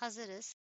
Hazırız.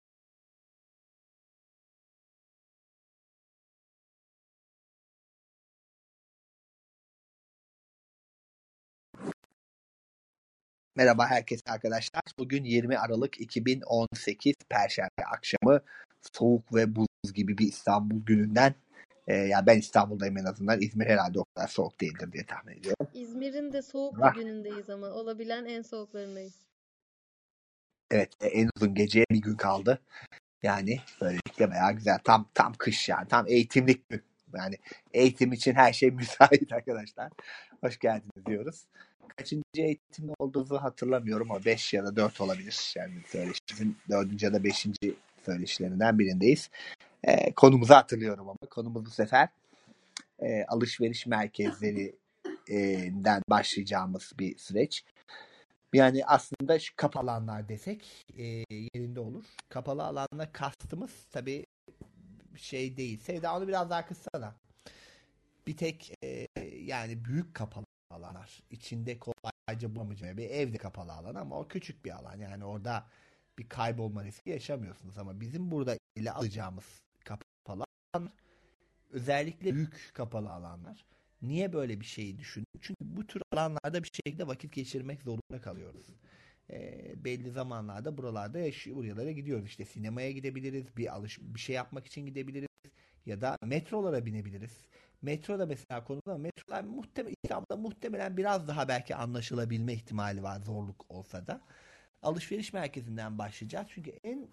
Merhaba herkese arkadaşlar. Bugün 20 Aralık 2018 Perşembe akşamı soğuk ve buz gibi bir İstanbul gününden. Yani ben İstanbul'dayım en azından. İzmir herhalde o kadar soğuk değildir diye tahmin ediyorum. İzmir'in de soğuk bir Var. günündeyiz ama olabilen en soğuklarındayız. Evet, en uzun geceye bir gün kaldı. Yani böylelikle bayağı güzel. Tam kış yani. Tam eğitimlik gün. Yani eğitim için her şey müsait arkadaşlar. Hoş geldiniz diyoruz. Kaçıncı eğitimde olduğunuzu hatırlamıyorum ama 5 ya da 4 olabilir. Yani söyleşimizin 4. ya da 5. söyleşilerinden birindeyiz. Konumuzu hatırlıyorum ama konumuz bu sefer alışveriş merkezlerinden başlayacağımız bir süreç. Yani aslında şu kapalı alanlar desek yerinde olur. Kapalı alanla kastımız tabii şey değil. Sevda onu biraz daha kıssana. Bir tek yani büyük kapalı alanlar. İçinde kolayca bulamayacağım. Bir evde kapalı alan ama o küçük bir alan. Yani orada bir kaybolma riski yaşamıyorsunuz. Ama bizim burada ele alacağımız kapalı alan özellikle büyük kapalı alanlar. Niye böyle bir şeyi düşündüm? Çünkü bu tür alanlarda bir şekilde vakit geçirmek zorunda kalıyoruz. Belli zamanlarda buralarda buralara gidiyoruz. İşte sinemaya gidebiliriz, bir şey yapmak için gidebiliriz ya da metrolara binebiliriz. Metro da mesela konuda metrolar İstanbul'da muhtemelen biraz daha belki anlaşılabilme ihtimali var zorluk olsa da. Alışveriş merkezinden başlayacağız. Çünkü en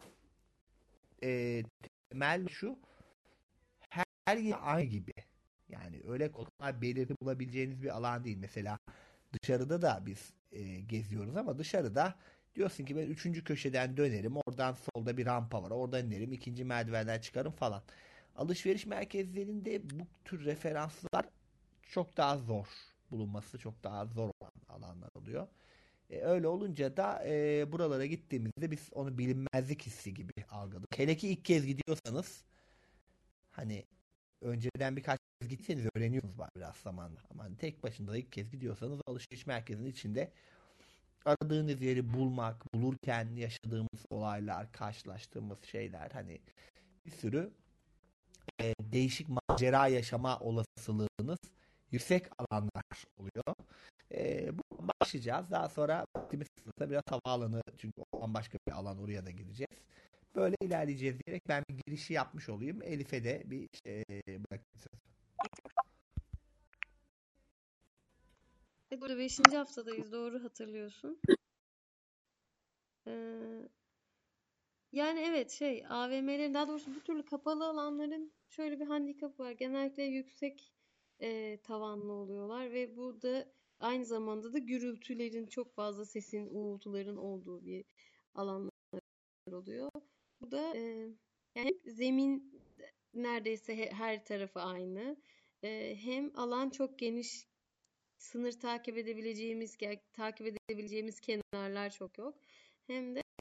temel şu her yer aynı gibi. Yani öyle kolay belirli bulabileceğiniz bir alan değil. Mesela dışarıda da biz geziyoruz ama dışarıda diyorsun ki ben 3. köşeden dönerim. Oradan solda bir rampa var. Oradan inerim. 2. merdivenden çıkarım falan. Alışveriş merkezlerinde bu tür referanslar çok daha zor bulunması çok daha zor olan alanlar oluyor. Öyle olunca da buralara gittiğimizde biz onu bilinmezlik hissi gibi algıladık. Hele ki ilk kez gidiyorsanız hani önceden birkaç kez gitseniz öğreniyorsunuz biraz zamanla. Ama hani tek başına ilk kez gidiyorsanız alışveriş merkezinin içinde aradığınız yeri bulurken yaşadığımız olaylar, karşılaştığımız şeyler hani bir sürü değişik macera yaşama olasılığınız yüksek alanlar oluyor. Bu başlayacağız. Daha sonra vaktimiz kısılsa biraz havaalanı çünkü o bambaşka bir alan oraya da gideceğiz. Böyle ilerleyeceğiz diyerek ben bir girişi yapmış olayım. Elif'e de bir bırakayım söz. Burada 5. haftadayız, doğru hatırlıyorsun. Yani evet AVM'lerin, daha doğrusu bu türlü kapalı alanların şöyle bir handikapı var. Genellikle yüksek tavanlı oluyorlar ve bu da aynı zamanda da gürültülerin çok fazla, sesin, uğultuların olduğu bir alanlar oluyor. Bu da yani zemin neredeyse her tarafı aynı. Hem alan çok geniş, sınır takip edebileceğimiz kenarlar çok yok. Hem de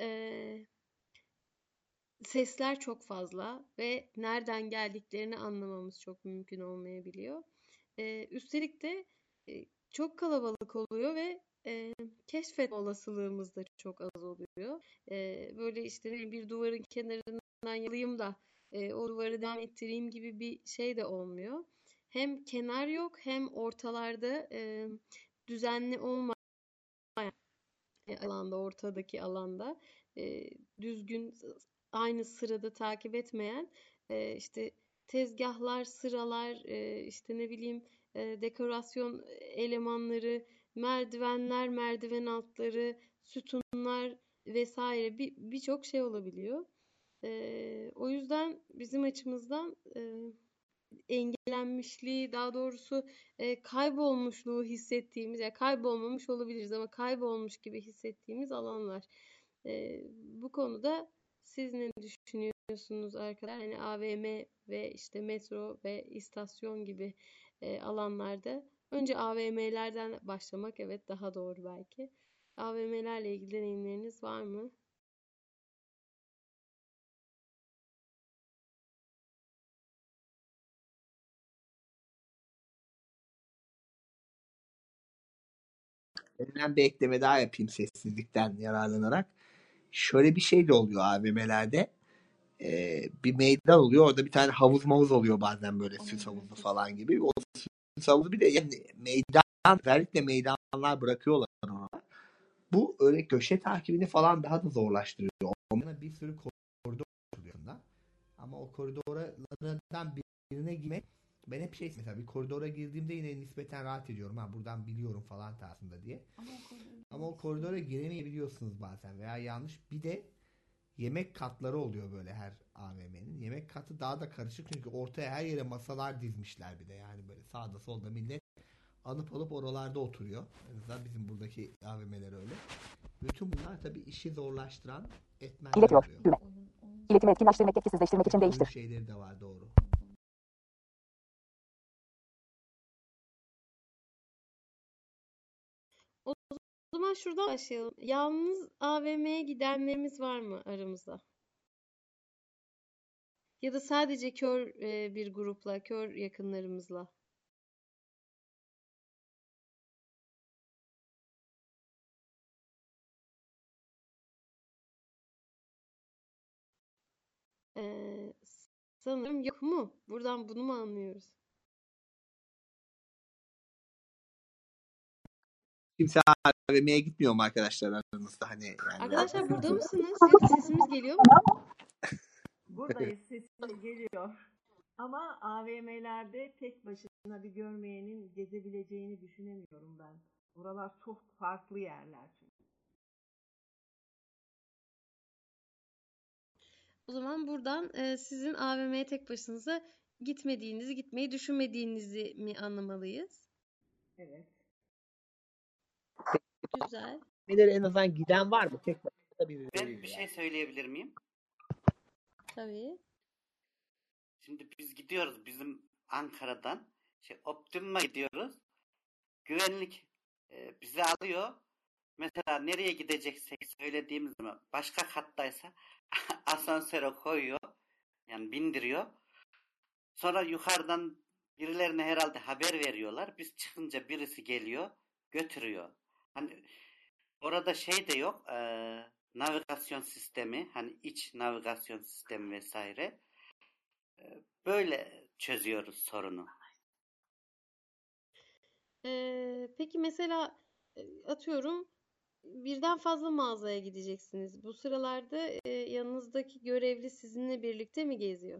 sesler çok fazla ve nereden geldiklerini anlamamız çok mümkün olmayabiliyor. Üstelik de çok kalabalık oluyor ve keşfetme olasılığımız da çok az oluyor. Böyle işte bir duvarın kenarından yalayayım da o duvarı devam ettireyim gibi bir şey de olmuyor. Hem kenar yok hem ortalarda düzenli olmayan alanda, ortadaki alanda düzgün aynı sırada takip etmeyen işte tezgahlar, sıralar, işte ne bileyim dekorasyon elemanları, merdivenler, merdiven altları, sütunlar vesaire birçok şey olabiliyor. O yüzden bizim açımızdan engellenmişliği, daha doğrusu kaybolmuşluğu hissettiğimiz, ya kaybolmamış olabiliriz ama kaybolmuş gibi hissettiğimiz alanlar. Bu konuda siz ne düşünüyorsunuz arkadaşlar? Hani AVM ve işte metro ve istasyon gibi alanlarda önce AVM'lerden başlamak evet daha doğru belki. AVM'lerle ilgili deneyimleriniz var mı? Ben bir ekleme daha yapayım sessizlikten yararlanarak. şöyle bir şey de oluyor AVM'lerde. Bir meydan oluyor. Orada bir tane havuz mavuz oluyor bazen böyle süs havuzu falan gibi. O süs havuzu bir de yani özellikle meydanlar bırakıyorlar ona. Bu öyle köşe takibini falan daha da zorlaştırıyor. Ondan bir sürü koridor oluyor. Ama o koridorlardan birine girmek ben hep mesela bir koridora girdiğimde yine nispeten rahat ediyorum. Ha buradan biliyorum falan tarzında diye. Ama o koridora giremeyebiliyorsunuz bazen veya yanlış. Bir de yemek katları oluyor böyle her AVM'nin. Yemek katı daha da karışık çünkü ortaya her yere masalar dizmişler bir de yani böyle sağda solda millet alıp oralarda oturuyor. En azından bizim buradaki AVM'ler öyle. Bütün bunlar tabii işi zorlaştıran etmenler İletiyor. oluyor. Düğme. İletimi etkinleştirmek, etkisizleştirmek için Oyun değiştir. şeyleri de var doğru. O zaman şuradan başlayalım. Yalnız AVM'ye gidenlerimiz var mı aramızda? Ya da sadece kör bir grupla, kör yakınlarımızla. Ee, Sanırım yok mu? Buradan bunu mu anlıyoruz? Kimse AVM'ye gitmiyor mu arkadaşlar aranızda hani yani Arkadaşlar burada mısınız? Yoksa sesimiz geliyor mu? Buradayız, sesiniz geliyor. Ama AVM'lerde tek başına bir görmeyenin gezebileceğini düşünemiyorum ben. Buralar çok farklı yerler çünkü. O zaman buradan sizin AVM'ye tek başınıza gitmediğinizi, gitmeyi düşünmediğinizi mi anlamalıyız? Evet. Güzel. AVM'lere en azından giden var mı? Tek başına birileri Ben bir şey söyleyebilir miyim? Tabii. Şimdi biz gidiyoruz bizim Ankara'dan Optimum'a gidiyoruz. Güvenlik bizi alıyor. Mesela nereye gideceksek söylediğimiz zaman başka kattaysa asansöre koyuyor. Yani bindiriyor. Sonra yukarıdan birilerine herhalde haber veriyorlar. Biz çıkınca birisi geliyor, götürüyor. Hani orada şey de yok. Navigasyon sistemi, hani iç navigasyon sistemi vesaire. Böyle çözüyoruz sorunu. Peki mesela atıyorum birden fazla mağazaya gideceksiniz. Bu sıralarda yanınızdaki görevli sizinle birlikte mi geziyor?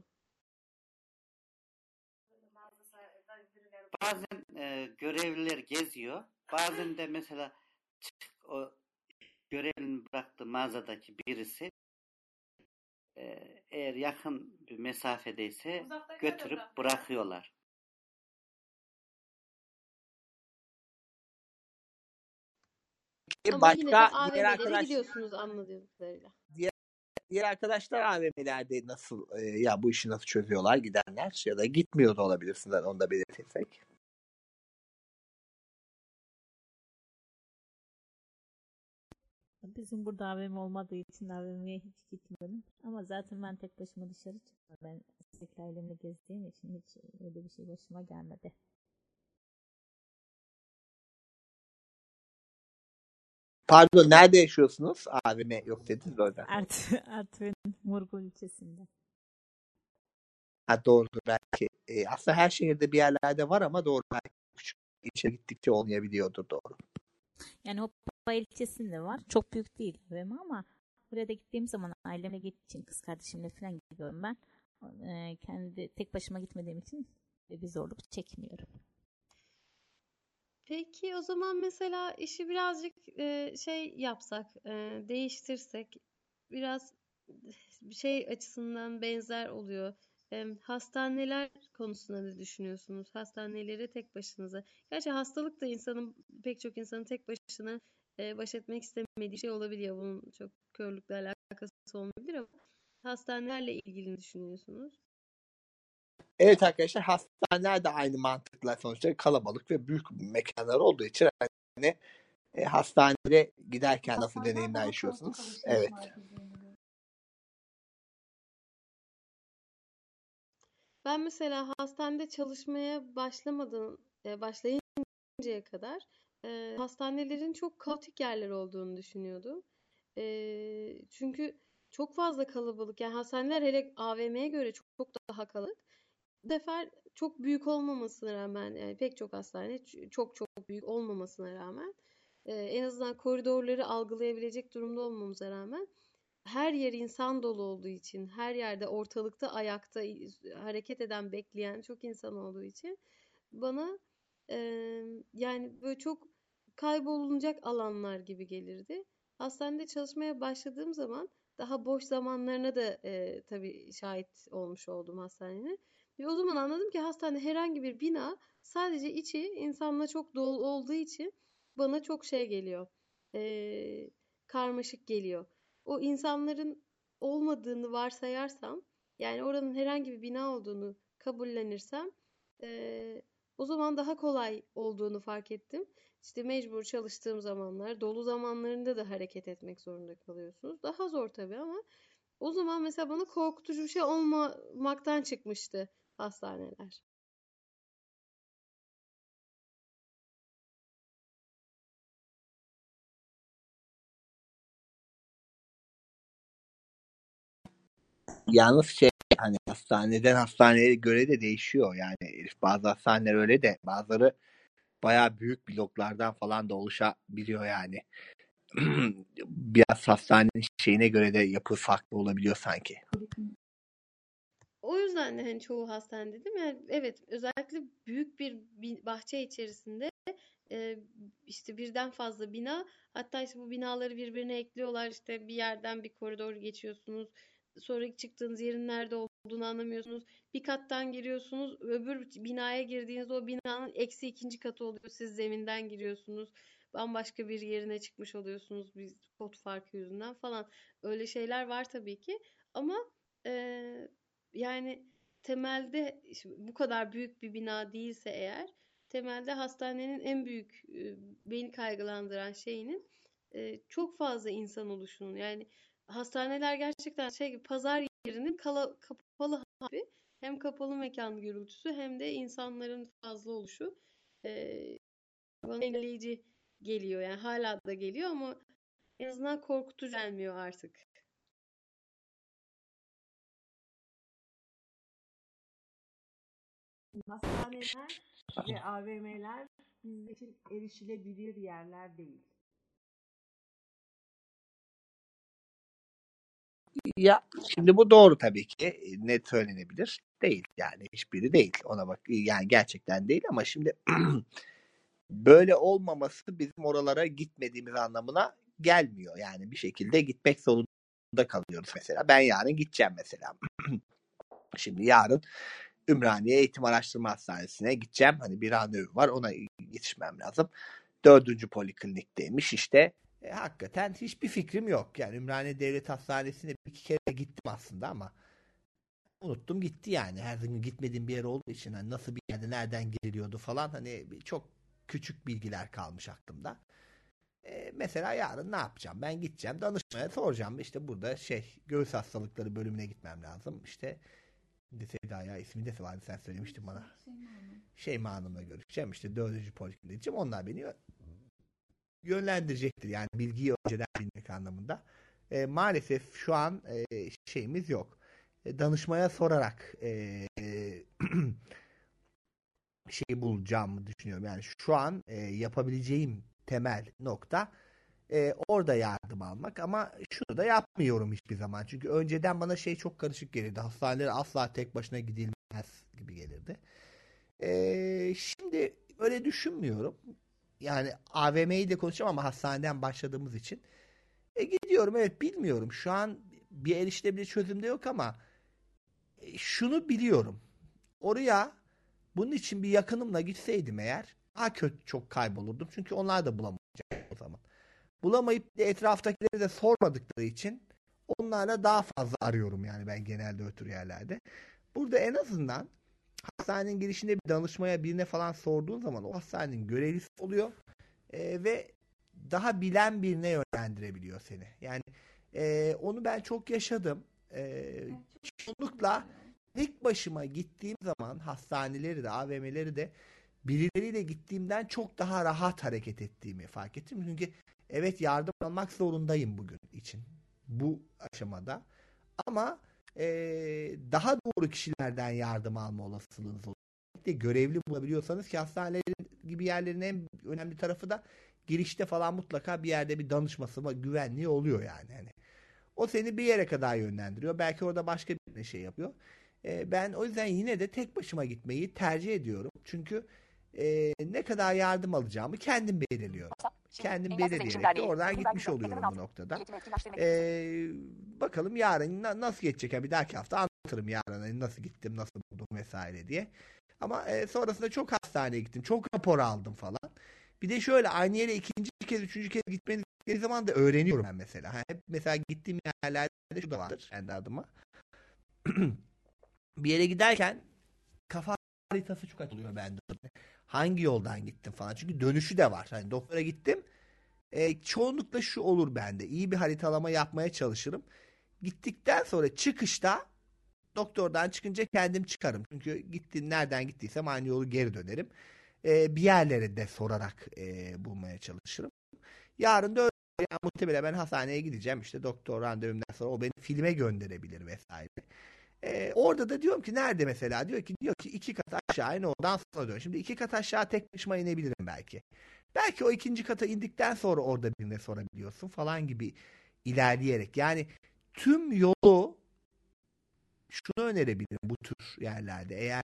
Bazen görevliler geziyor. Bazen de mesela o görevlinin bıraktığı mağazadaki birisi eğer yakın bir mesafedeyse götürüp bırakıyorlar. Ama yine de Başka diğer AVM'lere gidiyorsunuz anladığım kadarıyla. diğer arkadaşlar AVM'lerde nasıl ya bu işi nasıl çözüyorlar gidenler ya da gitmiyor da olabilirsiniz onu da belirtirsek. Bizim burada AVM olmadığı için AVM'ye hiç gitmedim. Ama zaten ben tek başıma dışarı çıkmam. Ben sürekli ailemle gezdiğim için hiç öyle bir şey başıma gelmedi. Pardon nerede yaşıyorsunuz? AVM yok dediniz orada. Artvin Murgul ilçesinde. Ha doğrudur belki. Aslında her şehirde bir yerlerde var ama doğru belki küçük ilçe gittikçe olmayabiliyordur doğru. Yani Hoppa ilçesinde var. Çok büyük değil AVM ama buraya da gittiğim zaman ailemle gittiğim için kız kardeşimle falan gidiyorum ben. Kendi tek başıma gitmediğim için bir zorluk çekmiyorum. Peki o zaman mesela işi birazcık şey yapsak, değiştirsek, biraz şey açısından benzer oluyor. Hastaneler konusunda ne düşünüyorsunuz? Hastanelere tek başınıza. Gerçi hastalık da pek çok insanın tek başına baş etmek istemediği şey olabiliyor. Bunun çok körlükle alakası olmayabilir ama hastanelerle ilgili ne düşünüyorsunuz? Evet arkadaşlar hastaneler de aynı mantıkla sonuçta kalabalık ve büyük mekanlar olduğu için hani hastaneye giderken nasıl deneyimler yaşıyorsunuz? Evet. Ben mesela hastanede çalışmaya başlayıncaya kadar hastanelerin çok kaotik yerler olduğunu düşünüyordum. Çünkü çok fazla kalabalık. Yani hastaneler hele AVM'ye göre çok, çok daha kalabalık. Bu sefer çok büyük olmamasına rağmen yani pek çok hastane çok çok büyük olmamasına rağmen en azından koridorları algılayabilecek durumda olmamıza rağmen her yer insan dolu olduğu için, her yerde ortalıkta ayakta hareket eden, bekleyen çok insan olduğu için bana yani böyle çok kaybolunacak alanlar gibi gelirdi. Hastanede çalışmaya başladığım zaman daha boş zamanlarına da tabii şahit olmuş oldum hastanenin. Ve o zaman anladım ki hastane herhangi bir bina sadece içi insanla çok dolu olduğu için bana çok şey geliyor. Karmaşık geliyor. O insanların olmadığını varsayarsam, yani oranın herhangi bir bina olduğunu kabullenirsem, o zaman daha kolay olduğunu fark ettim. İşte mecbur çalıştığım zamanlar, dolu zamanlarında da hareket etmek zorunda kalıyorsunuz. Daha zor tabii ama o zaman mesela bana korkutucu bir şey olmamaktan çıkmıştı hastaneler. Yalnız hani hastaneden hastaneye göre de değişiyor. Yani bazı hastaneler öyle de bazıları bayağı büyük bloklardan falan da oluşabiliyor yani. Biraz hastanenin şeyine göre de yapı farklı olabiliyor sanki. O yüzden de hani çoğu hastane dedim yani evet özellikle büyük bir bahçe içerisinde işte birden fazla bina, hatta işte bu binaları birbirine ekliyorlar, işte bir yerden bir koridor geçiyorsunuz, sonra çıktığınız yerin nerede olduğunu anlamıyorsunuz, bir kattan giriyorsunuz, öbür binaya girdiğinizde o binanın eksi ikinci katı oluyor, siz zeminden giriyorsunuz, bambaşka bir yerine çıkmış oluyorsunuz bir kod farkı yüzünden falan, öyle şeyler var tabii ki ama yani temelde bu kadar büyük bir bina değilse eğer, temelde hastanenin en büyük beni kaygılandıran şeyinin çok fazla insan oluşunun. Yani hastaneler gerçekten şey gibi, pazar yerinin kapalı hali, hem kapalı mekan gürültüsü hem de insanların fazla oluşu bana engelleyici geliyor. Yani hala da geliyor ama en azından korkutucu gelmiyor artık. Hastaneler ve AVM'ler bizim için erişilebilir yerler değil. Ya şimdi bu doğru tabii ki. Net söylenebilir. Değil yani. Hiçbiri değil. Ona bak yani gerçekten değil ama şimdi böyle olmaması bizim oralara gitmediğimiz anlamına gelmiyor. Yani bir şekilde gitmek zorunda kalıyoruz mesela. Ben yarın gideceğim mesela. Şimdi yarın Ümraniye Eğitim Araştırma Hastanesi'ne gideceğim. Hani bir randevu var, ona yetişmem lazım. 4. Poliklinikteymiş işte. Hakikaten hiçbir fikrim yok. Yani Ümraniye Devlet Hastanesi'ne bir iki kere gittim aslında ama unuttum gitti yani. Her gün gitmediğim bir yer olduğu için hani nasıl bir yerde nereden giriliyordu falan hani çok küçük bilgiler kalmış aklımda. Mesela yarın ne yapacağım? Ben gideceğim danışmaya soracağım. İşte burada göğüs hastalıkları bölümüne gitmem lazım. İşte Seda ya ismi de vardı, sen söylemiştin bana. Şeyma Hanım'la görüşeceğim. İşte 4. Poliklinik gideceğim. Onlar beni yönlendirecektir. Yani bilgiyi önceden bilmek anlamında. Maalesef şu an şeyimiz yok. Danışmaya sorarak şey bulacağımı düşünüyorum. Yani şu an yapabileceğim temel nokta orada yardım almak ama şunu da yapmıyorum hiçbir zaman. Çünkü önceden bana çok karışık gelirdi. Hastanelere asla tek başına gidilmez gibi gelirdi. Şimdi öyle düşünmüyorum. Yani AVM'yi de konuşacağım ama hastaneden başladığımız için. Gidiyorum, evet, bilmiyorum. Şu an bir erişilebilir çözüm de yok ama şunu biliyorum. Oraya bunun için bir yakınımla gitseydim eğer daha kötü çok kaybolurdum. Çünkü onlar da bulamayacak o zaman. Bulamayıp de etraftakileri de sormadıkları için onlarla daha fazla arıyorum yani ben genelde ötürü yerlerde. Burada en azından hastanenin girişinde bir danışmaya birine falan sorduğun zaman o hastanenin görevlisi oluyor ve daha bilen birine yönlendirebiliyor seni. Yani onu ben çok yaşadım. Çoğunlukla tek başıma gittiğim zaman hastaneleri de AVM'leri de birileriyle gittiğimden çok daha rahat hareket ettiğimi fark ettim. Çünkü evet yardım almak zorundayım bugün için. bu aşamada. Ama daha doğru kişilerden yardım alma olasılığınız oluyor. De görevli bulabiliyorsanız ki hastanelerin gibi yerlerin en önemli tarafı da girişte falan mutlaka bir yerde bir danışması güvenliği oluyor yani. Hani o seni bir yere kadar yönlendiriyor. Belki orada başka bir şey yapıyor. Ben o yüzden yine de tek başıma gitmeyi tercih ediyorum. Çünkü ne kadar yardım alacağımı kendim belirliyorum. Şimdi Kendim Engelsiz Erişim belirleyerek de Derneği, oradan Sözüm gitmiş Vergisi, oluyorum bu Yatırım noktada. İletimi etkinleştirmek için. Bakalım yarın nasıl geçecek? Yani bir dahaki hafta anlatırım yarın hani nasıl gittim, nasıl buldum vesaire diye. Ama sonrasında çok hastaneye gittim. Çok rapor aldım falan. Bir de şöyle aynı yere ikinci kez, üçüncü kez gitmeniz gerektiği zaman da öğreniyorum ben mesela. Hep mesela gittiğim yerlerde şu da vardır kendi adıma. Bir yere giderken kafa haritası çok açılıyor bende. Hangi yoldan gittim falan. Çünkü dönüşü de var. Hani doktora gittim. Çoğunlukla şu olur bende. İyi bir haritalama yapmaya çalışırım. Gittikten sonra çıkışta doktordan çıkınca kendim çıkarım. Çünkü nereden gittiysem aynı yolu geri dönerim. Bir yerlere de sorarak bulmaya çalışırım. Yarın da öyle. Yani muhtemelen ben hastaneye gideceğim. İşte doktor randevumdan sonra o beni filme gönderebilir vesaire. Orada da diyorum ki nerede mesela? Diyor ki 2 kat aşağı in oradan sola dön. Şimdi 2 kat aşağı tek başıma inebilirim belki. Belki o ikinci kata indikten sonra orada birine sorabiliyorsun falan gibi ilerleyerek. Yani tüm yolu şunu önerebilirim bu tür yerlerde. Eğer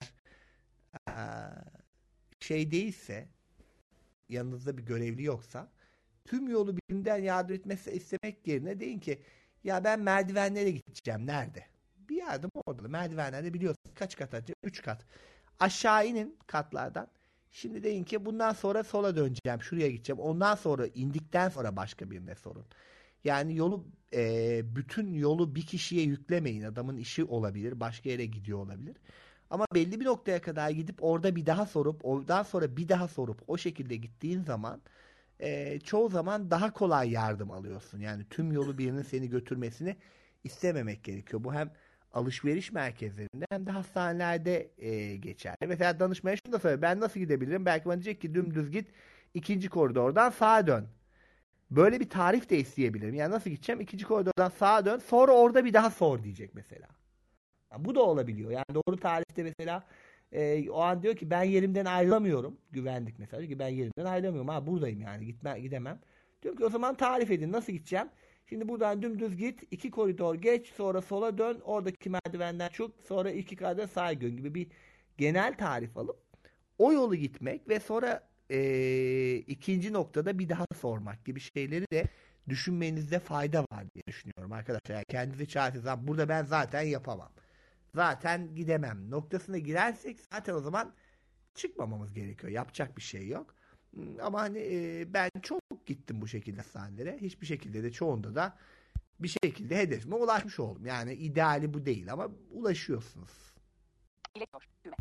şey değilse yanınızda bir görevli yoksa tüm yolu birinden yardım etmesi istemek yerine deyin ki ya ben merdivenlere gideceğim. Nerede? Bir yardım orada. Merdivenlerde biliyorsunuz kaç kat atacak? 3 kat. Aşağı inin katlardan. Şimdi deyin ki bundan sonra sola döneceğim. Şuraya gideceğim. Ondan sonra indikten sonra başka birine sorun. Yani bütün yolu bir kişiye yüklemeyin. Adamın işi olabilir. Başka yere gidiyor olabilir. Ama belli bir noktaya kadar gidip orada bir daha sorup oradan sonra bir daha sorup o şekilde gittiğin zaman çoğu zaman daha kolay yardım alıyorsun. Yani tüm yolu birinin seni götürmesini istememek gerekiyor. Bu hem alışveriş merkezlerinde hem de hastanelerde geçerli. Mesela danışmaya şunu da söyle. Ben nasıl gidebilirim? Belki bana diyecek ki dümdüz git. İkinci koridordan sağa dön. Böyle bir tarif de isteyebilirim. Yani nasıl gideceğim? İkinci koridordan sağa dön. Sonra orada bir daha sor diyecek mesela. Ya bu da olabiliyor. Yani doğru tarifte mesela o an diyor ki ben yerimden ayrılamıyorum. Güvenlik mesela diyor ki ben yerimden ayrılamıyorum. Ha buradayım yani gidemem. Diyorum ki o zaman tarif edin. Nasıl gideceğim? Şimdi buradan dümdüz git. 2 koridor geç. Sonra sola dön. Oradaki merdivenden çık. Sonra 2 koridor sağa dön gibi bir genel tarif alıp o yolu gitmek ve sonra ikinci noktada bir daha sormak gibi şeyleri de düşünmenizde fayda var diye düşünüyorum arkadaşlar. Yani kendinizi çaresiz. Burada ben zaten yapamam. Zaten gidemem noktasına girersek zaten o zaman çıkmamamız gerekiyor. Yapacak bir şey yok. Ama hani ben çok gittim bu şekilde sahnelere. Hiçbir şekilde de çoğunda da bir şekilde hedefime ulaşmış oldum. Yani ideali bu değil ama ulaşıyorsunuz. İletiyor. Düğme.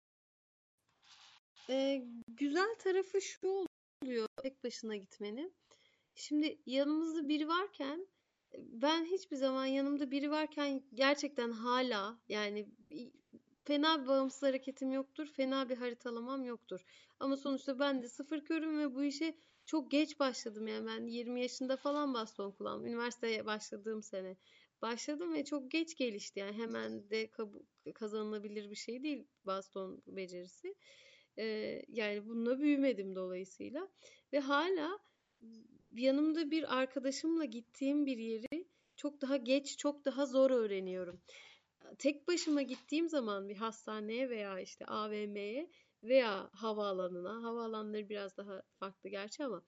Güzel tarafı şu oluyor tek başına gitmenin. Şimdi yanımızda biri varken ben hiçbir zaman yanımda biri varken gerçekten hala yani fena bir bağımsız hareketim yoktur. Fena bir haritalamam yoktur. Ama sonuçta ben de sıfır körüm ve bu işe çok geç başladım. Yani ben 20 yaşında falan baston kullandım. Üniversiteye başladığım sene başladım ve çok geç gelişti. Yani hemen de kazanılabilir bir şey değil baston becerisi. Yani bununla büyümedim dolayısıyla. Ve hala yanımda bir arkadaşımla gittiğim bir yeri çok daha geç, çok daha zor öğreniyorum. Tek başıma gittiğim zaman bir hastaneye veya işte AVM'ye veya havaalanları biraz daha farklı gerçi ama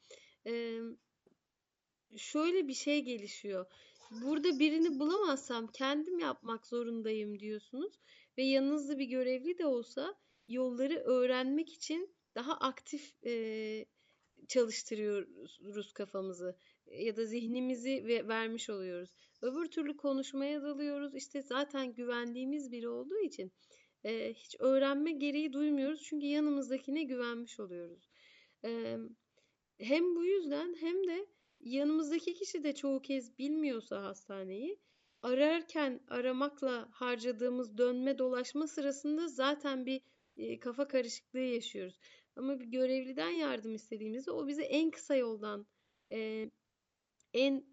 şöyle bir şey gelişiyor. Burada birini bulamazsam kendim yapmak zorundayım diyorsunuz ve yanınızda bir görevli de olsa yolları öğrenmek için daha aktif çalıştırıyoruz kafamızı ya da zihnimizi vermiş oluyoruz. Öbür türlü konuşmaya dalıyoruz. İşte zaten güvendiğimiz biri olduğu için hiç öğrenme gereği duymuyoruz. Çünkü yanımızdakine güvenmiş oluyoruz. Hem bu yüzden hem de yanımızdaki kişi de çoğu kez bilmiyorsa hastaneyi ararken aramakla harcadığımız dönme dolaşma sırasında zaten bir kafa karışıklığı yaşıyoruz. Ama bir görevliden yardım istediğimizde o bize en kısa yoldan en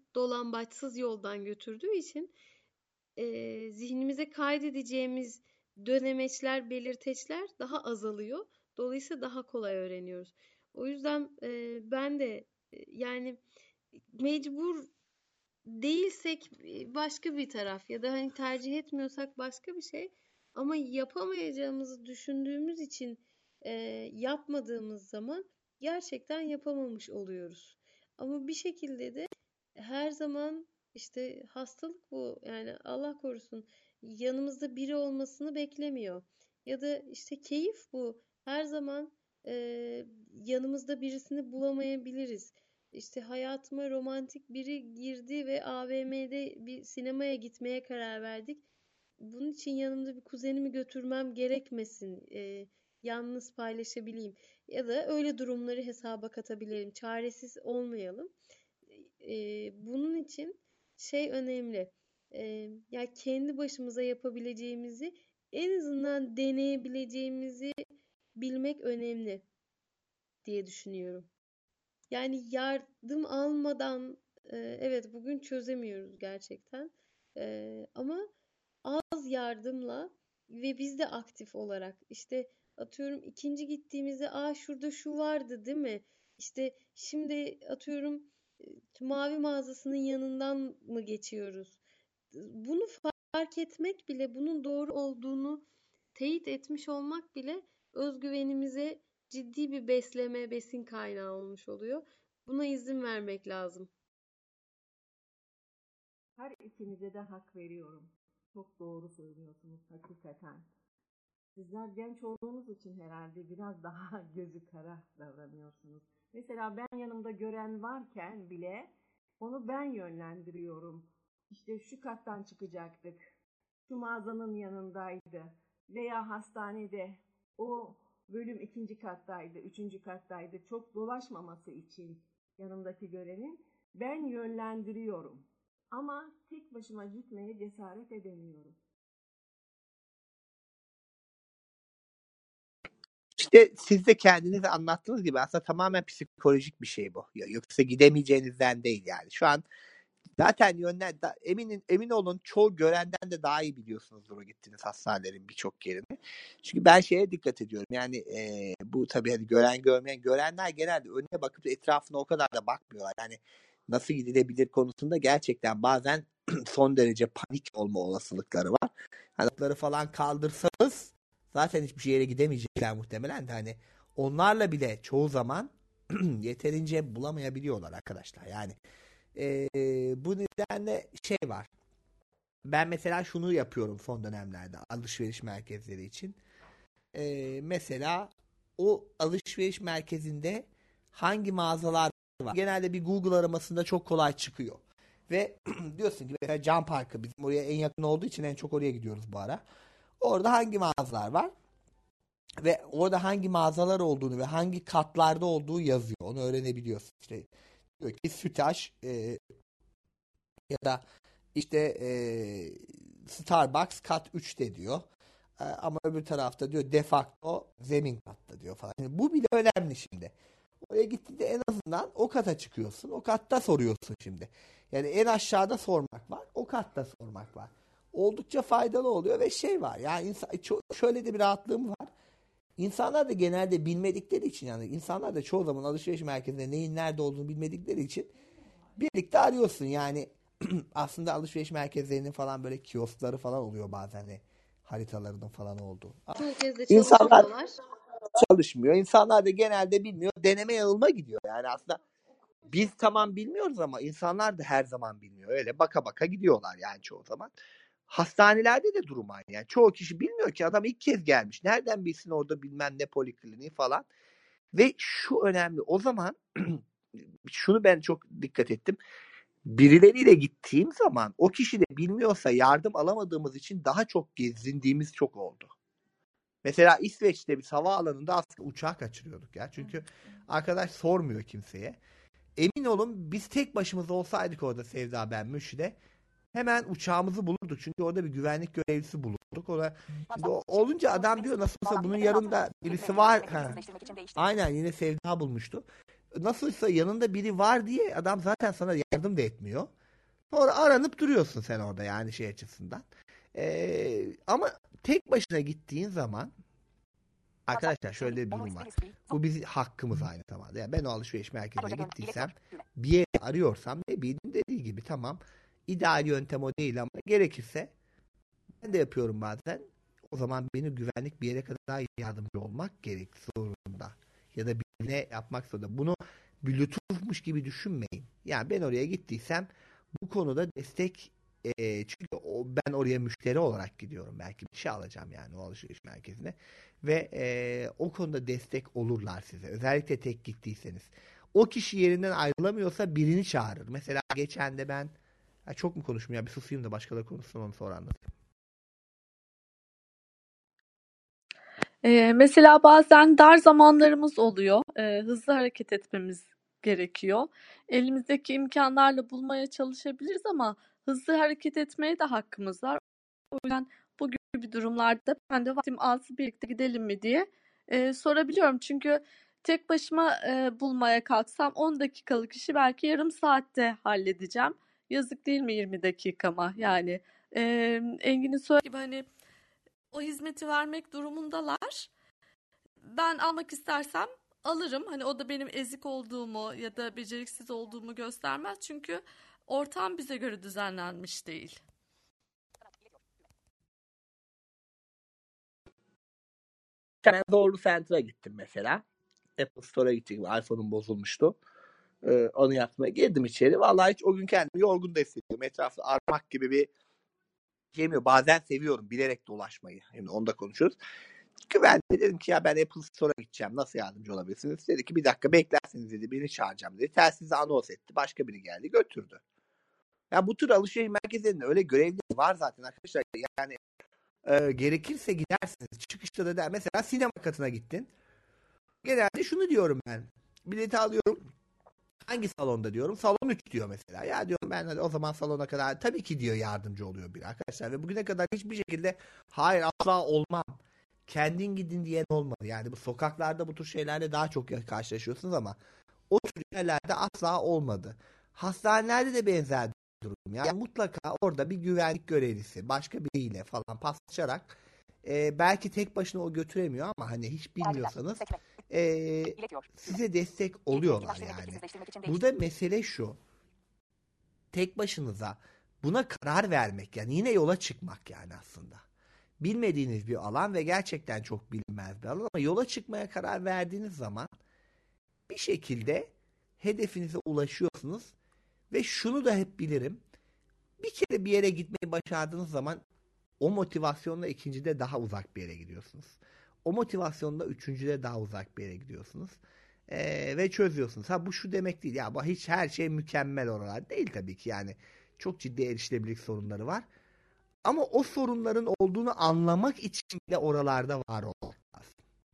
dolambaçsız yoldan götürdüğü için zihnimize kaydedeceğimiz dönemeçler, belirteçler daha azalıyor. Dolayısıyla daha kolay öğreniyoruz. O yüzden ben de yani mecbur değilsek başka bir taraf ya da hani tercih etmiyorsak başka bir şey, ama yapamayacağımızı düşündüğümüz için yapmadığımız zaman gerçekten yapamamış oluyoruz. Ama bir şekilde de her zaman işte hastalık bu, yani Allah korusun, yanımızda biri olmasını beklemiyor. Ya da işte keyif bu. Her zaman yanımızda birisini bulamayabiliriz. İşte hayatıma romantik biri girdi ve AVM'de bir sinemaya gitmeye karar verdik. Bunun için yanımda bir kuzenimi götürmem gerekmesin. Yalnız paylaşabileyim. Ya da öyle durumları hesaba katabilelim. Çaresiz olmayalım. Bunun için şey önemli. Ya kendi başımıza yapabileceğimizi, en azından deneyebileceğimizi bilmek önemli diye düşünüyorum. Yani yardım almadan evet bugün çözemiyoruz gerçekten. Ama az yardımla ve biz de aktif olarak işte atıyorum ikinci gittiğimizde şurada şu vardı değil mi? İşte şimdi atıyorum mavi mağazasının yanından mı geçiyoruz? Bunu fark etmek bile, bunun doğru olduğunu teyit etmiş olmak bile özgüvenimize ciddi bir besin kaynağı olmuş oluyor. Buna izin vermek lazım. Her ikinize de hak veriyorum. Çok doğru söylüyorsunuz hakikaten. Sizler genç olduğunuz için herhalde biraz daha gözü kara davranıyorsunuz. Mesela ben yanımda gören varken bile onu ben yönlendiriyorum. İşte şu kattan çıkacaktık, şu mağazanın yanındaydı veya hastanede o bölüm 2. kattaydı, 3. kattaydı. Çok dolaşmaması için yanımdaki görenin ben yönlendiriyorum. Ama tek başıma gitmeye cesaret edemiyorum. İşte siz de kendiniz anlattığınız gibi aslında tamamen psikolojik bir şey bu. Yoksa gidemeyeceğinizden değil yani. Şu an zaten emin olun çoğu görenden de daha iyi biliyorsunuzdur o gittiğiniz hastanelerin birçok yerini. Çünkü ben şeye dikkat ediyorum. Yani bu tabii hani görenler genelde önüne bakıp etrafına o kadar da bakmıyorlar. Yani nasıl gidilebilir konusunda gerçekten bazen son derece panik olma olasılıkları var. Hani bunları falan kaldırsanız zaten hiçbir yere gidemeyecekler muhtemelen de hani onlarla bile çoğu zaman yeterince bulamayabiliyorlar arkadaşlar. Yani bu nedenle şey var. Ben mesela şunu yapıyorum son dönemlerde alışveriş merkezleri için. Mesela o alışveriş merkezinde hangi mağazalar var? Genelde bir Google aramasında çok kolay çıkıyor. Ve diyorsun ki mesela Can Parkı bizim oraya en yakın olduğu için en çok oraya gidiyoruz bu ara. Orada hangi mağazalar var? Ve orada hangi mağazalar olduğunu ve hangi katlarda olduğu yazıyor. Onu öğrenebiliyorsun. İşte diyor ki Sütaş ya da işte Starbucks kat 3'te diyor. Ama öbür tarafta diyor de facto zemin katta diyor falan. Yani bu bile önemli şimdi. Oraya gittiğinde en azından o kata çıkıyorsun. O katta soruyorsun şimdi. Yani en aşağıda sormak var. O katta sormak var. Oldukça faydalı oluyor ve şey var. Yani şöyle de bir rahatlığım var. İnsanlar da genelde bilmedikleri için yani insanlar da çoğu zaman alışveriş merkezinde neyin nerede olduğunu bilmedikleri için birlikte arıyorsun. Yani aslında alışveriş merkezlerinin falan böyle kioskları falan oluyor bazen hani haritalarının falan olduğu. Çoğu kez de İnsanlar çalışmıyorlar. çalışmıyor. İnsanlar da genelde bilmiyor. Deneme yanılma gidiyor. Yani aslında biz tamam bilmiyoruz ama insanlar da her zaman bilmiyor. Öyle baka baka gidiyorlar yani çoğu zaman. Hastanelerde de durum aynı. Yani çoğu kişi bilmiyor ki adam ilk kez gelmiş. Nereden bilsin orada bilmem ne polikliniği falan. Ve şu önemli. O zaman şunu ben çok dikkat ettim. Birileriyle gittiğim zaman o kişi de bilmiyorsa yardım alamadığımız için daha çok gezindiğimiz çok oldu. Mesela İsveç'te biz havaalanında aslında uçağı kaçırıyorduk ya. Çünkü arkadaş sormuyor kimseye. Emin olun biz tek başımıza olsaydık orada Sevda ben Müşide hemen uçağımızı bulurduk. Çünkü orada bir güvenlik görevlisi bulurduk. Orada şimdi olunca adam diyor nasılsa bunun yanında birisi var. Aynen yine Sevda bulmuştu. Nasılsa yanında biri var diye adam zaten sana yardım da etmiyor. Sonra aranıp duruyorsun sen orada yani şey açısından. Ama tek başına gittiğin zaman arkadaşlar şöyle bir durum var. Bu bizim hakkımız aynı zamanda. Yani ben o alışveriş merkezine gittiysem bir yeri arıyorsam ne bileyim dediği gibi tamam. İdeal yöntem o değil ama gerekirse ben de yapıyorum bazen. O zaman beni güvenlik bir yere kadar yardımcı olmak gerek zorunda. Ya da birine yapmak zorunda. Bunu bir lütufmuş gibi düşünmeyin. Yani ben oraya gittiysem bu konuda destek çünkü ben oraya müşteri olarak gidiyorum. Belki bir şey alacağım yani o alışveriş merkezine. Ve o konuda destek olurlar size. Özellikle tek gittiyseniz. O kişi yerinden ayrılamıyorsa birini çağırır. Mesela geçen de ben çok mu konuşmayayım ya bir susayım da başkaları konuşsun onu sonra anlatayım. Mesela bazen dar zamanlarımız oluyor. Hızlı hareket etmemiz gerekiyor. Elimizdeki imkanlarla bulmaya çalışabiliriz ama hızlı hareket etmeye de hakkımız var. O yüzden bu gibi durumlarda ben de vaktim az birlikte gidelim mi diye sorabiliyorum. Çünkü tek başıma bulmaya kalksam 10 dakikalık işi belki yarım saatte halledeceğim. Yazık değil mi 20 dakikama? Yani Engin'in söylediği gibi hani o hizmeti vermek durumundalar. Ben almak istersem alırım. Hani o da benim ezik olduğumu ya da beceriksiz olduğumu göstermez. Çünkü ortam bize göre düzenlenmiş değil. Ben Doğru Center'a gittim mesela. Apple Store'a gittim. iPhone'um bozulmuştu. Onu yapmaya girdim içeri. Vallahi hiç o gün kendimi yorgun da hissediyorum. Etrafta aramak gibi bir şeyim yok. Bazen seviyorum bilerek dolaşmayı. Şimdi onda konuşuruz. Çünkü ben de dedim ki ya ben Apple Store'a gideceğim. Nasıl yardımcı olabilirsiniz? Dedi ki bir dakika beklerseniz dedi. Beni çağıracağım dedi. Telsizle anons etti. Başka biri geldi götürdü. Ya bu tür alışveriş merkezlerinde öyle görevleri var zaten arkadaşlar. Yani gerekirse gidersiniz. Çıkışta da der. Mesela sinema katına gittin. Genelde şunu diyorum ben. Bileti alıyorum. Hangi salonda diyorum? Salon 3 diyor mesela. Ya diyorum ben hadi o zaman salona kadar tabii ki diyor yardımcı oluyor bir arkadaşlar. Ve bugüne kadar hiçbir şekilde hayır asla olmam. Kendin gidin diyen olmadı. Yani bu sokaklarda bu tür şeylerle daha çok karşılaşıyorsunuz ama o tür yerlerde asla olmadı. Hastanelerde de benzer bir durum. Yani mutlaka orada bir güvenlik görevlisi başka biriyle falan paslaşarak belki tek başına o götüremiyor ama hani hiç bilmiyorsanız size destek oluyorlar yani. Burada mesele şu. Tek başınıza buna karar vermek yani yine yola çıkmak yani aslında. Bilmediğiniz bir alan ve gerçekten çok bilinmez bir alan ama yola çıkmaya karar verdiğiniz zaman bir şekilde hedefinize ulaşıyorsunuz ve şunu da hep bilirim. Bir kere bir yere gitmeyi başardığınız zaman o motivasyonla ikincide daha uzak bir yere gidiyorsunuz. O motivasyonla üçüncüde daha uzak bir yere gidiyorsunuz. Ve çözüyorsunuz. Ha bu şu demek değil. Ya bu hiç her şey mükemmel oralar değil tabii ki yani. Çok ciddi erişilebilirlik sorunları var. Ama o sorunların olduğunu anlamak için de oralarda var olmak lazım.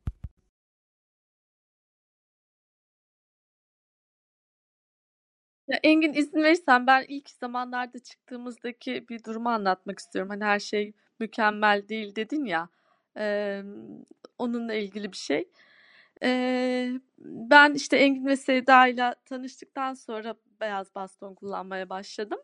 Ya Engin izin verirsen ben ilk zamanlarda çıktığımızdaki bir durumu anlatmak istiyorum. Hani her şey mükemmel değil dedin ya. Onunla ilgili bir şey. Ben işte Engin ve Sevda ile tanıştıktan sonra beyaz baston kullanmaya başladım.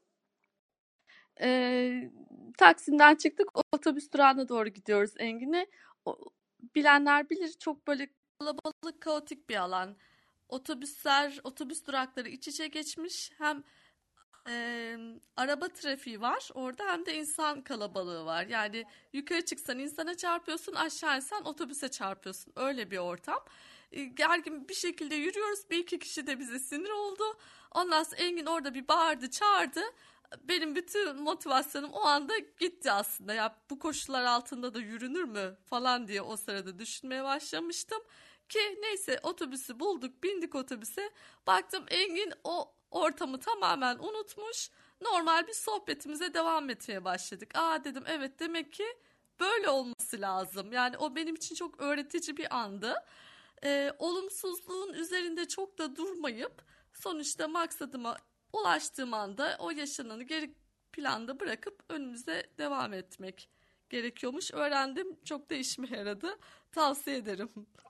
Taksim'den çıktık, otobüs durağına doğru gidiyoruz Engin'e. Bilenler bilir, çok böyle kalabalık, kaotik bir alan. Otobüs durakları iç içe geçmiş. Hem araba trafiği var orada hem de insan kalabalığı var. Yani yukarı çıksan insana çarpıyorsun, aşağı insen otobüse çarpıyorsun. Öyle bir ortam. Gergin bir şekilde yürüyoruz. Bir iki kişi de bize sinir oldu. Ondan sonra Engin orada bir bağırdı, çağırdı. Benim bütün motivasyonum o anda gitti aslında. Ya bu koşullar altında da yürünür mü falan diye o sırada düşünmeye başlamıştım. Ki neyse otobüsü bulduk, bindik otobüse. Baktım Engin o ortamı tamamen unutmuş. Normal bir sohbetimize devam etmeye başladık. Aa dedim, evet demek ki böyle olması lazım. Yani o benim için çok öğretici bir andı. Olumsuzluğun üzerinde çok da durmayıp sonuçta maksadıma ulaştığım anda o yaşananı geri planda bırakıp önümüze devam etmek gerekiyormuş. Öğrendim, çok da işime yaradı. Tavsiye ederim.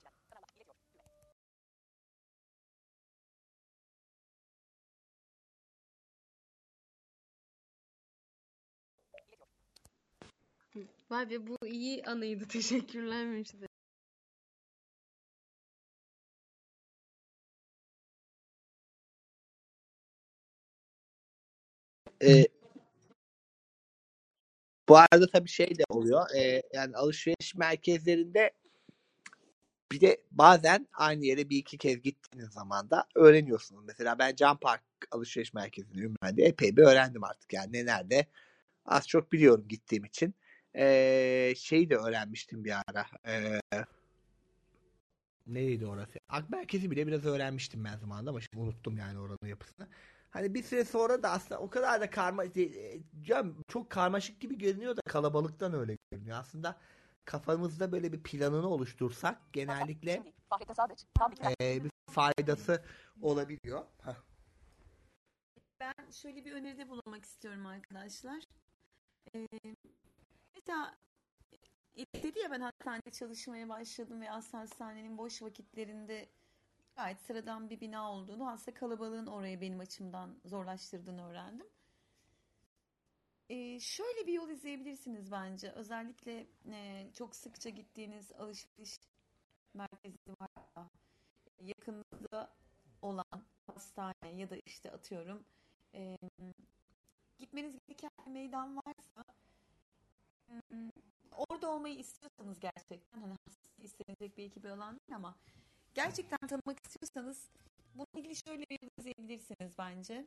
Vay be, bu iyi anıydı. Teşekkürler Mürşide. E, Bu arada tabii şey de oluyor. Yani alışveriş merkezlerinde bir de bazen aynı yere bir iki kez gittiğiniz zaman da öğreniyorsunuz. Mesela ben Can Park alışveriş merkezinde Ümraniye'de epey bir öğrendim artık. Yani ne nerede az çok biliyorum gittiğim için. Şeyi de öğrenmiştim bir ara. Neydi orası? Ak Merkezi bile biraz öğrenmiştim ben zamanında ama şimdi unuttum yani oranın yapısını. Hani bir süre sonra da aslında o kadar da çok karmaşık gibi görünüyor da kalabalıktan öyle görünüyor. Aslında kafamızda böyle bir planını oluştursak genellikle Şimdi Fahrettin Sadıç. Tam 2 dakika. bir faydası olabiliyor. Heh. Ben şöyle bir öneride bulunmak istiyorum arkadaşlar. Ee, Mesela dedi ya ben hastanede çalışmaya başladım ve aslında hastanenin boş vakitlerinde gayet sıradan bir bina olduğunu, aslında kalabalığın orayı benim açımdan zorlaştırdığını öğrendim. Şöyle bir yol izleyebilirsiniz bence. Özellikle çok sıkça gittiğiniz alışveriş merkezi var ya, yakınınızda olan hastane ya da işte atıyorum gitmeniz gereken bir meydan varsa orada olmayı istiyorsanız gerçekten hani istenecek belki bir alan değil ama gerçekten tanımak istiyorsanız bununla ilgili şöyle bir yol izleyebilirsiniz bence.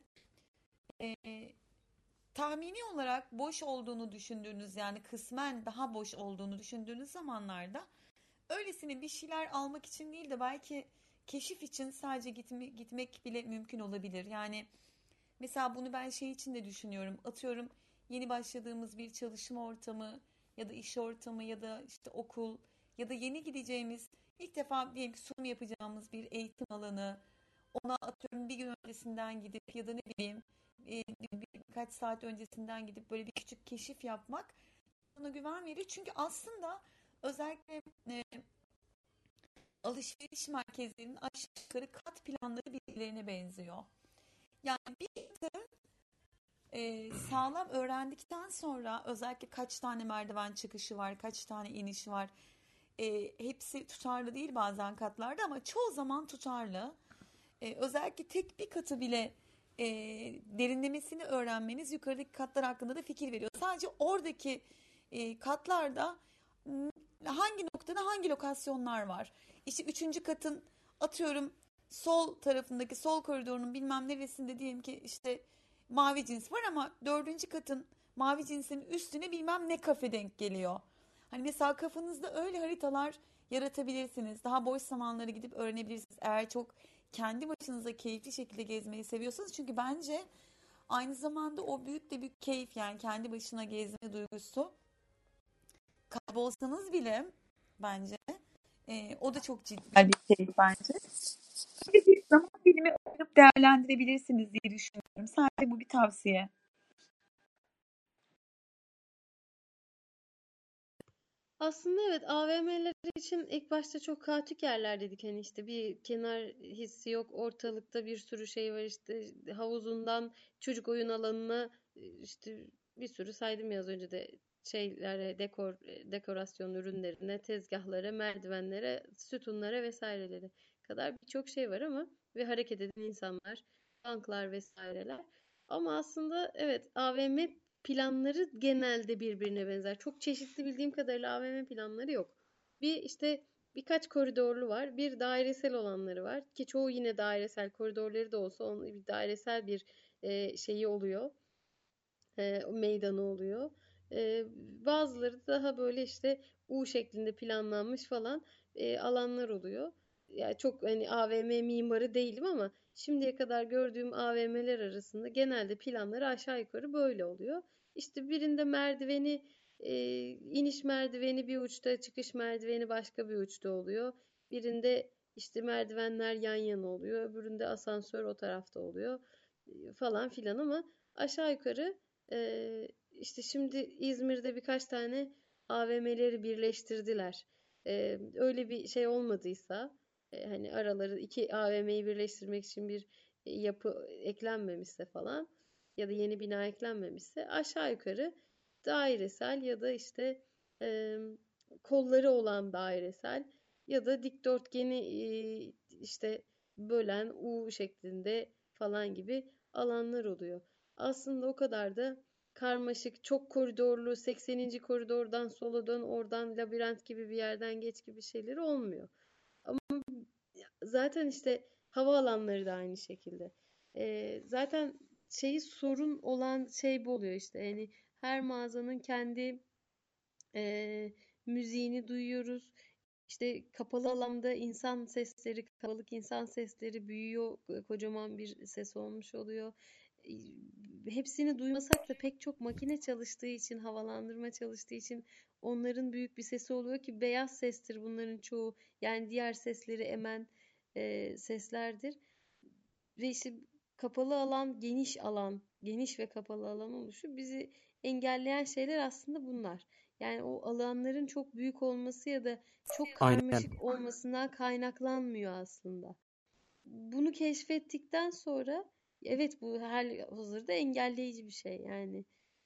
Tahmini olarak boş olduğunu düşündüğünüz yani kısmen daha boş olduğunu düşündüğünüz zamanlarda öylesine bir şeyler almak için değil de belki keşif için sadece gitmek bile mümkün olabilir. Yani mesela bunu ben şey için de düşünüyorum. Atıyorum yeni başladığımız bir çalışma ortamı ya da iş ortamı ya da işte okul ya da yeni gideceğimiz ilk defa diyelim ki sunum yapacağımız bir eğitim alanı. Ona atıyorum bir gün öncesinden gidip ya da ne bileyim birkaç saat öncesinden gidip böyle bir küçük keşif yapmak bana güven verir. Çünkü aslında özellikle alışveriş merkezlerinin aşağı yukarı kat planları birbirlerine benziyor. Yani bir sağlam öğrendikten sonra özellikle kaç tane merdiven çıkışı var, kaç tane inişi var. Hepsi tutarlı değil bazen katlarda ama çoğu zaman tutarlı. Özellikle tek bir katı bile derinlemesini öğrenmeniz yukarıdaki katlar hakkında da fikir veriyor. Sadece oradaki katlarda hangi noktada hangi lokasyonlar var? İşte 3. katın atıyorum sol tarafındaki sol koridorunun bilmem neresinde diyelim ki işte mavi cins var ama 4. katın mavi cinsinin üstüne bilmem ne kafe denk geliyor. Hani mesela kafanızda öyle haritalar yaratabilirsiniz. Daha boş zamanları gidip öğrenebilirsiniz. Eğer çok kendi başınıza keyifli şekilde gezmeyi seviyorsanız. Çünkü bence aynı zamanda o büyük de bir keyif yani kendi başına gezme duygusu. Kaybolsanız bile bence o da çok ciddi bir keyif bence. Öyle bir zaman dilimi ayırıp değerlendirebilirsiniz diye düşünüyorum. Sadece bu bir tavsiye. Aslında evet, AVM'ler için ilk başta çok kaotik yerler dedik, hani işte bir kenar hissi yok, ortalıkta bir sürü şey var, işte havuzundan çocuk oyun alanına işte bir sürü saydım ya az önce de, şeylere, dekorasyon ürünlerine, tezgahlara, merdivenlere, sütunlara vesairelere kadar birçok şey var ama ve hareket eden insanlar, banklar vesaireler. Ama aslında evet, AVM planları genelde birbirine benzer. Çok çeşitli bildiğim kadarıyla AVM planları yok. Bir işte birkaç koridorlu var. Bir dairesel olanları var. Ki çoğu yine dairesel, koridorları da olsa onun bir dairesel bir şeyi oluyor. Meydanı oluyor. Bazıları daha böyle işte U şeklinde planlanmış falan alanlar oluyor. Yani çok hani AVM mimarı değilim ama şimdiye kadar gördüğüm AVM'ler arasında genelde planları aşağı yukarı böyle oluyor. İşte birinde merdiveni, iniş merdiveni bir uçta, çıkış merdiveni başka bir uçta oluyor. Birinde işte merdivenler yan yana oluyor. Öbüründe asansör o tarafta oluyor falan filan ama aşağı yukarı işte şimdi İzmir'de birkaç tane AVM'leri birleştirdiler. Öyle bir şey olmadıysa, hani araları iki AVM'yi birleştirmek için bir yapı eklenmemişse falan ya da yeni bina eklenmemişse aşağı yukarı dairesel ya da işte kolları olan dairesel ya da dikdörtgeni işte bölen U şeklinde falan gibi alanlar oluyor. Aslında o kadar da karmaşık, çok koridorlu, 80. koridordan sola dön, oradan labirent gibi bir yerden geç gibi şeyleri olmuyor. Ama zaten işte havaalanları da aynı şekilde. Zaten sorun olan şey bu oluyor işte. Yani her mağazanın kendi müziğini duyuyoruz. İşte kapalı alanda insan sesleri, kalabalık insan sesleri büyüyor. Kocaman bir ses olmuş oluyor. Hepsini duymasak da pek çok makine çalıştığı için, havalandırma çalıştığı için onların büyük bir sesi oluyor ki beyaz sestir bunların çoğu. Yani diğer sesleri emen seslerdir. Ve işte kapalı alan, geniş ve kapalı alan oluşu bizi engelleyen şeyler aslında bunlar. Yani o alanların çok büyük olması ya da çok Aynen. karmaşık olmasından kaynaklanmıyor aslında. Bunu keşfettikten sonra evet bu halihazırda engelleyici bir şey. Yani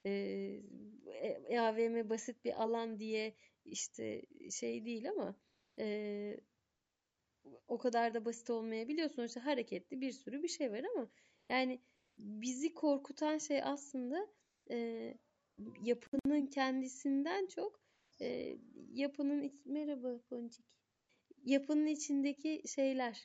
AVM basit bir alan diye işte şey değil ama o kadar da basit olmayabiliyor. Sonuçta hareketli bir sürü bir şey var ama yani bizi korkutan şey aslında yapının kendisinden çok merhaba Ponçik. Yapının içindeki şeyler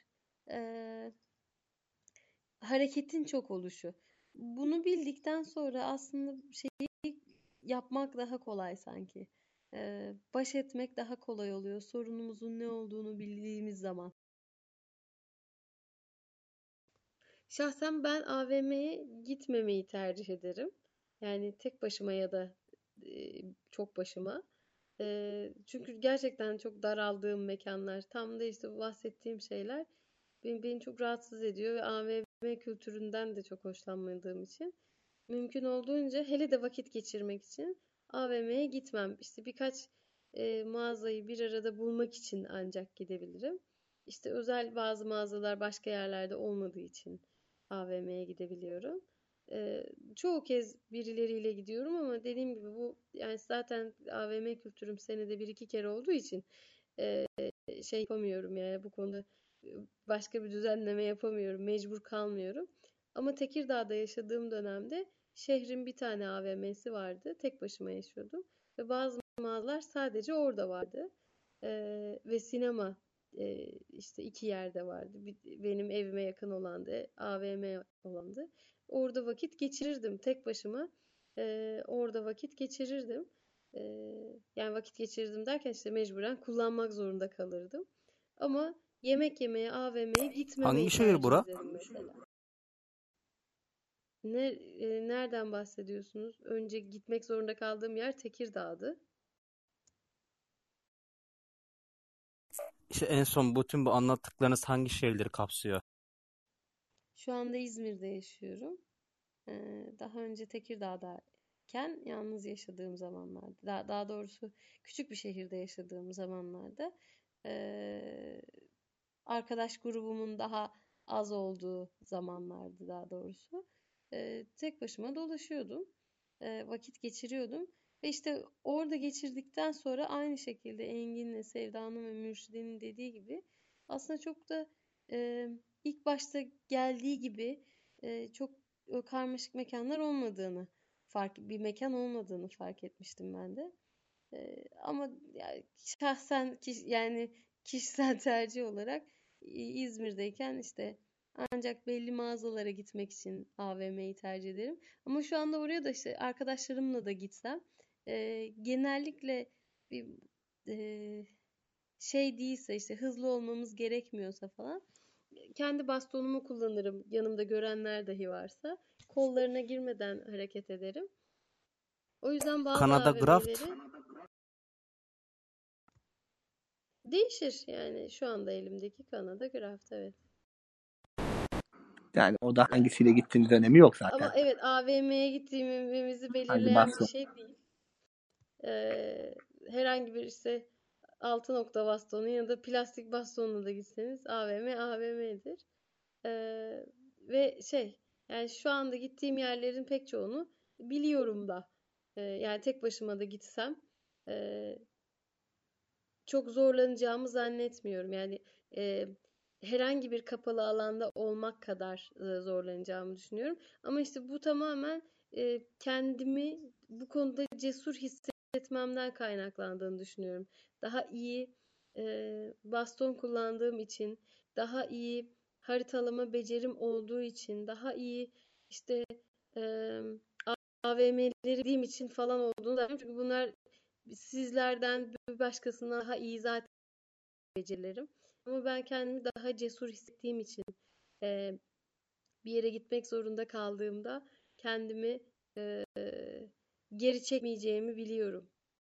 hareketin çok oluşu. Bunu bildikten sonra aslında şeyi yapmak daha kolay sanki. Baş etmek daha kolay oluyor. Sorunumuzun ne olduğunu bildiğimiz zaman. Şahsen ben AVM'ye gitmemeyi tercih ederim. Yani tek başıma ya da çok başıma. Çünkü gerçekten çok daraldığım mekanlar, tam da işte bu bahsettiğim şeyler beni çok rahatsız ediyor ve AVM kültüründen de çok hoşlanmadığım için mümkün olduğunca hele de vakit geçirmek için AVM'ye gitmem. İşte birkaç mağazayı bir arada bulmak için ancak gidebilirim. İşte özel bazı mağazalar başka yerlerde olmadığı için AVM'ye gidebiliyorum. Çoğu kez birileriyle gidiyorum ama dediğim gibi bu yani zaten AVM kültürüm senede bir iki kere olduğu için şey yapamıyorum yani bu konuda başka bir düzenleme yapamıyorum. Mecbur kalmıyorum. Ama Tekirdağ'da yaşadığım dönemde şehrin bir tane AVM'si vardı. Tek başıma yaşıyordum. Ve bazı mağazalar sadece orada vardı. Ve sinema işte iki yerde vardı. Benim evime yakın olandı, AVM olandı. Orada vakit geçirirdim tek başıma. Orada vakit geçirirdim. Yani vakit geçirirdim derken işte mecburen kullanmak zorunda kalırdım. Ama yemek yemeye, AVM'ye gitmemeyi Hangi şehir tercih bura? ederim mesela. Nereden bahsediyorsunuz? Önce gitmek zorunda kaldığım yer Tekirdağ'dı. İşte en son bütün bu anlattıklarınız hangi şehirleri kapsıyor? Şu anda İzmir'de yaşıyorum. Daha önce Tekirdağ'dayken yalnız yaşadığım zamanlarda, daha doğrusu küçük bir şehirde yaşadığım zamanlarda arkadaş grubumun daha az olduğu zamanlardı daha doğrusu. Tek başıma dolaşıyordum. Vakit geçiriyordum. Ve işte orada geçirdikten sonra aynı şekilde Engin'le Sevda'nın ve Mürşide'nin dediği gibi aslında çok da ilk başta geldiği gibi çok karmaşık mekanlar olmadığını bir mekan olmadığını fark etmiştim ben de. Ama yani şahsen yani kişisel tercih olarak İzmir'deyken işte ancak belli mağazalara gitmek için AVM'yi tercih ederim. Ama şu anda oraya da işte arkadaşlarımla da gitsem genellikle bir şey değilse işte hızlı olmamız gerekmiyorsa falan kendi bastonumu kullanırım. Yanımda görenler dahi varsa kollarına girmeden hareket ederim. O yüzden bazı Kanada Graft. AVM'leri değişir yani şu anda elimdeki Kanada Graft evet. Yani o da Yani hangisiyle gittiğiniz önemi yok zaten. ama evet AVM'ye gittiğimizi Hangi belirleyen bir baston? şey değil. Herhangi bir işte 6 nokta bastonu ya da plastik bastonla da gitseniz AVM'dir. Ve yani şu anda gittiğim yerlerin pek çoğunu biliyorum da. Yani tek başıma da gitsem e, çok zorlanacağımı zannetmiyorum. Yani herhangi bir kapalı alanda olmak kadar zorlanacağımı düşünüyorum. Ama işte bu tamamen kendimi bu konuda cesur hissetmemden kaynaklandığını düşünüyorum. Daha iyi baston kullandığım için, daha iyi haritalama becerim olduğu için, daha iyi işte e, AVM'leri bildiğim için falan olduğunu zannediyorum. Çünkü bunlar sizlerden bir başkasından daha iyi zaten becerilerim. Ama ben kendimi daha cesur hissettiğim için e, bir yere gitmek zorunda kaldığımda kendimi e, geri çekmeyeceğimi biliyorum.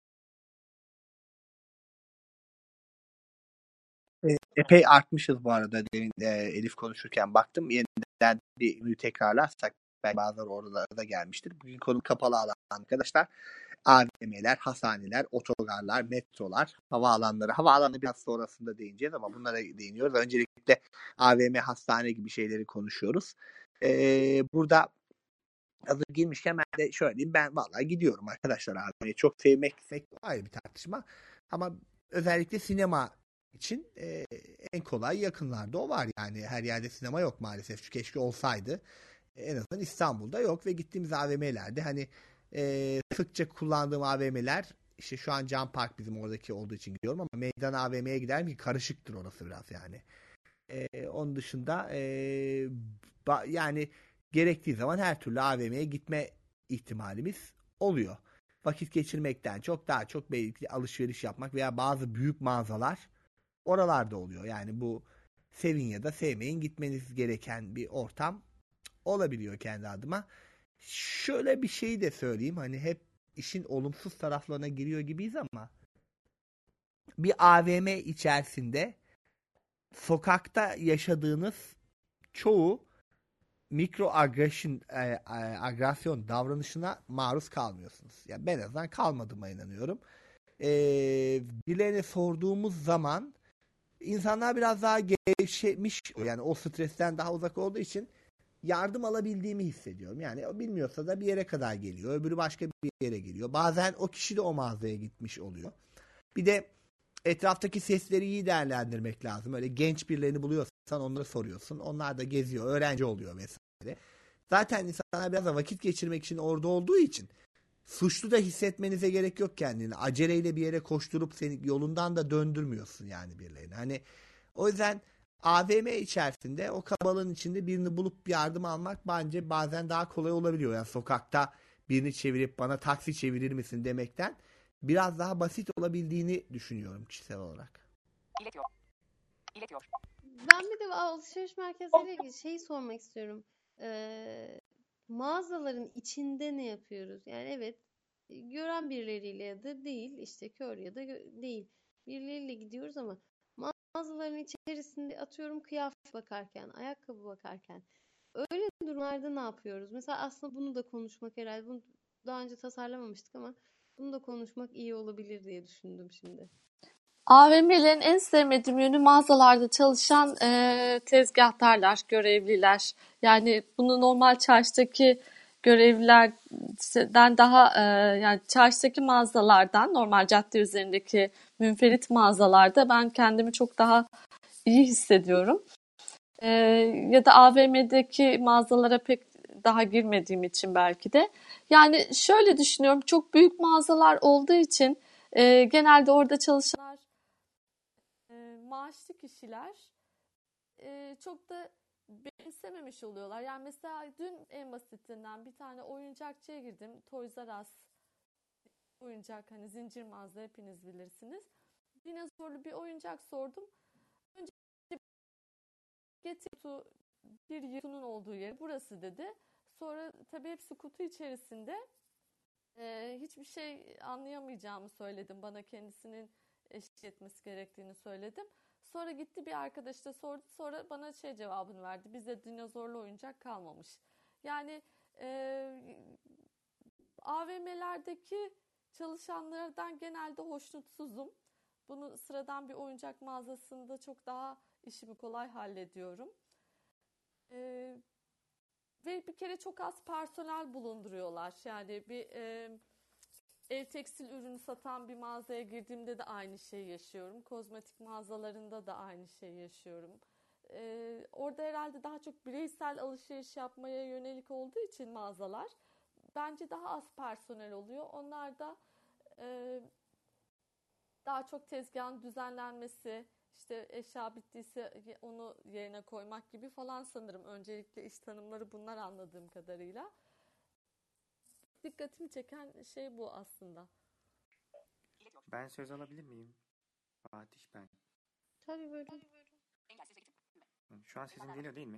Epey artmışız bu arada. Demin Elif konuşurken baktım. Yeniden bir tekrarlarsak belki bazıları oralara da gelmiştir. Bugün konu kapalı alan arkadaşlar. AVM'ler, hastaneler, otogarlar, metrolar, havaalanları. Havaalanı biraz sonrasında değineceğiz ama bunlara değiniyoruz. Öncelikle AVM, hastane gibi şeyleri konuşuyoruz. Burada hazır girmişken ben de şöyle diyeyim. Ben vallahi gidiyorum arkadaşlar AVM'yi. Çok sevmek ayrı bir tartışma. Ama özellikle sinema için en kolay yakınlarda o var. Yani her yerde sinema yok maalesef. Keşke olsaydı. En azından İstanbul'da yok ve gittiğimiz AVM'lerde hani sıkça kullandığım AVM'ler işte şu an Can Park bizim oradaki olduğu için gidiyorum ama meydan AVM'ye giderim ki karışıktır orası biraz yani. Onun dışında yani gerektiği zaman her türlü AVM'ye gitme ihtimalimiz oluyor. Vakit geçirmekten çok daha çok belki alışveriş yapmak veya bazı büyük mağazalar oralarda oluyor. Yani bu sevin ya da sevmeyin gitmeniz gereken bir ortam olabiliyor kendi adıma. Şöyle bir şey de söyleyeyim. Hani hep işin olumsuz taraflarına giriyor gibiyiz ama bir AVM içerisinde sokakta yaşadığınız çoğu agresyon davranışına maruz kalmıyorsunuz. Yani ben en azından kalmadığıma inanıyorum. Birilerine sorduğumuz zaman insanlar biraz daha gevşemiş, yani o stresten daha uzak olduğu için yardım alabildiğimi hissediyorum. Yani o bilmiyorsa da bir yere kadar geliyor. Öbürü başka bir yere geliyor. Bazen o kişi de o mağazaya gitmiş oluyor. Bir de etraftaki sesleri iyi değerlendirmek lazım. Öyle genç birilerini buluyorsan onları soruyorsun. Onlar da geziyor, öğrenci oluyor vesaire. Zaten insanlar biraz da vakit geçirmek için orada olduğu için suçlu da hissetmenize gerek yok kendini. Aceleyle bir yere koşturup seni yolundan da döndürmüyorsun yani birilerini. Hani o yüzden AVM içerisinde o kalabalığın içinde birini bulup yardım almak bence bazen daha kolay olabiliyor. Yani sokakta birini çevirip bana taksi çevirir misin demekten biraz daha basit olabildiğini düşünüyorum kişisel olarak. İletiyor. Ben bir de alışveriş merkezleriyle ilgili şeyi sormak istiyorum. Mağazaların içinde ne yapıyoruz? Yani evet, gören birileriyle ya da değil, işte kör ya da değil. Birileriyle gidiyoruz ama mağazaların içerisinde atıyorum kıyafet bakarken, ayakkabı bakarken öyle durumlarda ne yapıyoruz? Mesela aslında bunu da konuşmak herhalde, bunu daha önce tasarlamamıştık ama bunu da konuşmak iyi olabilir diye düşündüm şimdi. AVM'lerin en sevmediğim yönü mağazalarda çalışan tezgahtarlar, görevliler. Yani bunu normal çarşıdaki görevlilerden daha yani çarşıdaki mağazalardan, normal cadde üzerindeki münferit mağazalarda ben kendimi çok daha iyi hissediyorum. Ya da AVM'deki mağazalara pek daha girmediğim için belki de. Yani şöyle düşünüyorum, çok büyük mağazalar olduğu için genelde orada çalışanlar maaşlı kişiler çok da benimsememiş oluyorlar. Yani mesela dün en basitinden bir tane oyuncakçıya girdim. Toys R Us oyuncak, hani zincir mağaza, hepiniz bilirsiniz. Dinozorlu bir oyuncak sordum. Önce bir kutunun olduğu yer burası dedi. Sonra tabii hepsi kutu içerisinde. Hiçbir şey anlayamayacağımı söyledim. Bana kendisinin eşlik etmesi gerektiğini söyledim. Sonra gitti bir arkadaş da sordu. Sonra bana cevabını verdi. Bizde dinozorlu oyuncak kalmamış. Yani AVM'lerdeki çalışanlardan genelde hoşnutsuzum. Bunu sıradan bir oyuncak mağazasında çok daha işimi kolay hallediyorum. Ve bir kere çok az personel bulunduruyorlar. Yani bir Ev tekstil ürünü satan bir mağazaya girdiğimde de aynı şeyi yaşıyorum. Kozmetik mağazalarında da aynı şeyi yaşıyorum. Orada herhalde daha çok bireysel alışveriş yapmaya yönelik olduğu için mağazalar bence daha az personel oluyor. Onlar da daha çok tezgahın düzenlenmesi, işte eşya bittiyse onu yerine koymak gibi falan sanırım. Öncelikle iş tanımları bunlar anladığım kadarıyla. Dikkatimi çeken şey bu aslında. Ben söz alabilir miyim? Fatih ben. Tabii böyle. Engelsiz eğitim. Şu an sesim geliyor değil mi?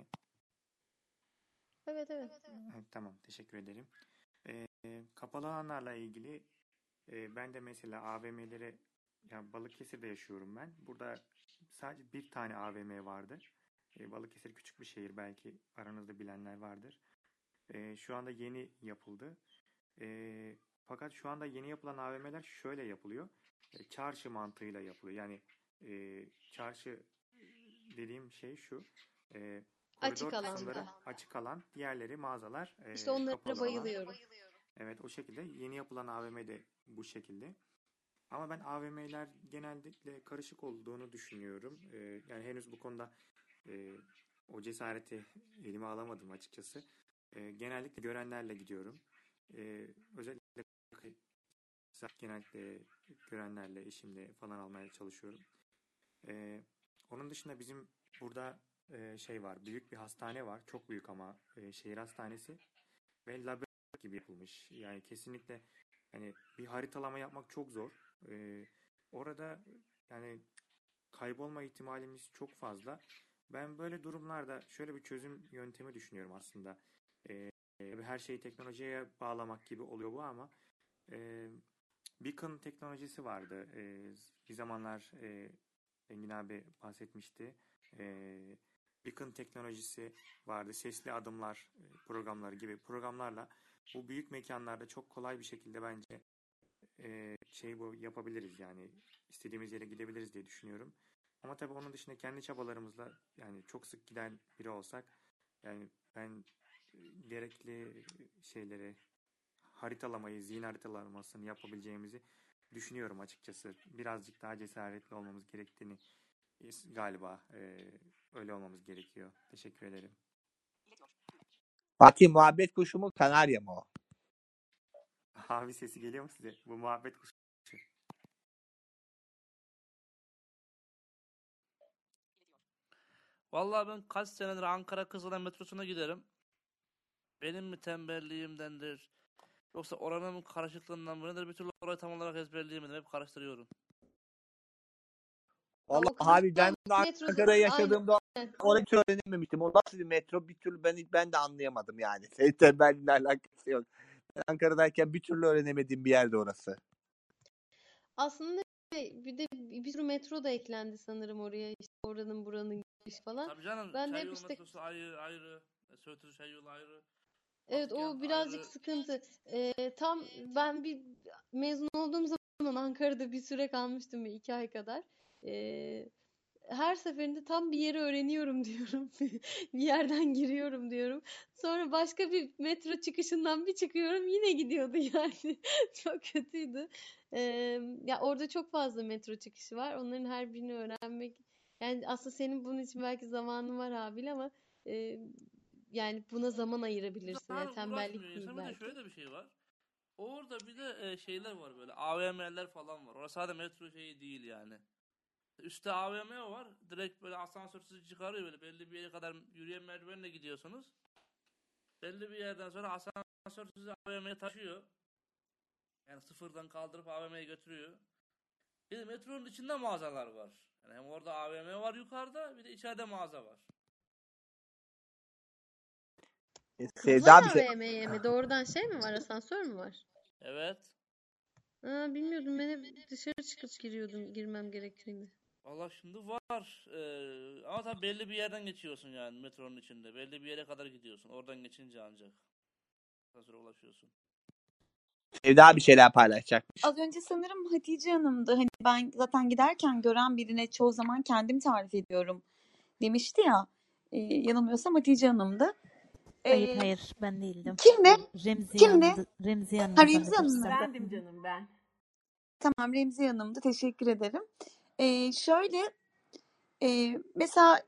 Evet. Evet, tamam, teşekkür ederim. Kapalı alanlarla ilgili ben de mesela AVM'lere, yani Balıkesir'de yaşıyorum ben. Burada sadece bir tane AVM vardı. Balıkesir küçük bir şehir, belki aranızda bilenler vardır. Şu anda yeni yapıldı. Fakat şu anda yeni yapılan AVM'ler şöyle yapılıyor. Çarşı mantığıyla yapılıyor. Yani çarşı dediğim şey şu. Açık Koridor kısımları alanda. açık alan, diğerleri mağazalar İşte onlara kapalı alan. bayılıyorum. Evet, o şekilde. Yeni yapılan AVM de bu şekilde. Ama ben AVM'ler genellikle karışık olduğunu düşünüyorum. Yani henüz bu konuda o cesareti elime alamadım açıkçası. Genellikle görenlerle gidiyorum. Özellikle genellikle görenlerle, eşimle falan almaya çalışıyorum. Onun dışında bizim burada şey var, büyük bir hastane var. Çok büyük ama şehir hastanesi ve labirent gibi yapılmış. Yani kesinlikle hani bir haritalama yapmak çok zor. Orada yani kaybolma ihtimalimiz çok fazla. Ben böyle durumlarda şöyle bir çözüm yöntemi düşünüyorum aslında. Her şeyi teknolojiye bağlamak gibi oluyor bu ama Beacon teknolojisi vardı. Bir zamanlar Engin abi bahsetmişti. Beacon teknolojisi vardı. Sesli adımlar programları gibi programlarla bu büyük mekanlarda çok kolay bir şekilde bence bu yapabiliriz, yani istediğimiz yere gidebiliriz diye düşünüyorum. Ama tabii onun dışında kendi çabalarımızla, yani çok sık giden biri olsak, yani ben gerekli şeyleri, haritalamayı, zihin haritalamasını yapabileceğimizi düşünüyorum açıkçası. Birazcık daha cesaretli olmamız gerektiğini galiba öyle olmamız gerekiyor. Teşekkür ederim. Fatih, muhabbet kuşu mu, kanarya mı o? Abi sesi geliyor mu size? Bu muhabbet kuşu. Vallahi ben kaç senedir Ankara Kızılay metrosuna giderim. Benim mi tembelliğimdendir, yoksa oranın karışıklığından mı nedir, bir türlü orayı tam olarak ezberleyemedim. Hep karıştırıyorum. Vallahi O abi ben de Kızılay metrosu Ankara'da yaşadığımda aynen. orayı hiç öğrenememiştim. O nasıl bir metro, bir türlü ben de anlayamadım yani. Senin tembelliğinle alakası yok. Ben Ankara'dayken bir türlü öğrenemediğim bir yerde orası. Aslında bir de bir sürü metro da eklendi sanırım oraya. İşte oranın buranın giriş falan. Tabii canım, Ben de hep Çayyolu işte metrosu ayrı, Söğütü Çayyolu ayrı, evet, Batıkent o birazcık ayrı. sıkıntı. Tam ben bir mezun olduğum zaman Ankara'da bir süre kalmıştım, 2 ay kadar. Her seferinde tam bir yeri öğreniyorum diyorum. Bir yerden giriyorum diyorum. Sonra başka bir metro çıkışından bir çıkıyorum, yine gidiyordu yani. Çok kötüydü. Ya orada çok fazla metro çıkışı var. Onların her birini öğrenmek, yani aslında senin bunun için belki zamanın var abil ama yani buna zaman ayırabilirsin. Yani Zaten tembellik uğraşmıyor değil insan. Bir de belki. şöyle bir şey var. Orada bir de şeyler var, böyle AVM'ler falan var. Orası sadece metro şeyi değil yani. Üstte AVM var. Direkt böyle asansör sizi çıkarıyor, böyle belli bir yere kadar yürüyen merdivenle gidiyorsunuz. Belli bir yerden sonra asansör sizi AVM'ye taşıyor. Yani sıfırdan kaldırıp AVM'ye götürüyor. Bir de metronun içinde mağazalar var. Yani hem orada AVM var yukarıda, bir de içeride mağaza var. Kızılay Sevda bir şey. AVM'ye mi? Doğrudan şey mi var? Asansör mü var? Evet. Bilmiyordum. Ben hep dışarı çıkıp girmem gerektiğini. Valla şimdi var. Ama tabii belli bir yerden geçiyorsun yani metronun içinde. Belli bir yere kadar gidiyorsun. Oradan geçince ancak asansöre ulaşıyorsun. Sevda bir şeyler paylaşacakmış. Az önce sanırım Hatice Hanım'dı. Hani ben zaten giderken gören birine çoğu zaman kendim tarif ediyorum demişti ya. Yanılmıyorsam Hatice Hanım'dı. Hayır hayır ben değildim. Kimdi? Remziye Kimdi? Hanım'dı. Remziye Hanım'dı Ha, Remziye Hanım mı? zannedersem. Bendim canım ben. Tamam, Remziye Hanım'dı. Teşekkür ederim. Şöyle mesela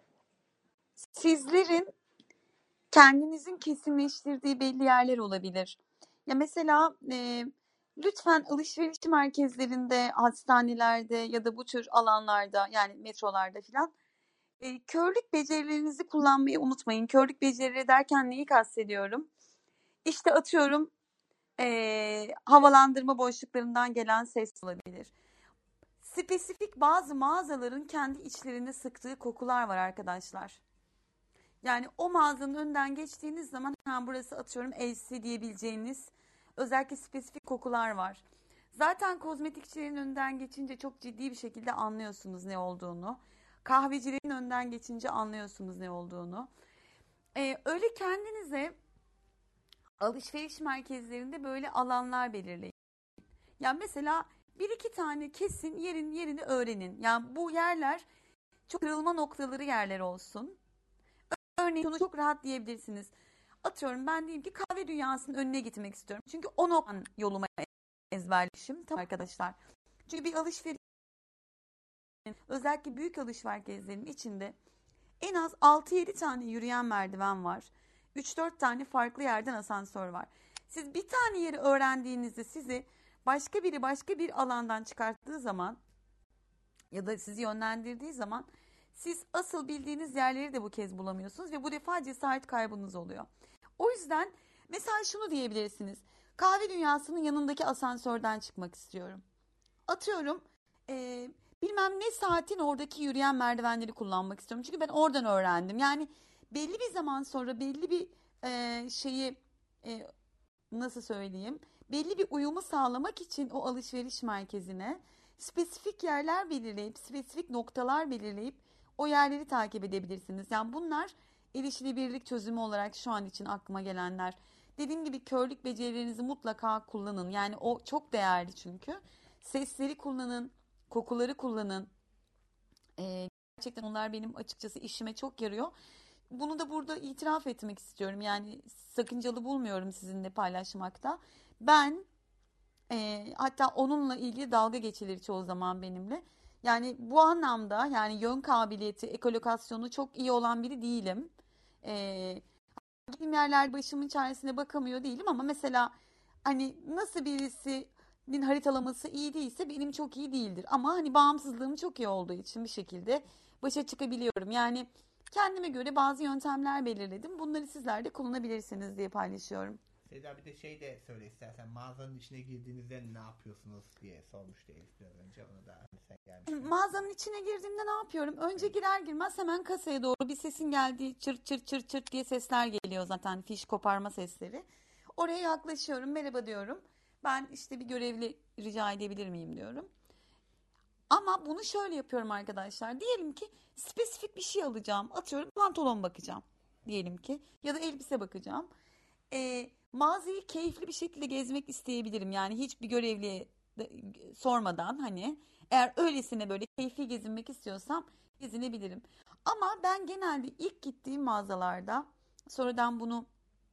sizlerin kendinizin kesinleştirdiği belli yerler olabilir. Ya mesela lütfen alışveriş merkezlerinde, hastanelerde ya da bu tür alanlarda, yani metrolarda filan körlük becerilerinizi kullanmayı unutmayın. Körlük becerileri derken neyi kastediyorum? İşte atıyorum havalandırma boşluklarından gelen ses olabilir. Spesifik bazı mağazaların kendi içlerinde sıktığı kokular var arkadaşlar. Yani o mağazanın önünden geçtiğiniz zaman hemen burası atıyorum LC diyebileceğiniz özellikle spesifik kokular var. Zaten kozmetikçilerin önünden geçince çok ciddi bir şekilde anlıyorsunuz ne olduğunu. Kahvecilerin önünden geçince anlıyorsunuz ne olduğunu. Öyle kendinize alışveriş merkezlerinde böyle alanlar belirleyin. Yani mesela bir iki tane kesin yerini öğrenin. Yani bu yerler çok kırılma noktaları yerler olsun. Örneğin onu çok rahat diyebilirsiniz. Atıyorum ben diyeyim ki kahve dünyasının önüne gitmek istiyorum. Çünkü o noktadan yoluma ezberlemişim. Tamam arkadaşlar. Çünkü bir alışveriş, özellikle büyük alışveriş merkezlerinin içinde en az 6-7 tane yürüyen merdiven var. 3-4 tane farklı yerden asansör var. Siz bir tane yeri öğrendiğinizde sizi başka biri başka bir alandan çıkarttığı zaman ya da sizi yönlendirdiği zaman siz asıl bildiğiniz yerleri de bu kez bulamıyorsunuz ve bu defa cesaret kaybınız oluyor. O yüzden mesela şunu diyebilirsiniz. Kahve dünyasının yanındaki asansörden çıkmak istiyorum. Atıyorum bilmem ne saatin oradaki yürüyen merdivenleri kullanmak istiyorum. Çünkü ben oradan öğrendim. Yani belli bir zaman sonra belli bir şeyi nasıl söyleyeyim? Belli bir uyumu sağlamak için o alışveriş merkezine spesifik yerler belirleyip, spesifik noktalar belirleyip o yerleri takip edebilirsiniz. Yani bunlar erişilebilirlik çözümü olarak şu an için aklıma gelenler. Dediğim gibi körlük becerilerinizi mutlaka kullanın. Yani o çok değerli çünkü. Sesleri kullanın, kokuları kullanın. Gerçekten onlar benim açıkçası işime çok yarıyor. Bunu da burada itiraf etmek istiyorum. Yani sakıncalı bulmuyorum sizinle paylaşmakta. Ben hatta onunla ilgili dalga geçilir çoğu zaman benimle. Yani bu anlamda yani yön kabiliyeti, ekolokasyonu çok iyi olan biri değilim. Gittiğim yerler başımın çaresine bakamıyor değilim ama mesela hani nasıl birisinin haritalaması iyi değilse benim çok iyi değildir. Ama hani bağımsızlığım çok iyi olduğu için bir şekilde başa çıkabiliyorum. Yani kendime göre bazı yöntemler belirledim. Bunları sizler de kullanabilirsiniz diye paylaşıyorum. Seda bir de şey de söyle istersen, mağazanın içine girdiğinizde ne yapıyorsunuz diye sormuştu Elif biraz önce, onu da sen gelmiştin. Mağazanın içine girdiğimde ne yapıyorum? Önce girer girmez hemen kasaya doğru bir sesin geldiği çırt çırt çırt çırt diye sesler geliyor zaten, fiş koparma sesleri. Oraya yaklaşıyorum, merhaba diyorum. Ben işte bir görevli rica edebilir miyim diyorum. Ama bunu şöyle yapıyorum arkadaşlar. Diyelim ki spesifik bir şey alacağım. Atıyorum pantolon bakacağım diyelim ki ya da elbise bakacağım. Mağazayı keyifli bir şekilde gezmek isteyebilirim. Yani hiçbir görevliye sormadan, hani eğer öylesine böyle keyifli gezinmek istiyorsam gezinebilirim. Ama ben genelde ilk gittiğim mağazalarda, sonradan bunu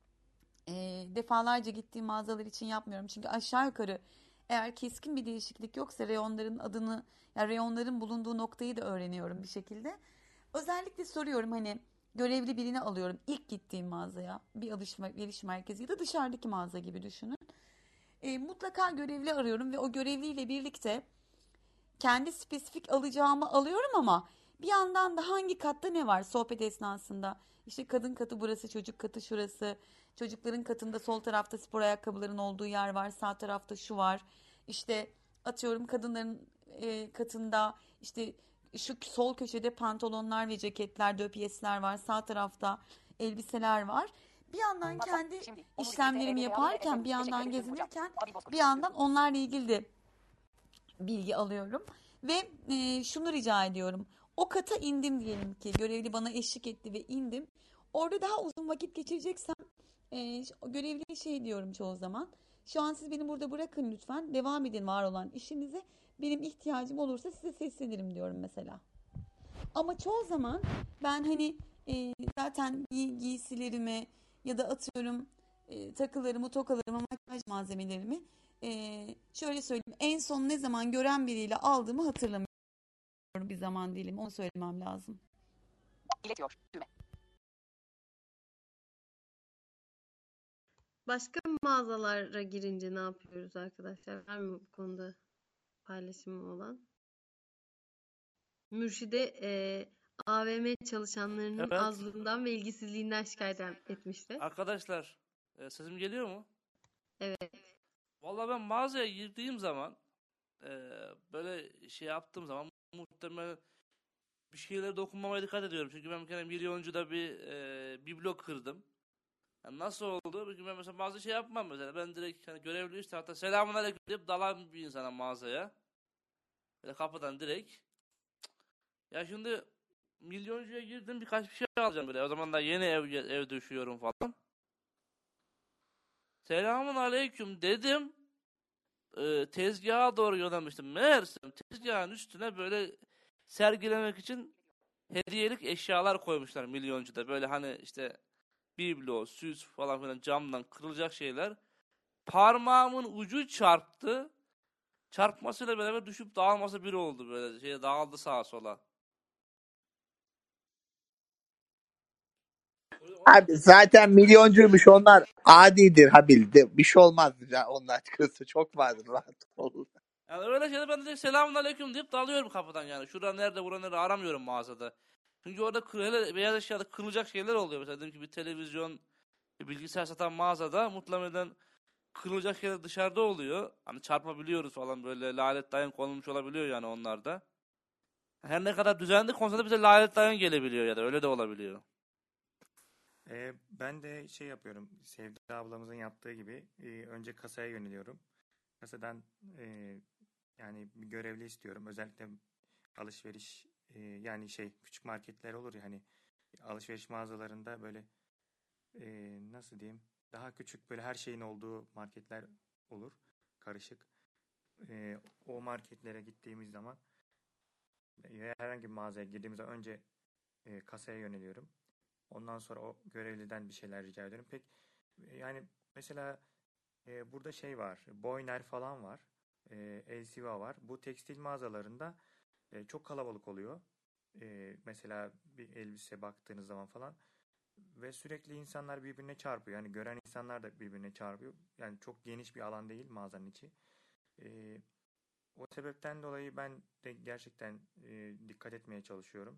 defalarca gittiğim mağazalar için yapmıyorum. Çünkü aşağı yukarı eğer keskin bir değişiklik yoksa reyonların adını, yani reyonların bulunduğu noktayı da öğreniyorum bir şekilde. Özellikle soruyorum, hani görevli birini alıyorum ilk gittiğim mağazaya, bir alışveriş merkezi ya da dışarıdaki mağaza gibi düşünün. Mutlaka görevli arıyorum ve o görevliyle birlikte kendi spesifik alacağımı alıyorum ama bir yandan da hangi katta ne var sohbet esnasında. İşte kadın katı burası, çocuk katı şurası. Çocukların katında sol tarafta spor ayakkabıların olduğu yer var, sağ tarafta şu var. İşte atıyorum kadınların katında işte şu sol köşede pantolonlar ve ceketler, döpiyesler var. Sağ tarafta elbiseler var. Bir yandan kendi işlemlerimi yaparken, bir yandan gezinirken, bir yandan onlarla ilgili de bilgi alıyorum. Ve şunu rica ediyorum. O kata indim diyelim ki, görevli bana eşlik etti ve indim. Orada daha uzun vakit geçireceksem görevliye şey diyorum çoğu zaman. Şu an siz beni burada bırakın lütfen. Devam edin var olan işinize. Benim ihtiyacım olursa size seslenirim diyorum mesela. Ama çoğu zaman ben hani zaten giysilerimi ya da atıyorum takılarımı, tokalarımı, makyaj malzemelerimi şöyle söyleyeyim, en son ne zaman gören biriyle aldığımı hatırlamıyorum bir zaman dilimi. Onu söylemem lazım. İletiyor. Düğme. Başka mağazalara girince ne yapıyoruz arkadaşlar? Var mı bu konuda paylaşımı olan? Mürşide AVM çalışanlarının Evet. azlığından ve ilgisizliğinden şikayet etmişti. Arkadaşlar sesim geliyor mu? Evet. Vallahi ben mağazaya girdiğim zaman böyle şey yaptığım zaman muhtemelen bir şeylere dokunmamaya dikkat ediyorum. Çünkü ben bir kere milyoncuda bir biblo kırdım. Yani nasıl oldu? Çünkü ben mesela bazı şey yapmam mesela. Ben direkt hani görevli üst tarafta selamünaleyküm deyip dalan bir insana mağazaya. Böyle kapıdan direkt. Ya şimdi milyoncuya girdim, birkaç bir şey alacağım böyle. O zaman da yeni ev düşüyorum falan. Selamünaleyküm dedim. Tezgaha doğru yönelmiştim. Meğersem tezgahın üstüne böyle sergilemek için hediyelik eşyalar koymuşlar milyoncuda. Böyle hani işte biblo, süs falan filan camdan kırılacak şeyler. Parmağımın ucu çarptı. Çarpmasıyla beraber düşüp dağılması bir oldu böyle. Dağıldı sağa sola. Abi zaten milyoncuymuş onlar. Adidir Habil. Bir şey olmaz. Ya, onlar açıkçası çok vardır. Rahat ol. Yani öyle şeyler ben de selamünaleyküm deyip dalıyorum kapıdan yani. Şura nerede, bura nerede aramıyorum mağazada. Çünkü orada hele beyaz eşyada kırılacak şeyler oluyor. Mesela diyelim ki bir televizyon, bir bilgisayar satan mağazada muhtemelen kırılacak şeyler dışarıda oluyor. Hani çarpabiliyoruz falan, böyle lanet dayın konulmuş olabiliyor yani onlarda. Her ne kadar düzenli konsa da bize lanet dayın gelebiliyor ya da öyle de olabiliyor. Ben de şey yapıyorum. Sevda ablamızın yaptığı gibi önce kasaya yöneliyorum. Kasadan yani bir görevli istiyorum. Özellikle alışveriş yani küçük marketler olur ya hani alışveriş mağazalarında böyle nasıl diyeyim, daha küçük böyle her şeyin olduğu marketler olur. Karışık. O marketlere gittiğimiz zaman herhangi bir mağazaya girdiğimiz zaman önce kasaya yöneliyorum. Ondan sonra o görevliden bir şeyler rica ediyorum. Yani mesela burada şey var. Boyner falan var. Elsiva var. Bu tekstil mağazalarında çok kalabalık oluyor. Mesela bir elbise baktığınız zaman falan ve sürekli insanlar birbirine çarpıyor. Yani gören insanlar da birbirine çarpıyor. Yani çok geniş bir alan değil mağazanın içi. O sebepten dolayı ben de gerçekten dikkat etmeye çalışıyorum.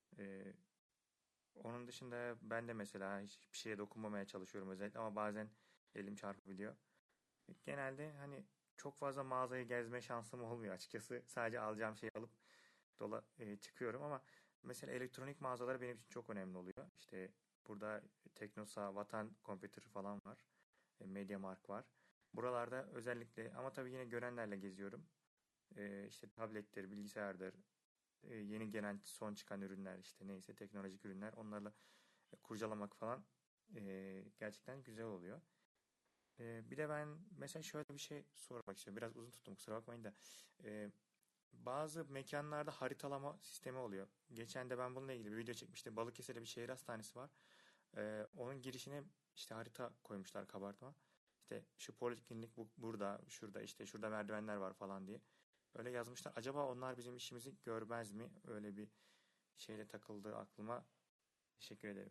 Onun dışında ben de mesela hiçbir şeye dokunmamaya çalışıyorum özellikle, ama bazen elim çarpabiliyor. Genelde hani çok fazla mağazayı gezme şansım olmuyor açıkçası. Sadece alacağım şeyi alıp çıkıyorum, ama mesela elektronik mağazalar benim için çok önemli oluyor. İşte burada Teknosa, Vatan Computer falan var. MediaMarkt var. Buralarda özellikle, ama tabii yine görenlerle geziyorum. İşte tablettir, bilgisayardır, yeni gelen son çıkan ürünler, işte neyse teknolojik ürünler, onlarla kurcalamak falan gerçekten güzel oluyor. Bir de ben mesela şöyle bir şey sormak istiyorum. Biraz uzun tuttum, kusura bakmayın da. Bazı mekanlarda haritalama sistemi oluyor. Geçen de ben bununla ilgili bir video çekmiştim. Balıkesir'de bir şehir hastanesi var. Onun girişine işte harita koymuşlar, kabartma. İşte şu poliklinik burada, şurada, işte şurada merdivenler var falan diye. Öyle yazmışlar. Acaba onlar bizim işimizi görmez mi? Öyle bir şeyle takıldı aklıma. Teşekkür ederim.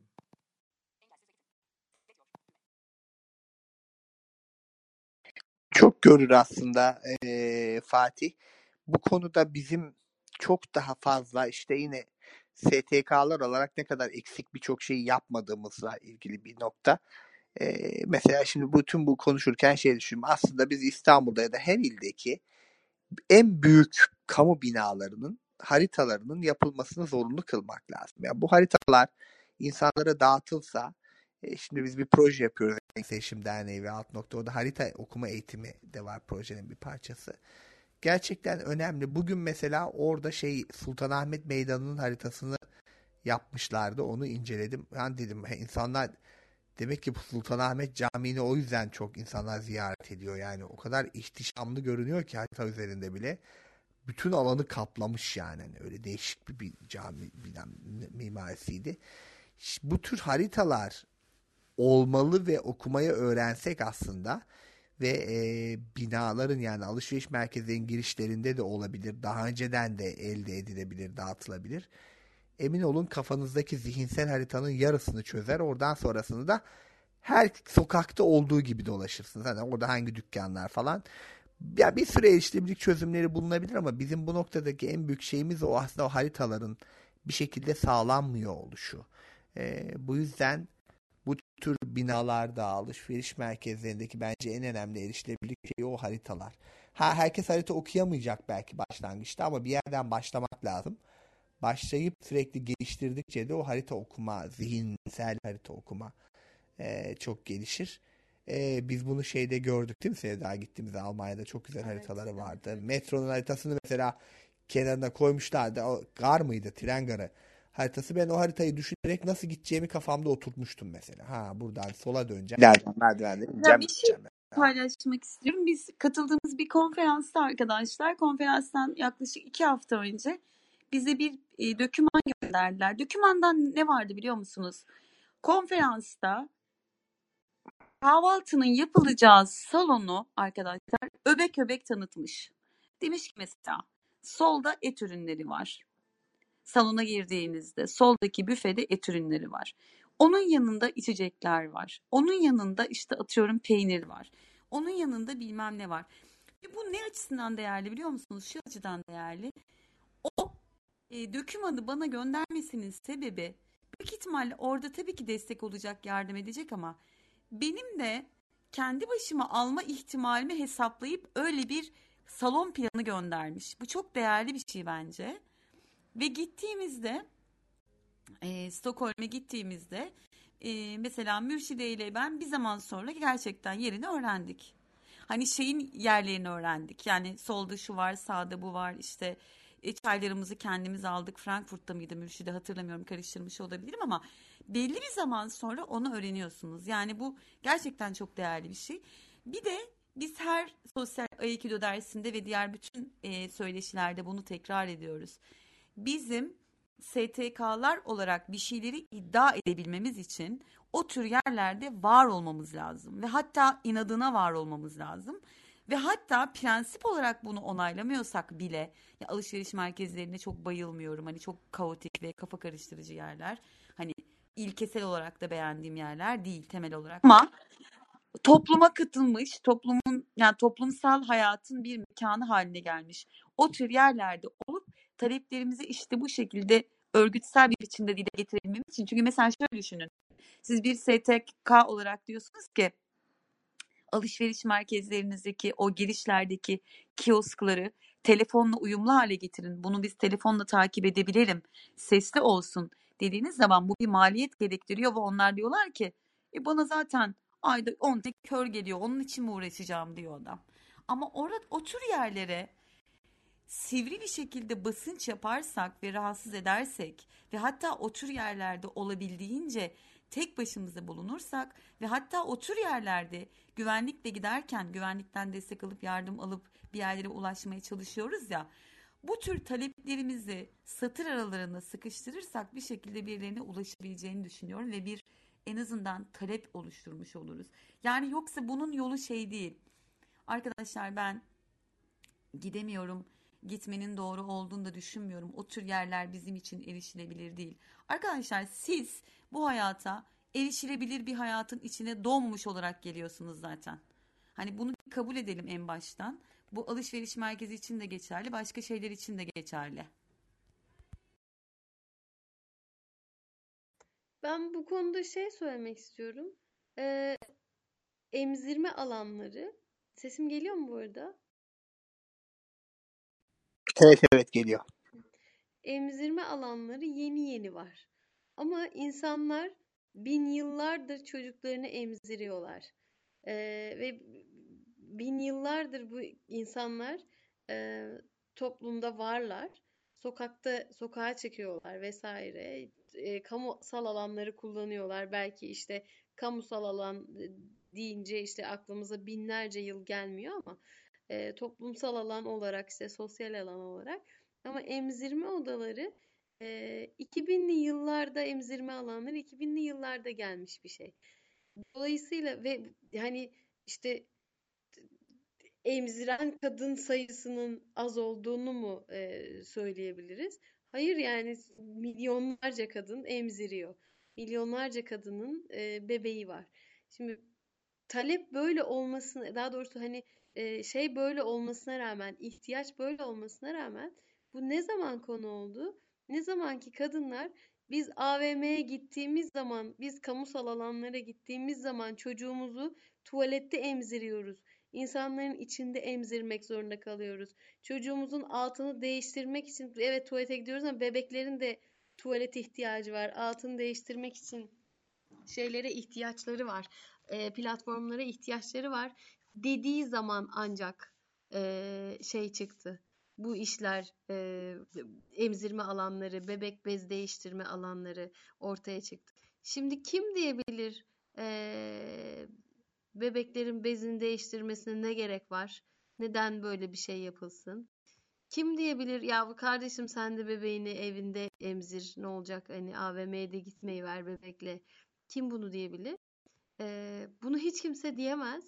Çok görür aslında Fatih. Bu konuda bizim çok daha fazla işte yine STK'lar olarak ne kadar eksik birçok şeyi yapmadığımızla ilgili bir nokta. Mesela şimdi bütün bu konuşurken şey düşünüyorum. Aslında biz İstanbul'da ya da her ildeki en büyük kamu binalarının haritalarının yapılmasını zorunlu kılmak lazım. Yani bu haritalar insanlara dağıtılsa, şimdi biz bir proje yapıyoruz. Seçim Derneği ve Alt Nokta. Orada harita okuma eğitimi de var, projenin bir parçası. Gerçekten önemli. Bugün mesela orada Sultanahmet Meydanı'nın haritasını yapmışlardı. Onu inceledim. Yani dedim insanlar, demek ki bu Sultanahmet Camii'ni o yüzden çok insanlar ziyaret ediyor. Yani o kadar ihtişamlı görünüyor ki harita üzerinde bile. Bütün alanı kaplamış yani. Yani öyle değişik bir cami mimarisiydi. Bu tür haritalar olmalı ve okumayı öğrensek aslında ve binaların yani alışveriş merkezlerinin girişlerinde de olabilir. Daha önceden de elde edilebilir, dağıtılabilir. Emin olun kafanızdaki zihinsel haritanın yarısını çözer. Oradan sonrasını da her sokakta olduğu gibi dolaşırsınız. Hani orada hangi dükkanlar falan. Ya bir süre erişilebilir çözümleri bulunabilir ama bizim bu noktadaki en büyük şeyimiz o aslında o haritaların bir şekilde sağlanmıyor oluşu. Bu yüzden bu tür binalarda, alışveriş merkezlerindeki bence en önemli erişilebilir şey o haritalar. Herkes harita okuyamayacak belki başlangıçta ama bir yerden başlamak lazım. Başlayıp sürekli geliştirdikçe de o harita okuma, zihinsel harita okuma çok gelişir. Biz bunu şeyde gördük değil mi Sevda? Gittiğimizde Almanya'da çok güzel haritaları vardı. Metronun haritasını mesela kenarına koymuşlardı. O gar mıydı? Tren garı haritası. Ben o haritayı düşünerek nasıl gideceğimi kafamda oturtmuştum mesela. Buradan sola döneceğim. Nereden? Merdivenden Ya ineceğim. bir şey paylaşmak istiyorum. Biz katıldığımız bir konferansta arkadaşlar, konferanstan yaklaşık 2 hafta önce bize bir doküman gönderdiler. Dokümandan ne vardı biliyor musunuz? Konferansta kahvaltının yapılacağı salonu arkadaşlar öbek öbek tanıtmış. Demiş ki mesela solda et ürünleri var. Salona girdiğinizde soldaki büfede et ürünleri var. Onun yanında içecekler var. Onun yanında işte atıyorum peynir var. Onun yanında bilmem ne var. Ve bu ne açısından değerli biliyor musunuz? Şu açıdan değerli. O dokümanı bana göndermesinin sebebi büyük ihtimalle orada tabii ki destek olacak, yardım edecek ama benim de kendi başıma alma ihtimalimi hesaplayıp öyle bir salon planı göndermiş. Bu çok değerli bir şey bence. Ve gittiğimizde Stockholm'e gittiğimizde mesela Mürşide ile ben bir zaman sonra gerçekten yerini öğrendik. Hani şeyin yerlerini öğrendik. Yani solda şu var, sağda bu var. İşte çaylarımızı kendimiz aldık. Frankfurt'ta mıydı Mürşide hatırlamıyorum, karıştırmış olabilirim ama belli bir zaman sonra onu öğreniyorsunuz. Yani bu gerçekten çok değerli bir şey. Bir de biz her sosyal Aikido dersinde ve diğer bütün söyleşilerde bunu tekrar ediyoruz. Bizim STK'lar olarak bir şeyleri iddia edebilmemiz için o tür yerlerde var olmamız lazım ve hatta inadına var olmamız lazım. Ve hatta prensip olarak bunu onaylamıyorsak bile ya alışveriş merkezlerine çok bayılmıyorum. Hani çok kaotik ve kafa karıştırıcı yerler. Hani ilkesel olarak da beğendiğim yerler değil temel olarak. Ama topluma katılmış, yani toplumsal hayatın bir mekanı haline gelmiş. O tür yerlerde olup taleplerimizi işte bu şekilde örgütsel bir biçimde dile getirebilmemiz için. Çünkü mesela şöyle düşünün. Siz bir STK olarak diyorsunuz ki alışveriş merkezlerinizdeki o girişlerdeki kioskları telefonla uyumlu hale getirin. Bunu biz telefonla takip edebilelim. Sesli olsun dediğiniz zaman bu bir maliyet gerektiriyor ve onlar diyorlar ki bana zaten ayda 10 tek kör geliyor. Onun için mi uğraşacağım diyor adam. Ama o tür yerlere sivri bir şekilde basınç yaparsak ve rahatsız edersek ve hatta o tür yerlerde olabildiğince tek başımıza bulunursak ve hatta o tür yerlerde güvenlikle giderken güvenlikten destek alıp yardım alıp bir yerlere ulaşmaya çalışıyoruz ya, bu tür taleplerimizi satır aralarına sıkıştırırsak bir şekilde birilerine ulaşabileceğini düşünüyorum ve bir en azından talep oluşturmuş oluruz. Yani yoksa bunun yolu şey değil. Arkadaşlar ben gidemiyorum, gitmenin doğru olduğunu da düşünmüyorum. O tür yerler bizim için erişilebilir değil. Arkadaşlar siz bu hayata erişilebilir bir hayatın içine doğmuş olarak geliyorsunuz zaten. Hani bunu kabul edelim en baştan. Bu alışveriş merkezi için de geçerli, başka şeyler için de geçerli. Ben bu konuda şey söylemek istiyorum. Emzirme alanları. Sesim geliyor mu bu arada? Evet geliyor. Emzirme alanları yeni var. Ama insanlar bin yıllardır çocuklarını emziriyorlar. Ve bin yıllardır bu insanlar toplumda varlar. Sokağa çıkıyorlar vesaire. Kamusal alanları kullanıyorlar. Belki işte kamusal alan deyince işte aklımıza binlerce yıl gelmiyor ama toplumsal alan olarak işte sosyal alan olarak. Ama emzirme odaları 2000'li yıllarda emzirme alanları 2000'li yıllarda gelmiş bir şey. Dolayısıyla ve hani işte emziren kadın sayısının az olduğunu mu söyleyebiliriz? Hayır, yani milyonlarca kadın emziriyor. Milyonlarca kadının bebeği var. Şimdi talep böyle olmasına, daha doğrusu hani şey böyle olmasına rağmen, ihtiyaç böyle olmasına rağmen bu ne zaman konu oldu? Ne zaman ki kadınlar biz AVM'ye gittiğimiz zaman, biz kamusal alanlara gittiğimiz zaman çocuğumuzu tuvalette emziriyoruz. İnsanların içinde emzirmek zorunda kalıyoruz. Çocuğumuzun altını değiştirmek için, evet tuvalete gidiyoruz ama bebeklerin de tuvalet ihtiyacı var. Altını değiştirmek için şeylere ihtiyaçları var. Platformlara ihtiyaçları var dediği zaman ancak şey çıktı. Bu işler emzirme alanları, bebek bez değiştirme alanları ortaya çıktı. Şimdi kim diyebilir bebeklerin bezini değiştirmesine ne gerek var? Neden böyle bir şey yapılsın? Kim diyebilir ya bu kardeşim sen de bebeğini evinde emzir ne olacak hani AVM'ye de gitmeyi ver bebekle. Kim bunu diyebilir? Bunu hiç kimse diyemez.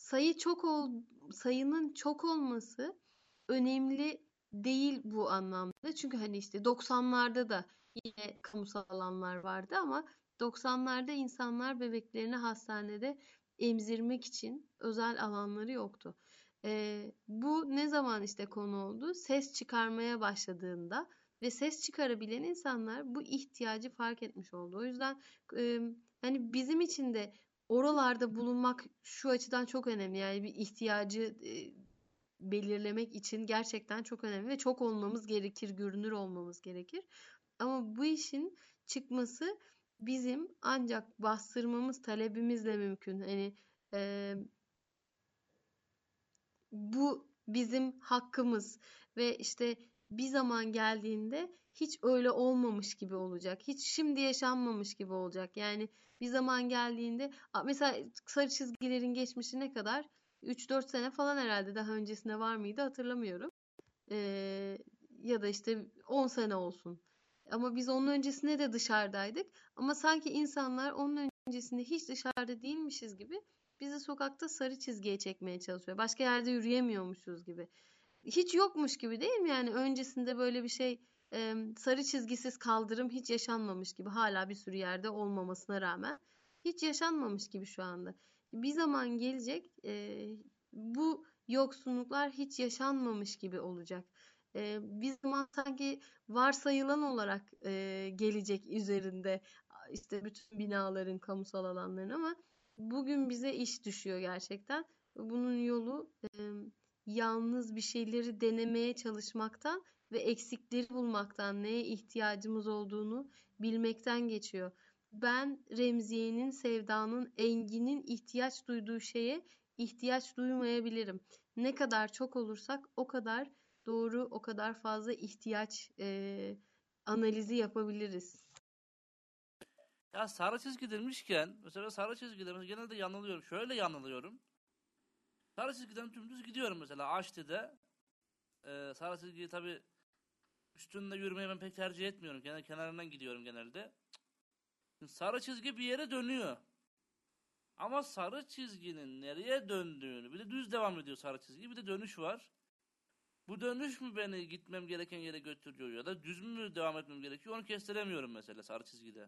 Sayının çok olması önemli değil bu anlamda. Çünkü hani işte 90'larda da yine kamusal alanlar vardı ama 90'larda insanlar bebeklerini hastanede emzirmek için özel alanları yoktu. Bu ne zaman işte konu oldu? Ses çıkarmaya başladığında ve ses çıkarabilen insanlar bu ihtiyacı fark etmiş oldu. O yüzden hani bizim için de oralarda bulunmak şu açıdan çok önemli. Yani bir ihtiyacı belirlemek için gerçekten çok önemli ve çok olmamız gerekir, görünür olmamız gerekir. Ama bu işin çıkması bizim ancak bastırmamız, talebimizle mümkün. Hani bu bizim hakkımız ve işte bir zaman geldiğinde hiç öyle olmamış gibi olacak. Hiç şimdi yaşanmamış gibi olacak. Yani bir zaman geldiğinde mesela sarı çizgilerin geçmişi ne kadar? 3-4 sene falan herhalde, daha öncesinde var mıydı hatırlamıyorum. Ya da işte 10 sene olsun. Ama biz onun öncesinde de dışarıdaydık. Ama sanki insanlar onun öncesinde hiç dışarıda değilmişiz gibi bizi sokakta sarı çizgiye çekmeye çalışıyor. Başka yerde yürüyemiyormuşuz gibi. Hiç yokmuş gibi değil mi? Yani öncesinde böyle bir şey, sarı çizgisiz kaldırım hiç yaşanmamış gibi. Hala bir sürü yerde olmamasına rağmen hiç yaşanmamış gibi şu anda. Bir zaman gelecek, bu yoksunluklar hiç yaşanmamış gibi olacak. Bir zaman sanki varsayılan olarak gelecek üzerinde işte bütün binaların, kamusal alanların, ama bugün bize iş düşüyor gerçekten. Bunun yolu yalnız bir şeyleri denemeye çalışmaktan ve eksikleri bulmaktan, neye ihtiyacımız olduğunu bilmekten geçiyor. Ben Remziye'nin, Sevda'nın, Engin'in ihtiyaç duyduğu şeye ihtiyaç duymayabilirim. Ne kadar çok olursak o kadar doğru, o kadar fazla ihtiyaç analizi yapabiliriz. Ya sarı çizgi demişken mesela sarı çizgilerimiz genelde yanılıyorum. Şöyle yanılıyorum. Sarı çizgiden dümdüz gidiyorum mesela Aşti'de. Sarı çizgiyi tabii üstünde yürümeyi ben pek tercih etmiyorum. Genelde kenarından gidiyorum genelde. Şimdi sarı çizgi bir yere dönüyor. Ama sarı çizginin nereye döndüğünü, bir de düz devam ediyor sarı çizgi, bir de dönüş var. Bu dönüş mü beni gitmem gereken yere götürüyor ya da düz mü devam etmem gerekiyor, onu kestiremiyorum mesela sarı çizgide.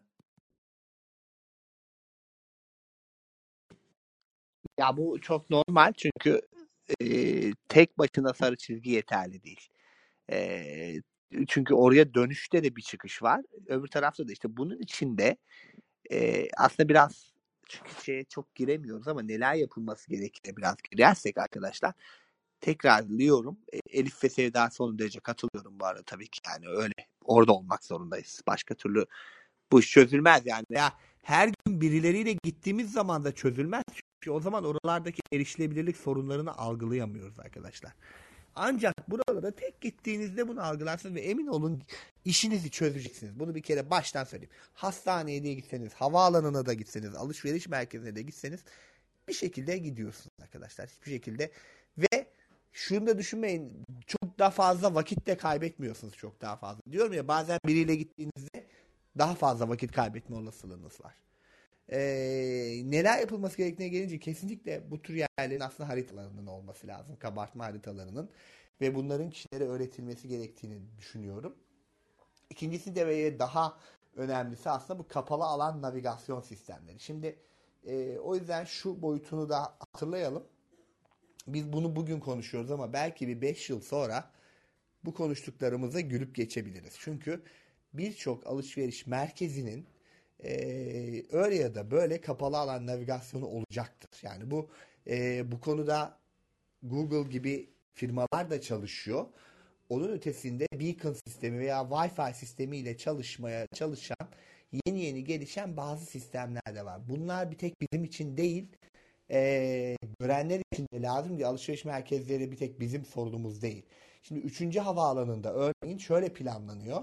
Ya bu çok normal çünkü tek başına sarı çizgi yeterli değil. Çünkü oraya dönüşte de bir çıkış var. Öbür tarafta da işte bunun içinde aslında biraz, çünkü şeye çok giremiyoruz ama neler yapılması gerektiğine biraz girersek arkadaşlar, tekrarlıyorum. Elif ve Sevda son derece katılıyorum bu arada, tabii ki yani öyle orada olmak zorundayız. Başka türlü bu iş çözülmez yani. Ya her gün birileriyle gittiğimiz zaman da çözülmez. Çünkü o zaman oralardaki erişilebilirlik sorunlarını algılayamıyoruz arkadaşlar. Ancak buralara tek gittiğinizde bunu algılarsınız ve emin olun işinizi çözeceksiniz. Bunu bir kere baştan söyleyeyim. Hastaneye de gitseniz, havaalanına da gitseniz, alışveriş merkezine de gitseniz bir şekilde gidiyorsunuz arkadaşlar. Hiçbir şekilde. Ve şunu da düşünmeyin, çok daha fazla vakit de kaybetmiyorsunuz, çok daha fazla. Diyorum ya, bazen biriyle gittiğinizde daha fazla vakit kaybetme olasılığınız var. Neler yapılması gerektiğine gelince kesinlikle bu tür yerlerin aslında haritalarının olması lazım. Kabartma haritalarının ve bunların kişilere öğretilmesi gerektiğini düşünüyorum. İkincisi de ve daha önemlisi aslında bu kapalı alan navigasyon sistemleri. Şimdi o yüzden şu boyutunu da hatırlayalım. Biz bunu bugün konuşuyoruz ama belki bir 5 yıl sonra bu konuştuklarımıza gülüp geçebiliriz. Çünkü birçok alışveriş merkezinin öyle ya da böyle kapalı alan navigasyonu olacaktır. Yani bu konuda Google gibi firmalar da çalışıyor. Onun ötesinde beacon sistemi veya Wi-Fi sistemiyle çalışmaya çalışan yeni gelişen bazı sistemler de var. Bunlar bir tek bizim için değil, görenler için de lazım ki alışveriş merkezleri bir tek bizim sorunumuz değil. Şimdi 3. havaalanında örneğin şöyle planlanıyor.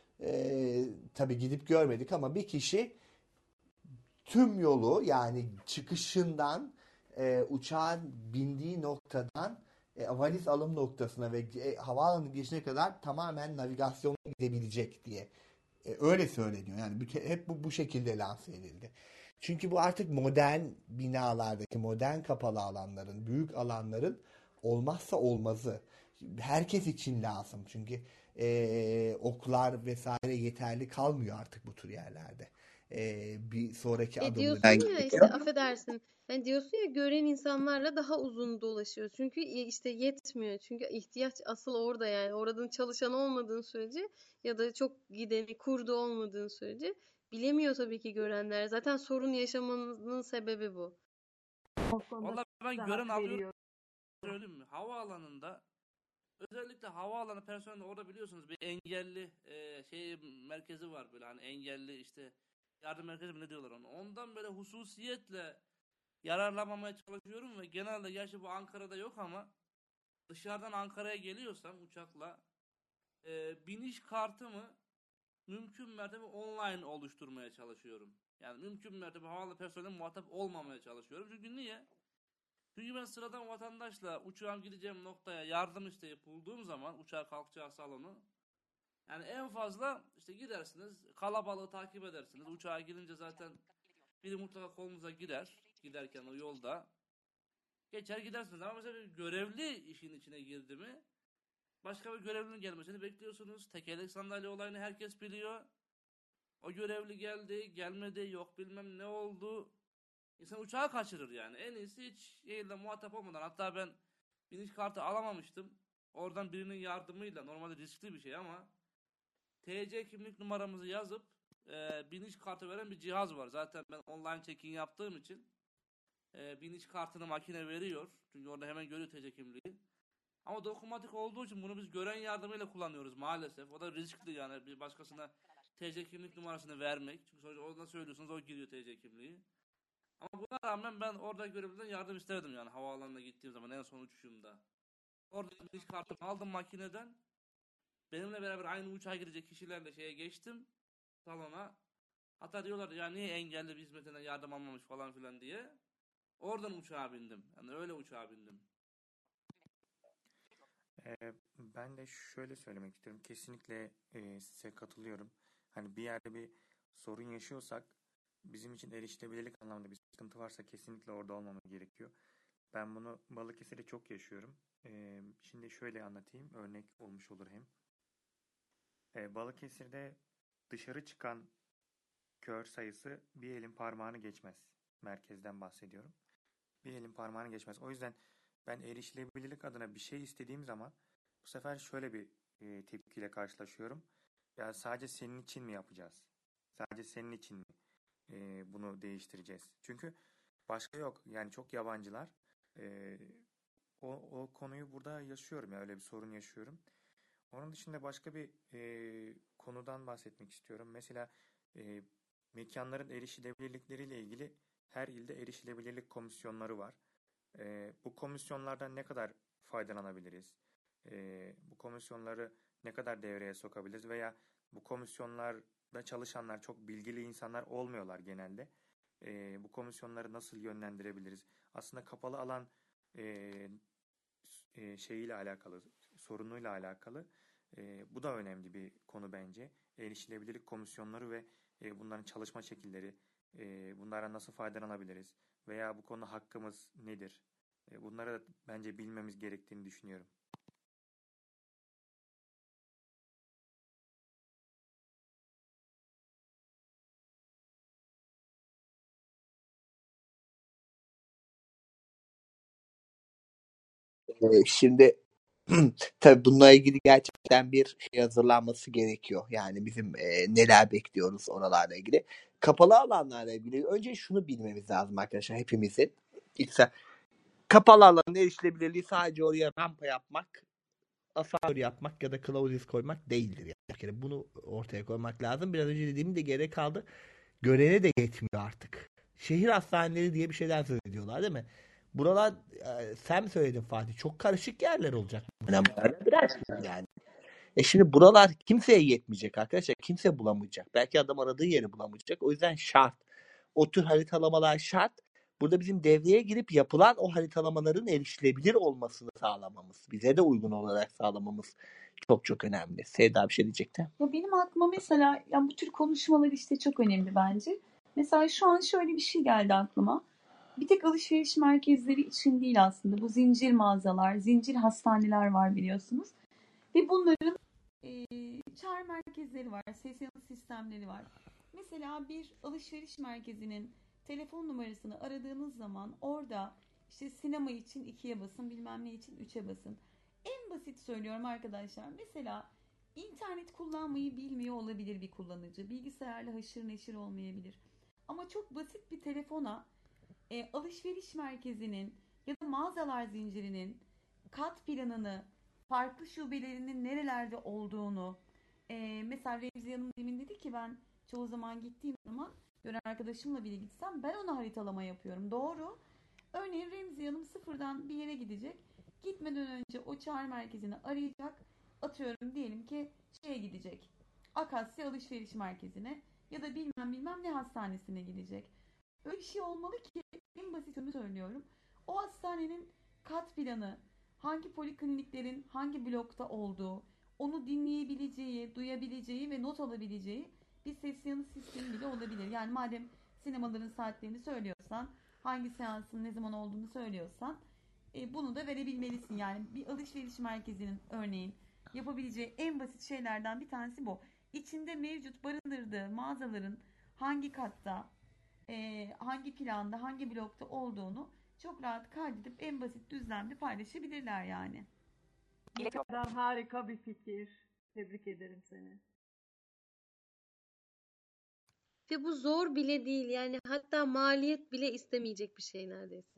Tabii gidip görmedik ama bir kişi tüm yolu yani çıkışından uçağın bindiği noktadan valiz alım noktasına ve havaalanı girişine kadar tamamen navigasyonla gidebilecek diye öyle söyleniyor. Yani hep bu şekilde lanse edildi. Çünkü bu artık modern binalardaki modern kapalı alanların, büyük alanların olmazsa olmazı. Herkes için lazım. Çünkü oklar vesaire yeterli kalmıyor artık bu tür yerlerde. Bir sonraki adımda Diyorsun ya işte affedersin. Hani diyorsun ya gören insanlarla daha uzun dolaşıyor. Çünkü işte yetmiyor. Çünkü ihtiyaç asıl orada yani. Oradan çalışan olmadığın sürece ya da çok gideni kurdu olmadığın sürece bilemiyor tabii ki görenler. Zaten sorun yaşamanın sebebi bu. Vallahi ben gören alıyorum söyleyeyim mi? Havaalanında özellikle havaalanı personeli orada biliyorsunuz bir engelli merkezi var böyle hani engelli işte yardım merkezi mi ne diyorlar onu. Ondan böyle hususiyetle yararlanmamaya çalışıyorum ve genelde gerçi bu Ankara'da yok ama dışarıdan Ankara'ya geliyorsam uçakla biniş kartımı mümkün mertebe online oluşturmaya çalışıyorum. Yani mümkün mertebe havaalanı personeline muhatap olmamaya çalışıyorum. Çünkü niye? Çünkü ben sıradan vatandaşla uçağım gideceğim noktaya yardım isteyip bulduğum zaman uçağa kalkacağı salonu yani en fazla işte gidersiniz kalabalığı takip edersiniz. Uçağa gidince zaten biri mutlaka kolunuza girer giderken o yolda geçer gidersiniz ama mesela bir görevli işin içine girdi mi başka bir görevlinin gelmesini bekliyorsunuz. Tekerlek sandalye olayını herkes biliyor. O görevli geldi gelmedi yok bilmem ne oldu. İnsan uçağı kaçırır yani. En iyisi hiç yayında muhatap olmadan. Hatta ben biniş kartı alamamıştım. Oradan birinin yardımıyla normalde riskli bir şey ama TC kimlik numaramızı yazıp biniş kartı veren bir cihaz var. Zaten ben online check-in yaptığım için biniş kartını makine veriyor. Çünkü orada hemen görüyor TC kimliği. Ama dokunmatik olduğu için bunu biz gören yardımıyla kullanıyoruz maalesef. O da riskli yani bir başkasına TC kimlik numarasını vermek. Çünkü sonra oradan söylüyorsunuz o giriyor TC kimliği. Ama buna rağmen ben orada görevliden yardım istemedim yani havaalanına gittiğim zaman en son uçuşumda. Orada biniş kartımı aldım makineden. Benimle beraber aynı uçağa girecek kişilerle şeye geçtim salona. Hatta diyorlar ya niye engelli bir hizmetinden yardım almamış falan filan diye. Oradan uçağa bindim. Yani öyle uçağa bindim. Ben de şöyle söylemek istiyorum. Kesinlikle size katılıyorum. Hani bir yerde bir sorun yaşıyorsak bizim için erişilebilirlik anlamında bir sıkıntı varsa kesinlikle orada olmamız gerekiyor. Ben bunu Balıkesir'de çok yaşıyorum. Şimdi şöyle anlatayım. Örnek olmuş olur hem. Balıkesir'de dışarı çıkan kör sayısı bir elin parmağını geçmez. Merkezden bahsediyorum. Bir elin parmağını geçmez. O yüzden ben erişilebilirlik adına bir şey istediğim zaman bu sefer şöyle bir tepkiyle karşılaşıyorum. Ya sadece senin için mi yapacağız? Sadece senin için mi bunu değiştireceğiz? Çünkü başka yok. Yani çok yabancılar. O konuyu burada yaşıyorum. Ya öyle bir sorun yaşıyorum. Onun dışında başka bir konudan bahsetmek istiyorum. Mesela mekanların erişilebilirlikleriyle ilgili her ilde erişilebilirlik komisyonları var. Bu komisyonlardan ne kadar faydalanabiliriz? Bu komisyonları ne kadar devreye sokabiliriz? Veya bu komisyonlarda çalışanlar çok bilgili insanlar olmuyorlar genelde. Bu komisyonları nasıl yönlendirebiliriz? Aslında kapalı alan şeyiyle alakalı, sorunuyla alakalı. Bu da önemli bir konu bence. Erişilebilirlik komisyonları ve bunların çalışma şekilleri, Bunlardan nasıl faydalanabiliriz? Veya bu konuda hakkımız nedir? Bunları da bence bilmemiz gerektiğini düşünüyorum. Şimdi tabii bununla ilgili gerçekten bir şey hazırlanması gerekiyor. Yani bizim neler bekliyoruz oralarla ilgili. Kapalı alanlarla ilgili önce şunu bilmemiz lazım arkadaşlar hepimizin. Kapalı alanın erişilebilirliği sadece oraya rampa yapmak, asansör yapmak ya da kılavuz koymak değildir. Yani. Bir kere bunu ortaya koymak lazım. Biraz önce dediğim de gerek kaldı. Göreve de yetmiyor artık. Şehir hastaneleri diye bir şeyler söz ediyorlar değil mi? Buralar sen mi söyledin Fatih? Çok karışık yerler olacak. Yani. Şimdi buralar kimseye yetmeyecek arkadaşlar. Kimse bulamayacak. Belki adam aradığı yeri bulamayacak. O yüzden şart. O tür haritalamalar şart. Burada bizim devreye girip yapılan o haritalamaların erişilebilir olmasını sağlamamız, bize de uygun olarak sağlamamız çok çok önemli. Sevda bir şey diyecekti. Ya benim aklıma mesela ya bu tür konuşmalar işte çok önemli bence. Mesela şu an şöyle bir şey geldi aklıma. Bir tek alışveriş merkezleri için değil aslında. Bu zincir mağazalar, zincir hastaneler var biliyorsunuz. Ve bunların çağrı merkezleri var, ses yanıt sistemleri var. Mesela bir alışveriş merkezinin telefon numarasını aradığınız zaman orada işte sinema için 2'ye basın, bilmem ne için 3'e basın. En basit söylüyorum arkadaşlar. Mesela internet kullanmayı bilmiyor olabilir bir kullanıcı. Bilgisayarla haşır neşir olmayabilir. Ama çok basit bir telefona alışveriş merkezinin ya da mağazalar zincirinin kat planını, farklı şubelerinin nerelerde olduğunu, mesela Remzi Hanım demin dedi ki ben çoğu zaman gittiğim zaman gören arkadaşımla bile gitsem ben ona haritalama yapıyorum. Doğru. Örneğin Remzi Hanım sıfırdan bir yere gidecek. Gitmeden önce o çağrı merkezini arayacak. Atıyorum diyelim ki şeye gidecek. Akasya Alışveriş Merkezi'ne ya da bilmem ne hastanesine gidecek. Öyle bir şey olmalı ki en basitini söylüyorum. O hastanenin kat planı, hangi polikliniklerin hangi blokta olduğu, onu dinleyebileceği, duyabileceği ve not alabileceği bir ses yanıt sistemi bile olabilir. Yani madem sinemaların saatlerini söylüyorsan, hangi seansın ne zaman olduğunu söylüyorsan bunu da verebilmelisin. Yani bir alışveriş merkezinin örneğin yapabileceği en basit şeylerden bir tanesi bu. İçinde mevcut barındırdığı mağazaların hangi katta, hangi planda, hangi blokta olduğunu çok rahat kaydedip en basit düzlemde paylaşabilirler yani. Ne kadar harika bir fikir. Tebrik ederim seni. Ve bu zor bile değil. Yani hatta maliyet bile istemeyecek bir şey neredeyse.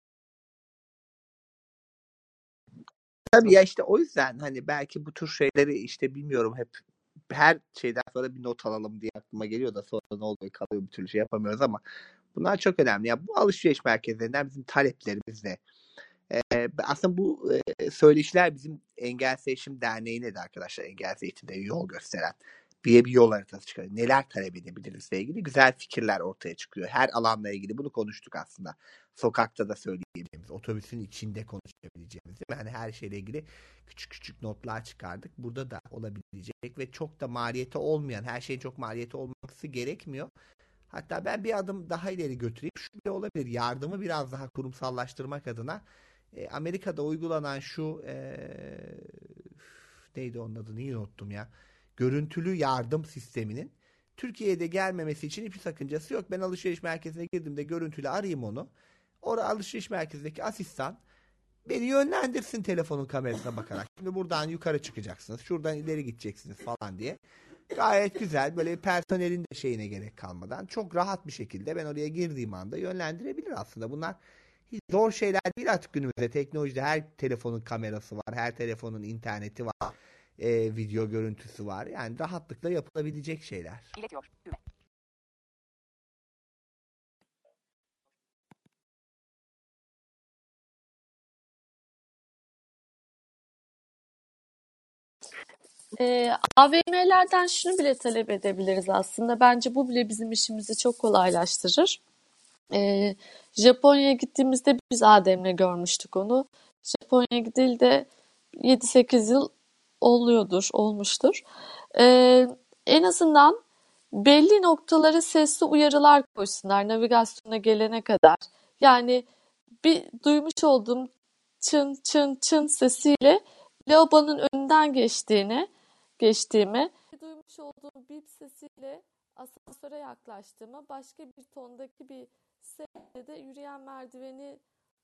Tabii ya işte o yüzden hani belki bu tür şeyleri işte bilmiyorum hep her şeyden sonra bir not alalım diye aklıma geliyor da sonra ne oluyor kalıyor bir türlü şey yapamıyoruz ama bunlar çok önemli. Ya bu alışveriş merkezlerinden bizim taleplerimiz ne? Aslında bu söyleşiler bizim Engelsiz Eğitim Derneği'ne de arkadaşlar Engelsiz Eğitim'de yol gösteren bir yol haritası çıkarıyor. Neler talep edebilirizle ilgili güzel fikirler ortaya çıkıyor. Her alanla ilgili bunu konuştuk aslında. Sokakta da söyleyebileceğimiz, otobüsün içinde konuşabileceğimiz. Yani her şeyle ilgili küçük küçük notlar çıkardık. Burada da olabilecek ve çok da maliyeti olmayan, her şeyin çok maliyeti olması gerekmiyor. Hatta ben bir adım daha ileri götüreyim. Şu bile olabilir. Yardımı biraz daha kurumsallaştırmak adına Amerika'da uygulanan şu neydi onun adını iyi unuttum ya. Görüntülü yardım sisteminin Türkiye'de gelmemesi için hiçbir sakıncası yok. Ben alışveriş merkezine girdiğimde görüntülü arayayım onu. Orada alışveriş merkezindeki asistan beni yönlendirsin telefonun kamerasına bakarak. Şimdi buradan yukarı çıkacaksınız. Şuradan ileri gideceksiniz falan diye. Gayet güzel böyle personelin de şeyine gerek kalmadan çok rahat bir şekilde ben oraya girdiğim anda yönlendirebilir aslında. Bunlar hiç zor şeyler değil artık günümüzde. Teknolojide her telefonun kamerası var. Her telefonun interneti var. Video görüntüsü var. Yani rahatlıkla yapılabilecek şeyler. İletiyor. Düğme. AVM'lerden şunu bile talep edebiliriz aslında. Bence bu bile bizim işimizi çok kolaylaştırır. Japonya'ya gittiğimizde biz Adem'le görmüştük onu. Japonya'ya gidildi 7-8 yıl olmuştur. En azından belli noktalara sesli uyarılar koysunlar navigasyona gelene kadar. Yani bir duymuş olduğum çın çın çın sesiyle lavabonun önünden geçtiğimi, duymuş olduğum bip sesiyle asansöre yaklaştığımı, başka bir tondaki bir sesle de yürüyen merdiveni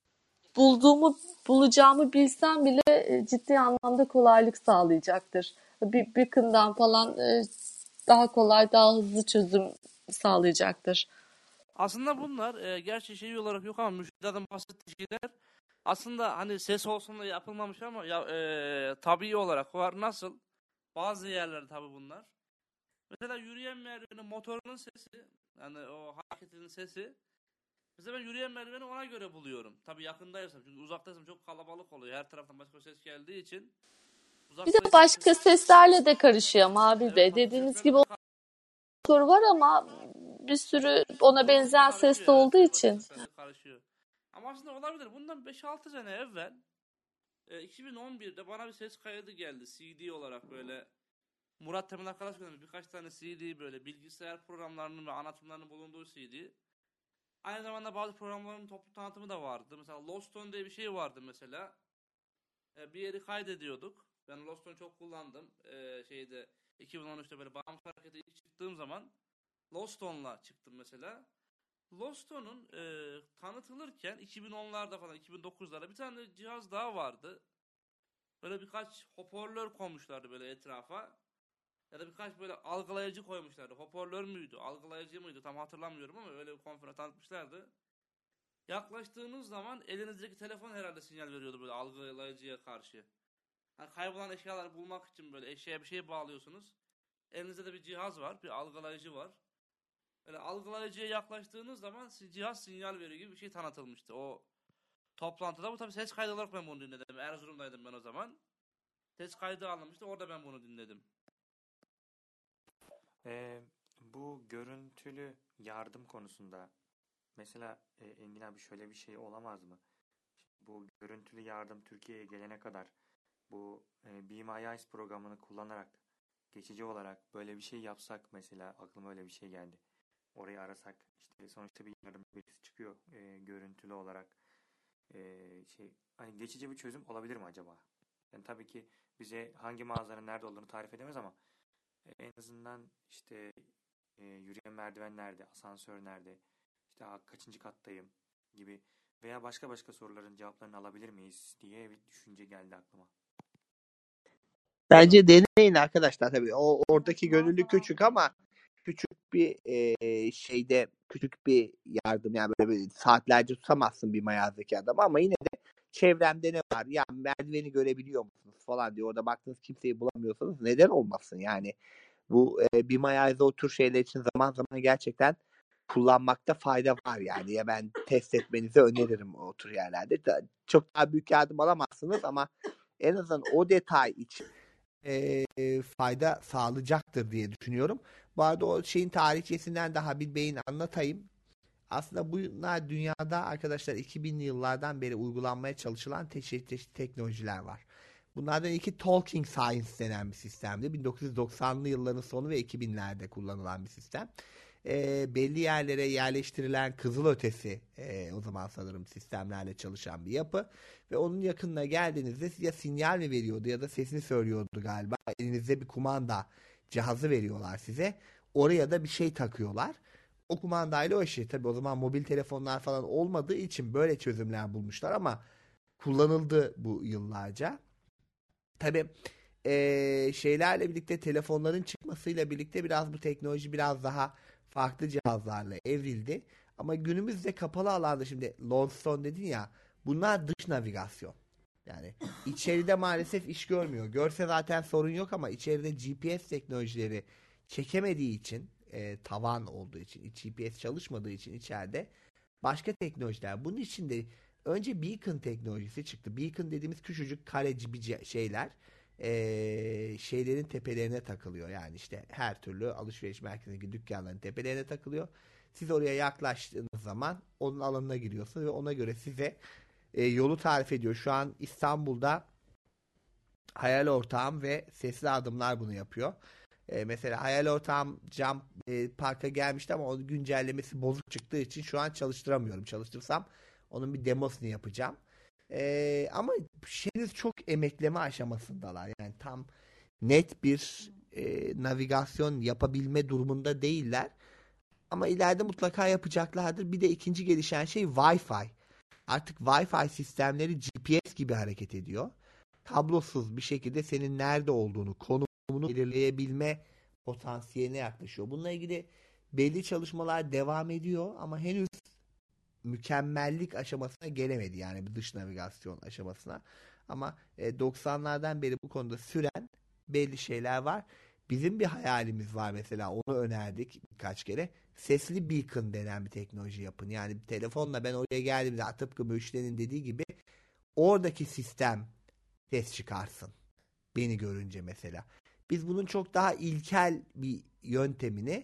bulacağımı bilsem bile ciddi anlamda kolaylık sağlayacaktır. Bir Beacon'dan falan daha kolay, daha hızlı çözüm sağlayacaktır. Aslında bunlar gerçi şey olarak yok ama müjdatın bahsettiği şeyler aslında hani ses olsun da yapılmamış ama tabii olarak var. Nasıl? Bazı yerlerde tabii bunlar. Mesela yürüyen merdivenin motorunun sesi, yani o hareketinin sesi. Mesela ben yürüyen merdiveni ona göre buluyorum. Tabii yakındaysam, çünkü uzaktaysam çok kalabalık oluyor. Her taraftan başka ses geldiği için. Bir de başka seslerle de karışıyor Mabil Bey. Dediğiniz gibi motor var ama bir sürü ona benzeyen ses de olduğu için. Karışıyor. Ama aslında olabilir. Bundan 5-6 sene evvel 2011'de bana bir ses kaydı geldi. CD olarak böyle. Murat Temel arkadaş göndermiş birkaç tane CD, böyle bilgisayar programlarının ve anlatımlarının bulunduğu CD. Aynı zamanda bazı programların toplu tanıtımı da vardı. Mesela Lost On diye bir şey vardı mesela. Bir yeri kaydediyorduk. Ben Lost On çok kullandım. 2013'te böyle bağımsız harekete ilk çıktığım zaman Lost On'la çıktım mesela. Lost On'un tanıtılırken 2010'larda falan, 2009'larda bir tane cihaz daha vardı. Böyle birkaç hoparlör koymuşlardı böyle etrafa. Ya da birkaç böyle algılayıcı koymuşlardı. Hoparlör müydü, algılayıcı mıydı tam hatırlamıyorum ama öyle bir konferans tanıtmışlardı. Yaklaştığınız zaman elinizdeki telefon herhalde sinyal veriyordu böyle algılayıcıya karşı. Yani kaybolan eşyaları bulmak için böyle eşeğe bir şey bağlıyorsunuz. Elinizde de bir cihaz var, bir algılayıcı var. Böyle algılayıcıya yaklaştığınız zaman cihaz sinyal veriyor gibi bir şey tanıtılmıştı o toplantıda. Bu tabii ses kaydı olarak ben bunu dinledim. Erzurum'daydım ben o zaman. Ses kaydı alınmıştı, orada ben bunu dinledim. Bu görüntülü yardım konusunda mesela Engin abi şöyle bir şey olamaz mı? Bu görüntülü yardım Türkiye'ye gelene kadar bu Be My Eyes programını kullanarak geçici olarak böyle bir şey yapsak, mesela aklıma öyle bir şey geldi. Orayı arasak, işte sonuçta bir yardım birisi çıkıyor görüntülü olarak, hani geçici bir çözüm olabilir mi acaba? Yani tabii ki bize hangi mağazanın nerede olduğunu tarif edemez ama en azından işte yürüyen merdiven nerede, asansör nerede, işte kaçıncı kattayım gibi veya başka soruların cevaplarını alabilir miyiz diye bir düşünce geldi aklıma. Bence deneyin arkadaşlar, tabii. Oradaki gönüllü küçük ama küçük bir şeyde küçük bir yardım, yani böyle saatlerce tutamazsın bir mayazdaki adamı ama yine de çevremde ne var? Ya merdiveni görebiliyor musunuz falan diyor. Orada baktınız kimseyi bulamıyorsanız neden olmasın yani. Bu bir mayazda o tür şeyler için zaman zaman gerçekten kullanmakta fayda var yani. Ya ben test etmenizi öneririm o tür yerlerde. Çok daha büyük yardım alamazsınız ama en azından o detay için fayda sağlayacaktır diye düşünüyorum. Bu arada o şeyin tarihçesinden daha bir beyin anlatayım. Aslında bunlar dünyada arkadaşlar 2000'li yıllardan beri uygulanmaya çalışılan çeşitli teknolojiler var. Bunlardan ilki Talking Science denen bir sistemdi. 1990'lı yılların sonu ve 2000'lerde kullanılan bir sistem. Belli yerlere yerleştirilen kızılötesi o zaman sanırım sistemlerle çalışan bir yapı. Ve onun yakınına geldiğinizde ya sinyal mi veriyordu ya da sesini söylüyordu galiba. Elinizde bir kumanda cihazı veriyorlar size. Oraya da bir şey takıyorlar. O kumandayla o işi. Tabii o zaman mobil telefonlar falan olmadığı için böyle çözümler bulmuşlar ama kullanıldı bu yıllarca. Tabii şeylerle birlikte, telefonların çıkmasıyla birlikte biraz bu teknoloji biraz daha farklı cihazlarla evrildi. Ama günümüzde kapalı alanda, şimdi Lodestone dedin ya, bunlar dış navigasyon. Yani içeride maalesef iş görmüyor. Görse zaten sorun yok ama içeride GPS teknolojileri çekemediği için, tavan olduğu için, GPS çalışmadığı için içeride başka teknolojiler. Bunun için de önce Beacon teknolojisi çıktı. Beacon dediğimiz küçücük kareci bir şeyler şeylerin tepelerine takılıyor. Yani işte her türlü alışveriş merkezindeki dükkanların tepelerine takılıyor. Siz oraya yaklaştığınız zaman onun alanına giriyorsunuz ve ona göre size yolu tarif ediyor. Şu an İstanbul'da Hayal Ortağım ve Sesli Adımlar bunu yapıyor. Mesela hayal ortağım cam parka gelmişti ama onun güncellemesi bozuk çıktığı için şu an çalıştıramıyorum. Çalıştırsam onun bir demosunu yapacağım. Ama henüz çok emekleme aşamasındalar. Yani tam net bir navigasyon yapabilme durumunda değiller. Ama ileride mutlaka yapacaklardır. Bir de ikinci gelişen şey Wi-Fi. Artık Wi-Fi sistemleri GPS gibi hareket ediyor. Kablosuz bir şekilde senin nerede olduğunu, konumunu belirleyebilme potansiyeline yaklaşıyor. Bununla ilgili belli çalışmalar devam ediyor ama henüz mükemmellik aşamasına gelemedi, yani bir dış navigasyon aşamasına. Ama 90'lardan beri bu konuda süren belli şeyler var. Bizim bir hayalimiz var, mesela onu önerdik birkaç kere. Sesli beacon denen bir teknoloji yapın. Yani bir telefonla ben oraya geldiğimde tıpkı Müşteri'nin dediği gibi oradaki sistem ses çıkarsın. Beni görünce mesela. Biz bunun çok daha ilkel bir yöntemini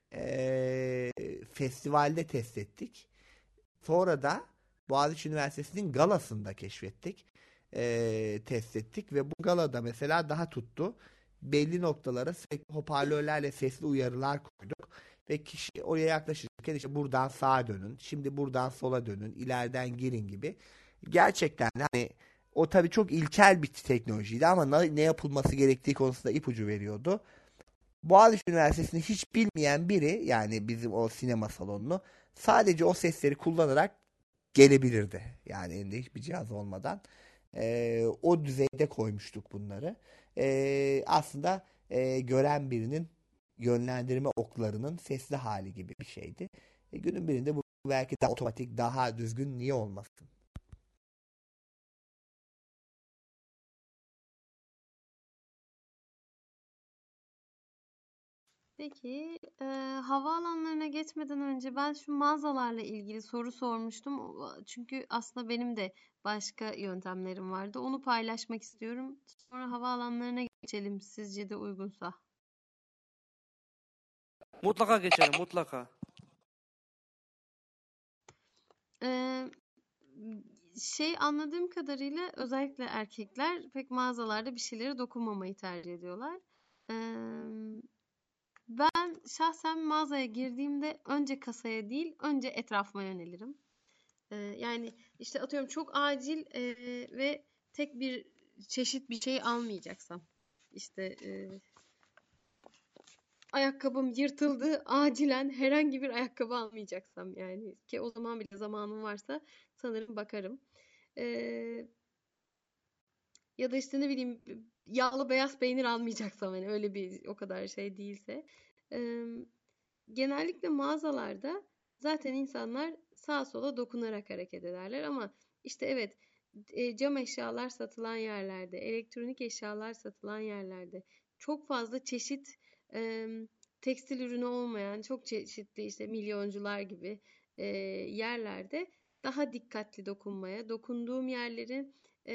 festivalde test ettik. Sonra da Boğaziçi Üniversitesi'nin galasında keşfettik. Test ettik ve bu galada mesela daha tuttu. Belli noktalara sürekli hoparlörlerle sesli uyarılar koyduk. Ve kişi oraya yaklaşırken işte buradan sağa dönün, şimdi buradan sola dönün, ileriden girin gibi. Gerçekten hani o tabii çok ilkel bir teknolojiydi ama ne yapılması gerektiği konusunda ipucu veriyordu. Boğaziçi Üniversitesi'ni hiç bilmeyen biri, yani bizim o sinema salonunu, sadece o sesleri kullanarak gelebilirdi. Yani elinde hiçbir cihaz olmadan. O düzeyde koymuştuk bunları. Aslında gören birinin yönlendirme oklarının sesli hali gibi bir şeydi. Günün birinde bu belki daha otomatik, daha düzgün, niye olmasın? Peki, havaalanlarına geçmeden önce ben şu mağazalarla ilgili soru sormuştum. Çünkü aslında benim de başka yöntemlerim vardı. Onu paylaşmak istiyorum. Sonra havaalanlarına geçelim sizce de uygunsa. Mutlaka geçelim, mutlaka. Eee, anladığım kadarıyla özellikle erkekler pek mağazalarda bir şeylere dokunmamayı tercih ediyorlar. Ben şahsen mağazaya girdiğimde önce kasaya değil, önce etrafıma yönelirim. Yani işte atıyorum çok acil ve tek bir çeşit bir şey almayacaksam, işte ayakkabım yırtıldı, acilen herhangi bir ayakkabı almayacaksam, yani ki o zaman bile zamanım varsa sanırım bakarım. Ya da işte ne bileyim yağlı beyaz peynir almayacaksam, hani öyle bir o kadar şey değilse. Genellikle mağazalarda zaten insanlar sağa sola dokunarak hareket ederler ama işte evet, cam eşyalar satılan yerlerde, elektronik eşyalar satılan yerlerde çok fazla çeşit tekstil ürünü olmayan, çok çeşitli işte milyoncular gibi yerlerde daha dikkatli dokunmaya, dokunduğum yerlerin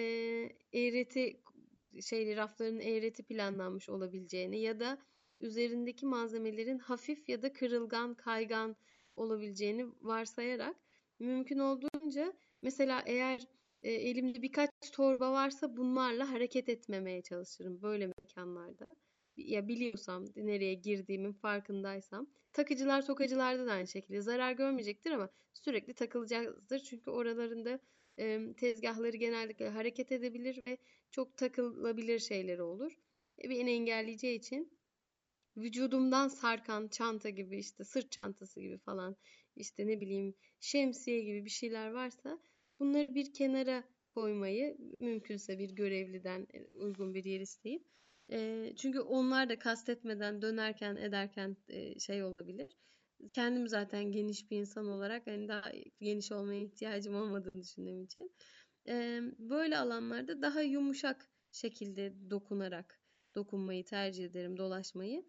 eğreti rafların eğreti planlanmış olabileceğini ya da üzerindeki malzemelerin hafif ya da kırılgan, kaygan olabileceğini varsayarak mümkün olduğunca, mesela eğer elimde birkaç torba varsa bunlarla hareket etmemeye çalışırım böyle mekanlarda. Ya biliyorsam, nereye girdiğimin farkındaysam. Takıcılar, tokacılarda da aynı şekilde zarar görmeyecektir ama sürekli takılacaktır. Çünkü oralarında tezgahları genellikle hareket edebilir ve çok takılabilir şeyleri olur. Beni engelleyeceği için vücudumdan sarkan çanta gibi, işte sırt çantası gibi falan, işte ne bileyim şemsiye gibi bir şeyler varsa bunları bir kenara koymayı, mümkünse bir görevliden uygun bir yer isteyip, çünkü onlar da kastetmeden dönerken ederken şey olabilir. Kendim zaten geniş bir insan olarak hani daha geniş olmaya ihtiyacım olmadığını düşündüğüm için böyle alanlarda daha yumuşak şekilde dokunmayı tercih ederim, dolaşmayı.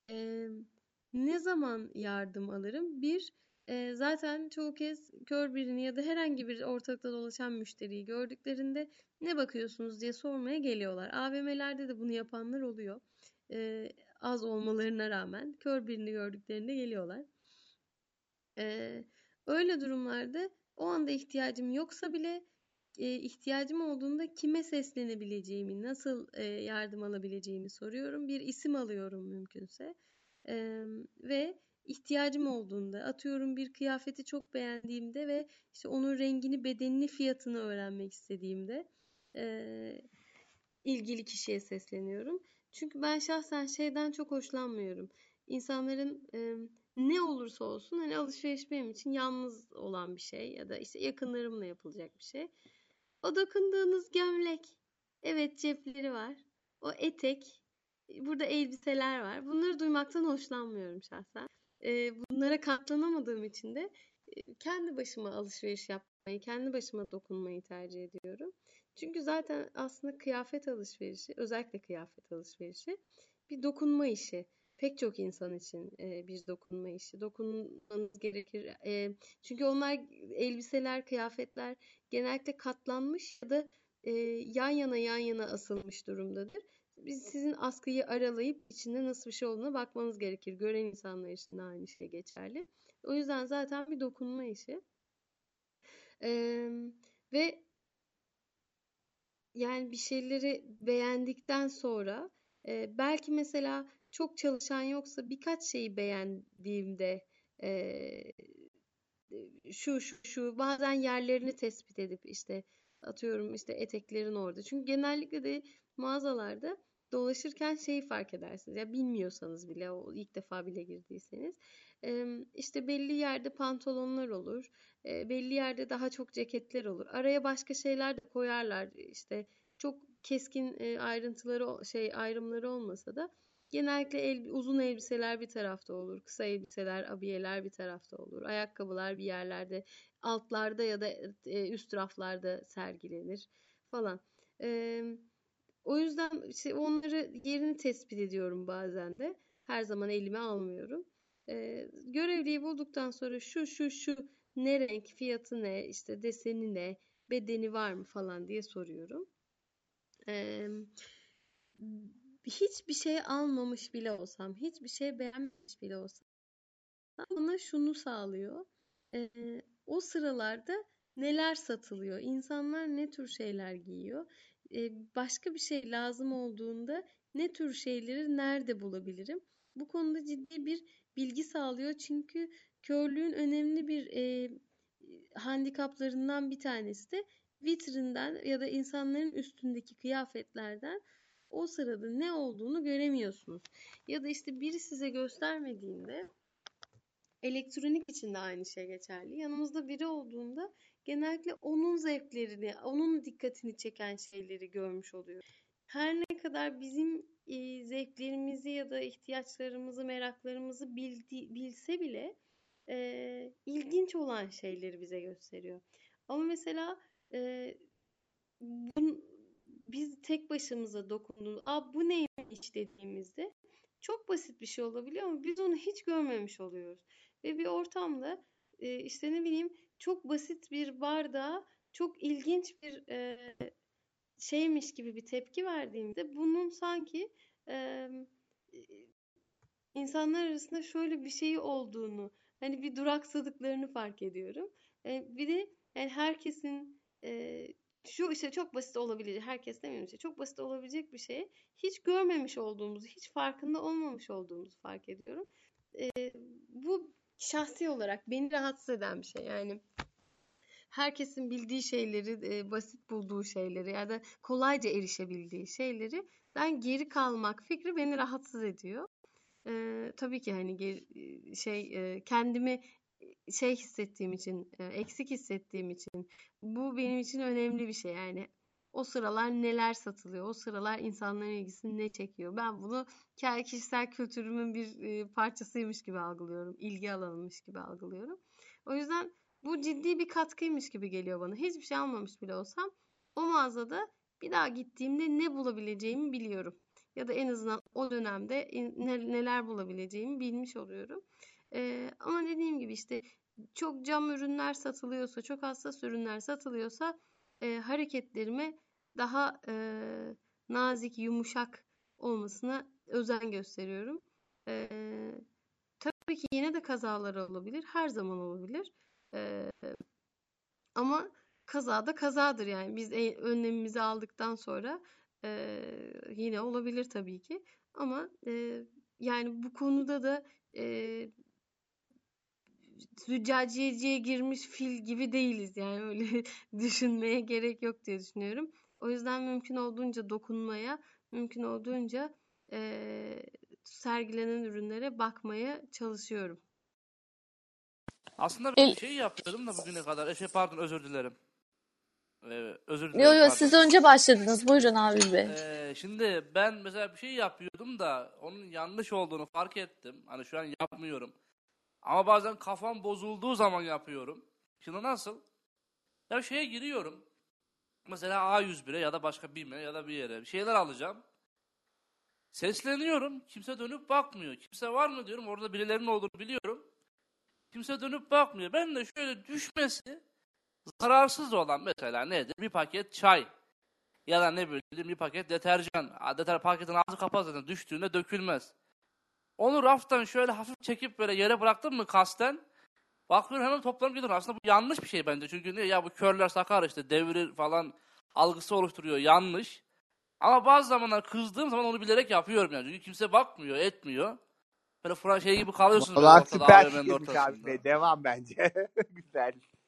Ne zaman yardım alırım? Zaten çoğu kez kör birini ya da herhangi bir ortalıkta dolaşan müşteriyi gördüklerinde ne bakıyorsunuz diye sormaya geliyorlar. AVM'lerde de bunu yapanlar oluyor. Az olmalarına rağmen kör birini gördüklerinde geliyorlar. Öyle durumlarda o anda ihtiyacım yoksa bile ihtiyacım olduğunda kime seslenebileceğimi, nasıl yardım alabileceğimi soruyorum. Bir isim alıyorum mümkünse. Ve ihtiyacım olduğunda, atıyorum bir kıyafeti çok beğendiğimde ve işte onun rengini, bedenini, fiyatını öğrenmek istediğimde ilgili kişiye sesleniyorum. Çünkü ben şahsen şeyden çok hoşlanmıyorum. İnsanların ne olursa olsun hani alışveriş benim için yalnız olan bir şey ya da işte yakınlarımla yapılacak bir şey. O dokundığınız gömlek, evet cepleri var. O etek, burada elbiseler var. Bunları duymaktan hoşlanmıyorum şahsen. Bunlara katlanamadığım için de kendi başıma alışveriş yapmayı, kendi başıma dokunmayı tercih ediyorum. Çünkü zaten aslında kıyafet alışverişi, özellikle kıyafet alışverişi bir dokunma işi. Pek çok insan için bir dokunma işi. Dokunmanız gerekir. Çünkü onlar elbiseler, kıyafetler genellikle katlanmış ya da yan yana asılmış durumdadır. Biz sizin askıyı aralayıp içinde nasıl bir şey olduğuna bakmanız gerekir. Gören insanlar için de aynı şey geçerli. O yüzden zaten bir dokunma işi. Ve yani bir şeyleri beğendikten sonra belki mesela çok çalışan yoksa birkaç şeyi beğendiğimde şu bazen yerlerini tespit edip işte atıyorum işte eteklerin orada. Çünkü genellikle de mağazalarda dolaşırken şeyi fark edersiniz. Ya bilmiyorsanız bile o ilk defa bile girdiyseniz işte belli yerde pantolonlar olur. Belli yerde daha çok ceketler olur. Araya başka şeyler de koyarlar. İşte çok keskin ayrımları olmasa da genellikle uzun elbiseler bir tarafta olur. Kısa elbiseler, abiyeler bir tarafta olur. Ayakkabılar bir yerlerde, altlarda ya da üst raflarda sergilenir falan. O yüzden işte onları yerini tespit ediyorum bazen de. Her zaman elime almıyorum. Görevliyi bulduktan sonra şu ne renk, fiyatı ne, işte deseni ne, bedeni var mı falan diye soruyorum. Hiçbir şey almamış bile olsam, hiçbir şey beğenmemiş bile olsam bana şunu sağlıyor. O sıralarda neler satılıyor, insanlar ne tür şeyler giyiyor, başka bir şey lazım olduğunda ne tür şeyleri nerede bulabilirim? Bu konuda ciddi bir bilgi sağlıyor çünkü körlüğün önemli bir handikaplarından bir tanesi de vitrinden ya da insanların üstündeki kıyafetlerden o sırada ne olduğunu göremiyorsunuz. Ya da işte biri size göstermediğinde elektronik için de aynı şey geçerli. Yanımızda biri olduğunda genellikle onun zevklerini, onun dikkatini çeken şeyleri görmüş oluyoruz. Her ne kadar bizim zevklerimizi ya da ihtiyaçlarımızı, meraklarımızı bilse bile ilginç olan şeyleri bize gösteriyor. Ama mesela biz tek başımıza dokunduğumuz, bu neymiş dediğimizde çok basit bir şey olabiliyor ama biz onu hiç görmemiş oluyoruz. Ve bir ortamda işte ne bileyim çok basit bir bardağa çok ilginç bir şeymiş gibi bir tepki verdiğimde bunun sanki insanlar arasında şöyle bir şey olduğunu, hani bir duraksadıklarını fark ediyorum. Bir de yani herkesin şu işte çok basit olabilir, herkes demiyorum işte çok basit olabilecek bir şeye hiç görmemiş olduğumuzu, hiç farkında olmamış olduğumuzu fark ediyorum. Bu şahsi olarak beni rahatsız eden bir şey. Yani herkesin bildiği şeyleri, basit bulduğu şeyleri ya da kolayca erişebildiği şeyleri ben geri kalmak fikri beni rahatsız ediyor. Tabii ki hani kendimi hissettiğim için, eksik hissettiğim için bu benim için önemli bir şey. Yani o sıralar neler satılıyor, o sıralar insanların ilgisini ne çekiyor. Ben bunu kişisel kültürümün bir parçasıymış gibi algılıyorum, ilgi alanıymış gibi algılıyorum. O yüzden bu ciddi bir katkıymış gibi geliyor bana. Hiçbir şey almamış bile olsam o mağazada bir daha gittiğimde ne bulabileceğimi biliyorum. Ya da en azından o dönemde neler bulabileceğimi bilmiş oluyorum. Ama dediğim gibi işte çok cam ürünler satılıyorsa, çok hassas ürünler satılıyorsa hareketlerime daha nazik, yumuşak olmasına özen gösteriyorum. Tabii ki yine de kazalar olabilir, her zaman olabilir. Ama kaza da kazadır yani. Biz önlemimizi aldıktan sonra yine olabilir tabii ki. Ama yani bu konuda da züccaciyeciye girmiş fil gibi değiliz yani öyle düşünmeye gerek yok diye düşünüyorum. O yüzden mümkün olduğunca dokunmaya, mümkün olduğunca sergilenen ürünlere bakmaya çalışıyorum. Aslında ben El, bir şey yapıyordum da bugüne kadar. Pardon, özür dilerim. Özür yo dilerim, yo pardon. siz önce başladınız. Buyurun abi Bey. Şimdi ben mesela bir şey yapıyordum da onun yanlış olduğunu fark ettim. Hani şu an yapmıyorum. Ama bazen kafam bozulduğu zaman yapıyorum. Şimdi nasıl? Ya şeye giriyorum. Mesela A101'e ya da başka BİM'e ya da bir yere bir şeyler alacağım. Sesleniyorum. Kimse dönüp bakmıyor. Kimse var mı diyorum. Orada birilerinin olduğunu biliyorum. Kimse dönüp bakmıyor. Ben de şöyle düşmesi zararsız olan mesela nedir? Bir paket çay. Ya da ne bileyim bir paket deterjan. Paketin ağzı kapalı zaten. Düştüğünde dökülmez. Onu raftan şöyle hafif çekip böyle yere bıraktım mı kasten, bakıyorum hemen toplanıp gidiyor. Aslında bu yanlış bir şey bence. Çünkü niye? Ya bu körler sakar işte devirir falan algısı oluşturuyor. Yanlış. Ama bazı zamanlar kızdığım zaman onu bilerek yapıyorum yani. Çünkü kimse bakmıyor, etmiyor. Böyle şey gibi kalıyorsunuz böyle Valla ortada, süper AVM'nin fikirmiş abi. ortasında. Devam bence. Güzel.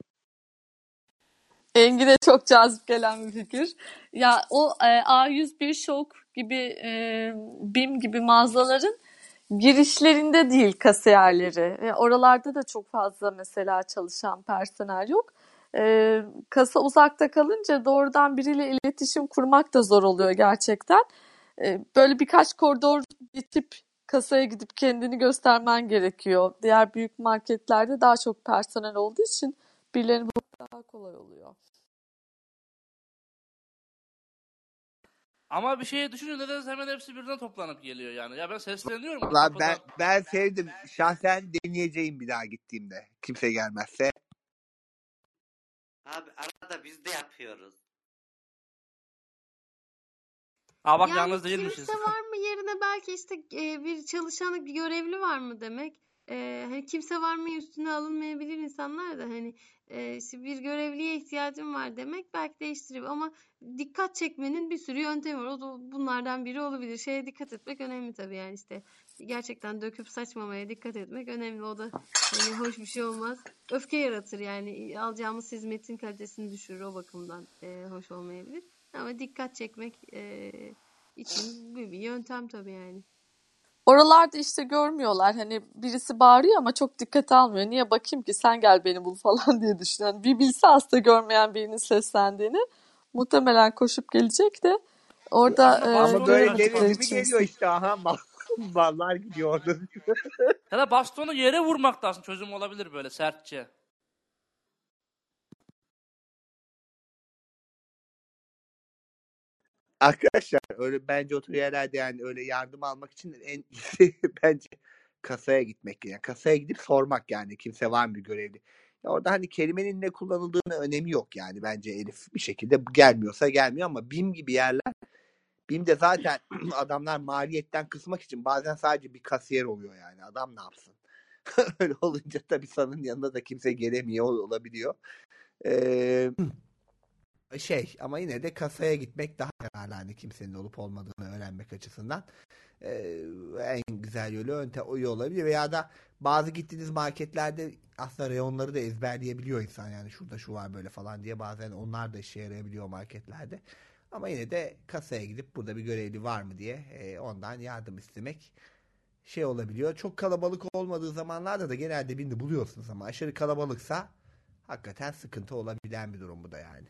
Engin'e çok cazip gelen bir fikir. Ya o A101 Şok gibi BİM gibi mağazaların girişlerinde değil kasiyerleri. Oralarda da çok fazla mesela çalışan personel yok. Kasa uzakta kalınca doğrudan biriyle iletişim kurmak da zor oluyor gerçekten. Böyle birkaç koridor geçip kasaya gidip kendini göstermen gerekiyor. Diğer büyük marketlerde daha çok personel olduğu için birilerini bulmak daha kolay oluyor. Ama bir şeye düşününce nedense hemen hepsi birden toplanıp geliyor yani. Ya ben sesleniyorum ama Valla kapıda. ben sevdim. Şahsen deneyeceğim bir daha gittiğimde. Kimse gelmezse. Abi arada biz de yapıyoruz. Bak Yani yalnız değilmişiz. kimse var mı yerine belki işte bir çalışan, bir görevli var mı demek. Hani kimse var mı üstüne alınmayabilir insanlar da hani işte bir görevliye ihtiyacım var demek belki değiştirebilir ama dikkat çekmenin bir sürü yöntemi var. O da bunlardan biri olabilir. Şeye dikkat etmek önemli tabii yani işte gerçekten döküp saçmamaya dikkat etmek önemli. O da hani hoş bir şey olmaz. Öfke yaratır yani alacağımız hizmetin kalitesini düşürür o bakımdan hoş olmayabilir. Ama dikkat çekmek için bir yöntem tabii yani. Oralarda işte görmüyorlar. Hani birisi bağırıyor ama çok dikkate almıyor. Niye bakayım ki sen gel beni bul falan diye düşünüyor. Yani bir bilse hasta görmeyen birinin seslendiğini muhtemelen koşup gelecek de orada Ama böyle göremedikleri denedi mi için. geliyor işte. Aha mallar gidiyor orada. Ya da bastonu yere vurmak da aslında çözüm olabilir böyle sertçe. Arkadaşlar öyle bence otur yerlerde yani öyle yardım almak için en iyisi bence kasaya gitmek. Yani kasaya gidip sormak yani kimse var mı görevli. Ya orada hani kelimenin ne kullanıldığını önemi yok yani bence Elif bir şekilde gelmiyorsa gelmiyor ama BİM gibi yerler BİM'de zaten adamlar maliyetten kısmak için bazen sadece bir kasiyer oluyor yani adam ne yapsın. Öyle olunca tabii sanın yanında da kimse gelemiyor olabiliyor. Ama yine de kasaya gitmek daha kararlı hani kimsenin olup olmadığını öğrenmek açısından. En güzel yolu o yol olabilir veya da bazı gittiğiniz marketlerde aslında reyonları da ezberleyebiliyor insan yani şurada şu var böyle falan diye bazen onlar da işe yarayabiliyor marketlerde. Ama yine de kasaya gidip burada bir görevli var mı diye ondan yardım istemek olabiliyor. Çok kalabalık olmadığı zamanlarda da genelde birini buluyorsunuz ama aşırı kalabalıksa hakikaten sıkıntı olabilen bir durum bu da yani.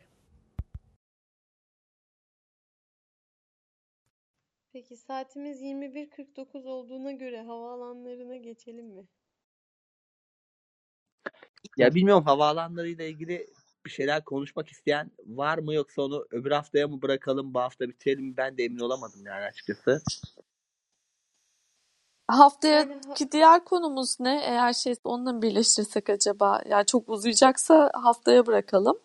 Peki saatimiz 21:49 olduğuna göre havaalanlarına geçelim mi? Ya bilmiyorum havaalanlarıyla ilgili bir şeyler konuşmak isteyen var mı yoksa onu öbür haftaya mı bırakalım bu hafta bitirelim mi ben de emin olamadım yani açıkçası. Haftaki diğer konumuz ne? Eğer onunla mı birleştirsek acaba? Yani çok uzayacaksa haftaya bırakalım.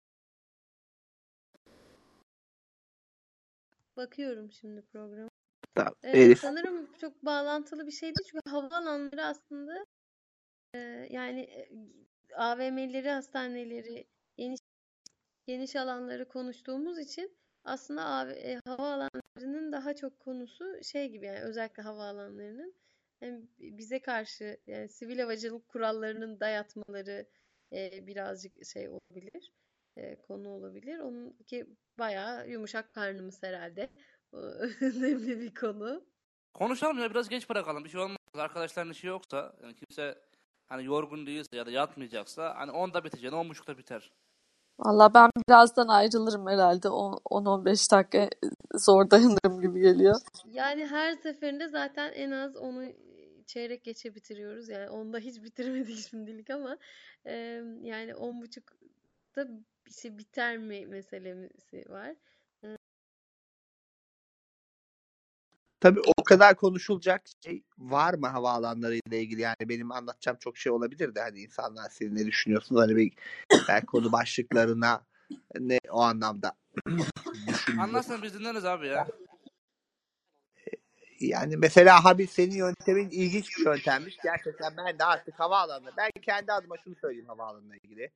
Bakıyorum şimdi programa. Tamam. Elif. Sanırım çok bağlantılı bir şey değil çünkü havaalanları aslında yani AVM'leri, hastaneleri, geniş alanları konuştuğumuz için aslında havaalanlarının daha çok konusu şey gibi, yani özellikle havaalanlarının hem bize karşı yani sivil havacılık kurallarının dayatmaları birazcık şey olabilir, konu olabilir. Onunki bayağı yumuşak karnımız herhalde. O önemli bir konu. Konuşalım ya, biraz geç bırakalım. Bir şey olmaz. Arkadaşların işi yoksa, yani kimse hani yorgun değilse ya da yatmayacaksa hani 10'da biteceğini 10.30'da biter. Valla ben birazdan ayrılırım herhalde. 10-15 dakika zor dayanırım gibi geliyor. Yani her seferinde zaten en az onu çeyrek geçe bitiriyoruz. Yani onda hiç bitirmedik şimdilik ama yani 10.30'da işte biter mi meselesi var. Tabii o kadar konuşulacak şey var mı havaalanlarıyla ilgili? Yani benim anlatacağım çok şey olabilir de hani insanlar siz ne düşünüyorsunuz? Hani belki konu başlıklarına ne o anlamda düşünüyor. Anlarsın, biz dinleriz abi ya. Yani mesela Habib, senin yöntemin ilginç bir yöntemmiş. Gerçekten ben de artık havaalanına, ben kendi adıma şunu söyleyeyim havaalanına ilgili.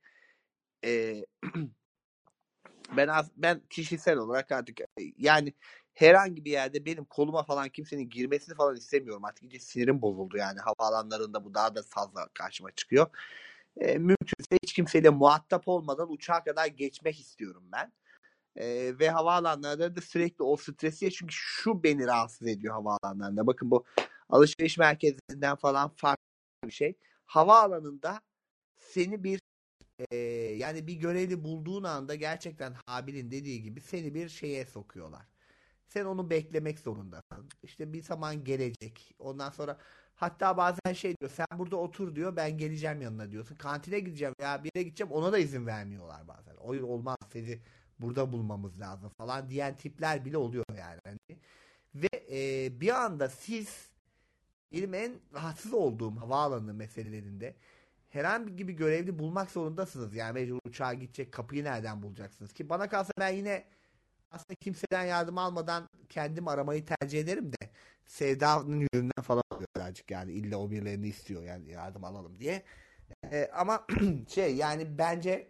Ben kişisel olarak artık yani herhangi bir yerde benim koluma falan kimsenin girmesini falan istemiyorum. Artık iyice sinirim bozuldu yani. Havaalanlarında bu daha da fazla karşıma çıkıyor. Mümkünse hiç kimseyle muhatap olmadan uçağa kadar geçmek istiyorum ben. Ve havaalanlarında da sürekli o stresi, çünkü şu beni rahatsız ediyor havaalanlarında. Bakın, bu alışveriş merkezinden falan farklı bir şey. Havaalanında seni yani bir görevli bulduğun anda gerçekten Habil'in dediği gibi seni bir şeye sokuyorlar. Sen onu beklemek zorundasın. İşte bir zaman gelecek. Ondan sonra hatta bazen şey diyor, sen burada otur diyor, ben geleceğim yanına diyorsun. Kantine gideceğim ya bir yere gideceğim, ona da izin vermiyorlar bazen. Oyun olmaz, sizi burada bulmamız lazım falan diyen tipler bile oluyor yani. Ve bir anda siz, benim en rahatsız olduğum havaalanı meselelerinde herhangi bir görevli bulmak zorundasınız. Yani mecbur uçağa gidecek, kapıyı nereden bulacaksınız ki? Bana kalsa ben yine aslında kimseden yardım almadan kendim aramayı tercih ederim de Sevda'nın yüzünden falan oluyor birazcık, yani illa o birilerini istiyor yani yardım alalım diye. Ama yani bence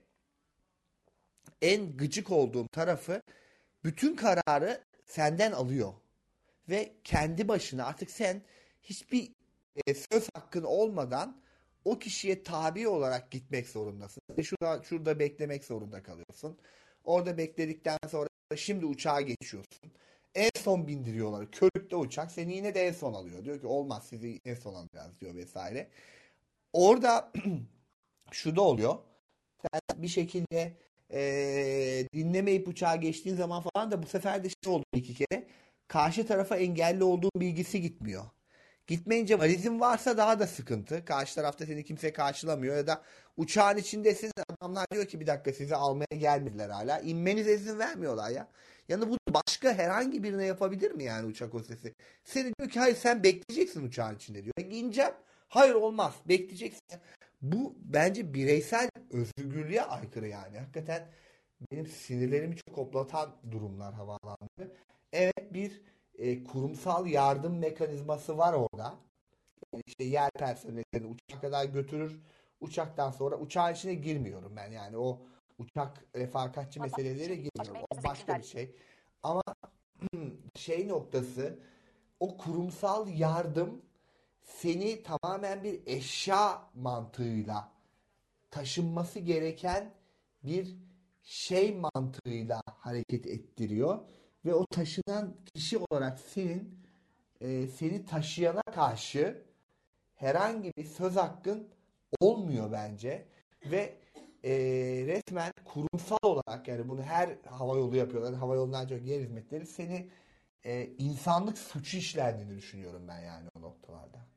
en gıcık olduğum tarafı, bütün kararı senden alıyor. Ve kendi başına artık sen hiçbir söz hakkın olmadan o kişiye tabi olarak gitmek zorundasın. Şurada beklemek zorunda kalıyorsun. Orada bekledikten sonra şimdi uçağa geçiyorsun. En son bindiriyorlar. Körükte uçak seni yine de en son alıyor. Diyor ki olmaz, sizi en son alacağız diyor vesaire. Orada şu da oluyor. Sen bir şekilde dinlemeyip uçağa geçtiğin zaman falan da bu sefer de şey oldu iki kere. Karşı tarafa engelli olduğun bilgisi gitmiyor. Gitmeyince valizin varsa daha da sıkıntı. Karşı tarafta seni kimse karşılamıyor ya da uçağın içindesin, adamlar diyor ki bir dakika, sizi almaya gelmediler hala. İnmenize izin vermiyorlar ya. Yani bu başka herhangi birine yapabilir mi yani uçak hostesi? Seni diyor ki hayır sen bekleyeceksin uçağın içinde diyor. İneceğim. Hayır olmaz, bekleyeceksin. Bu bence bireysel özgürlüğe aykırı yani. Hakikaten benim sinirlerimi çok hoplatan durumlar havaalanları. Evet, bir kurumsal yardım mekanizması var orada. Yani işte yer personelini uçağa kadar götürür. Uçaktan sonra uçağın içine girmiyorum ben. Yani o uçak refakatçi meselelere girmiyorum. O başka bir şey. Ama şey noktası, o kurumsal yardım seni tamamen bir eşya mantığıyla, taşınması gereken bir şey mantığıyla hareket ettiriyor ve o taşınan kişi olarak seni taşıyana karşı herhangi bir söz hakkın olmuyor bence ve resmen kurumsal olarak, yani bunu her havayolu yapıyorlar. Havayolundan çok yer hizmetleri seni insanlık suçu işlendiğini düşünüyorum ben yani o noktalarda.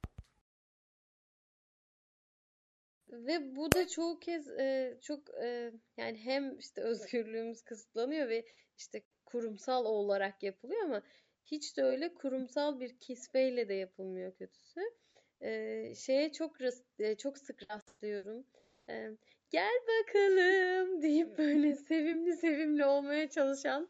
Ve bu da çoğu kez çok yani hem işte özgürlüğümüz kısıtlanıyor ve işte kurumsal olarak yapılıyor ama hiç de öyle kurumsal bir kisveyle de yapılmıyor kötüsü. Şeye çok sık rastlıyorum. Gel bakalım deyip böyle sevimli sevimli olmaya çalışan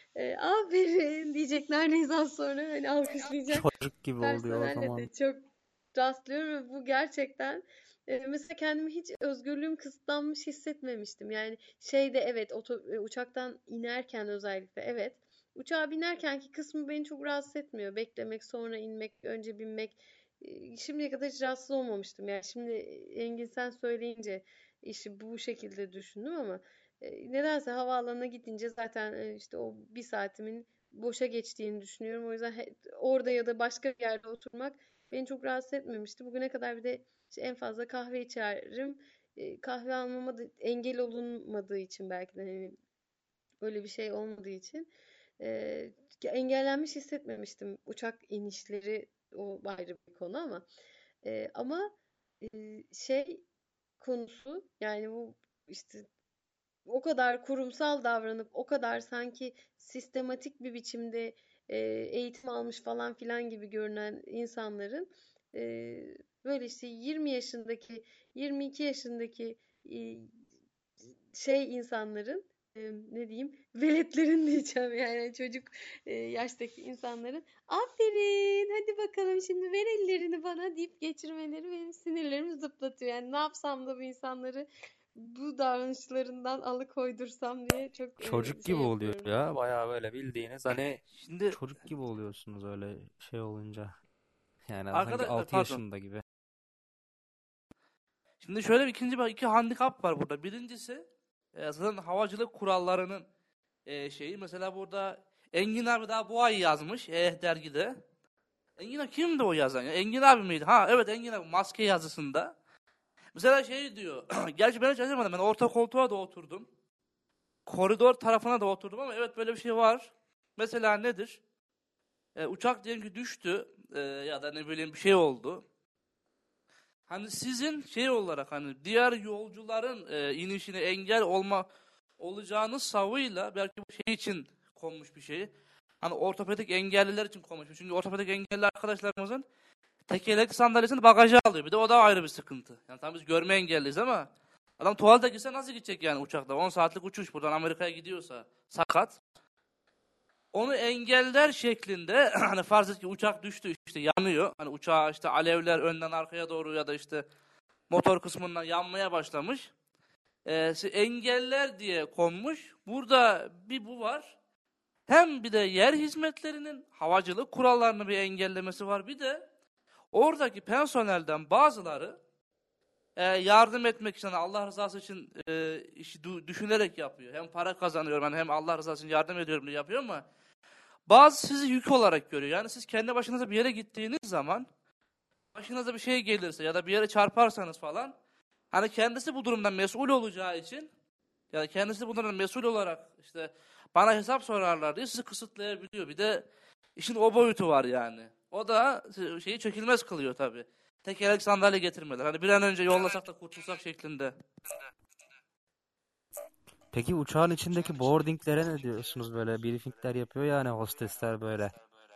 Aferin diyecekler neyse az sonra hani alkışlayacak Çocuk gibi oluyor o personelle zaman. de çok rastlıyorum ve bu gerçekten mesela kendimi hiç özgürlüğüm kısıtlanmış hissetmemiştim. Yani şeyde evet uçaktan inerken özellikle evet. Uçağa binerkenki kısmı beni çok rahatsız etmiyor. Beklemek, sonra inmek, önce binmek. Şimdiye kadar hiç rahatsız olmamıştım. Yani şimdi Engin sen söyleyince işi bu şekilde düşündüm ama nedense havaalanına gidince zaten işte o bir saatimin boşa geçtiğini düşünüyorum. O yüzden orada ya da başka bir yerde oturmak beni çok rahatsız etmemişti. Bugüne kadar bir de işte en fazla kahve içerim. Kahve almama da engel olunmadığı için belki de hani öyle bir şey olmadığı için engellenmiş hissetmemiştim. Uçak inişleri o ayrı bir konu ama şey konusu yani bu işte o kadar kurumsal davranıp o kadar sanki sistematik bir biçimde eğitim almış falan filan gibi görünen insanların e, böyle işte 20 yaşındaki 22 yaşındaki e, insanların ne diyeyim veletlerin diyeceğim yani çocuk yaştaki insanların aferin hadi bakalım şimdi ver ellerini bana deyip geçirmeleri benim sinirlerimi zıplatıyor. Yani ne yapsam da bu insanları bu davranışlarından alıkoydursam diye çok Çocuk şey gibi oluyor yapıyorum. ya. Bayağı böyle bildiğiniz hani Şimdi çocuk gibi oluyorsunuz öyle şey olunca. Yani sanki arkadaşlar 6 pardon. yaşında gibi. Şimdi şöyle iki handikap var burada. Birincisi zaten havacılık kurallarının şeyi. Mesela burada Engin abi daha bu ay yazmış dergide. Engin abi kimdi o yazan ya? Engin abi miydi? Ha evet Engin abi maske yazısında. Mesela şey diyor. Gerçi ben hiç yazamadım. Ben orta koltuğa da oturdum. Koridor tarafına da oturdum ama evet böyle bir şey var. Mesela nedir? Uçak diyelim ki düştü ya da ne bileyim bir şey oldu. Hani sizin şey olarak hani diğer yolcuların inişine engel olacağınız savıyla belki bu şey için konmuş bir şey. Hani ortopedik engelliler için konmuş. Çünkü ortopedik engelli arkadaşlarımızın tekerlekli sandalyesini bagaja alıyor. Bir de o da ayrı bir sıkıntı. Yani tam biz görme engelliyiz ama adam tuvalete gitse nasıl gidecek yani uçakta? 10 saatlik uçuş buradan Amerika'ya gidiyorsa sakat. Onu engeller şeklinde hani farz et ki uçak düştü işte yanıyor. Hani uçağa işte alevler önden arkaya doğru ya da işte motor kısmından yanmaya başlamış. Engeller diye konmuş. Burada bir bu var. Hem bir de yer hizmetlerinin havacılık kurallarını bir engellemesi var. Bir de oradaki personelden bazıları yardım etmek için Allah rızası için işi düşünerek yapıyor. Hem para kazanıyorum hem Allah rızası için yardım ediyorum diye yapıyor ama bazı sizi yük olarak görüyor. Yani siz kendi başınıza bir yere gittiğiniz zaman başınıza bir şey gelirse ya da bir yere çarparsanız falan hani kendisi bu durumdan mesul olacağı için ya da kendisi bu durumdan mesul olarak işte bana hesap sorarlar diye sizi kısıtlayabiliyor. Bir de işin o boyutu var yani. O da şeyi çekilmez kılıyor tabii. Tekerlek sandalye getirmeler. Hani bir an önce yollasak da kurtulsak şeklinde. Peki uçağın içindeki boardinglere ne diyorsunuz böyle briefingler yapıyor ya hani hostesler böyle.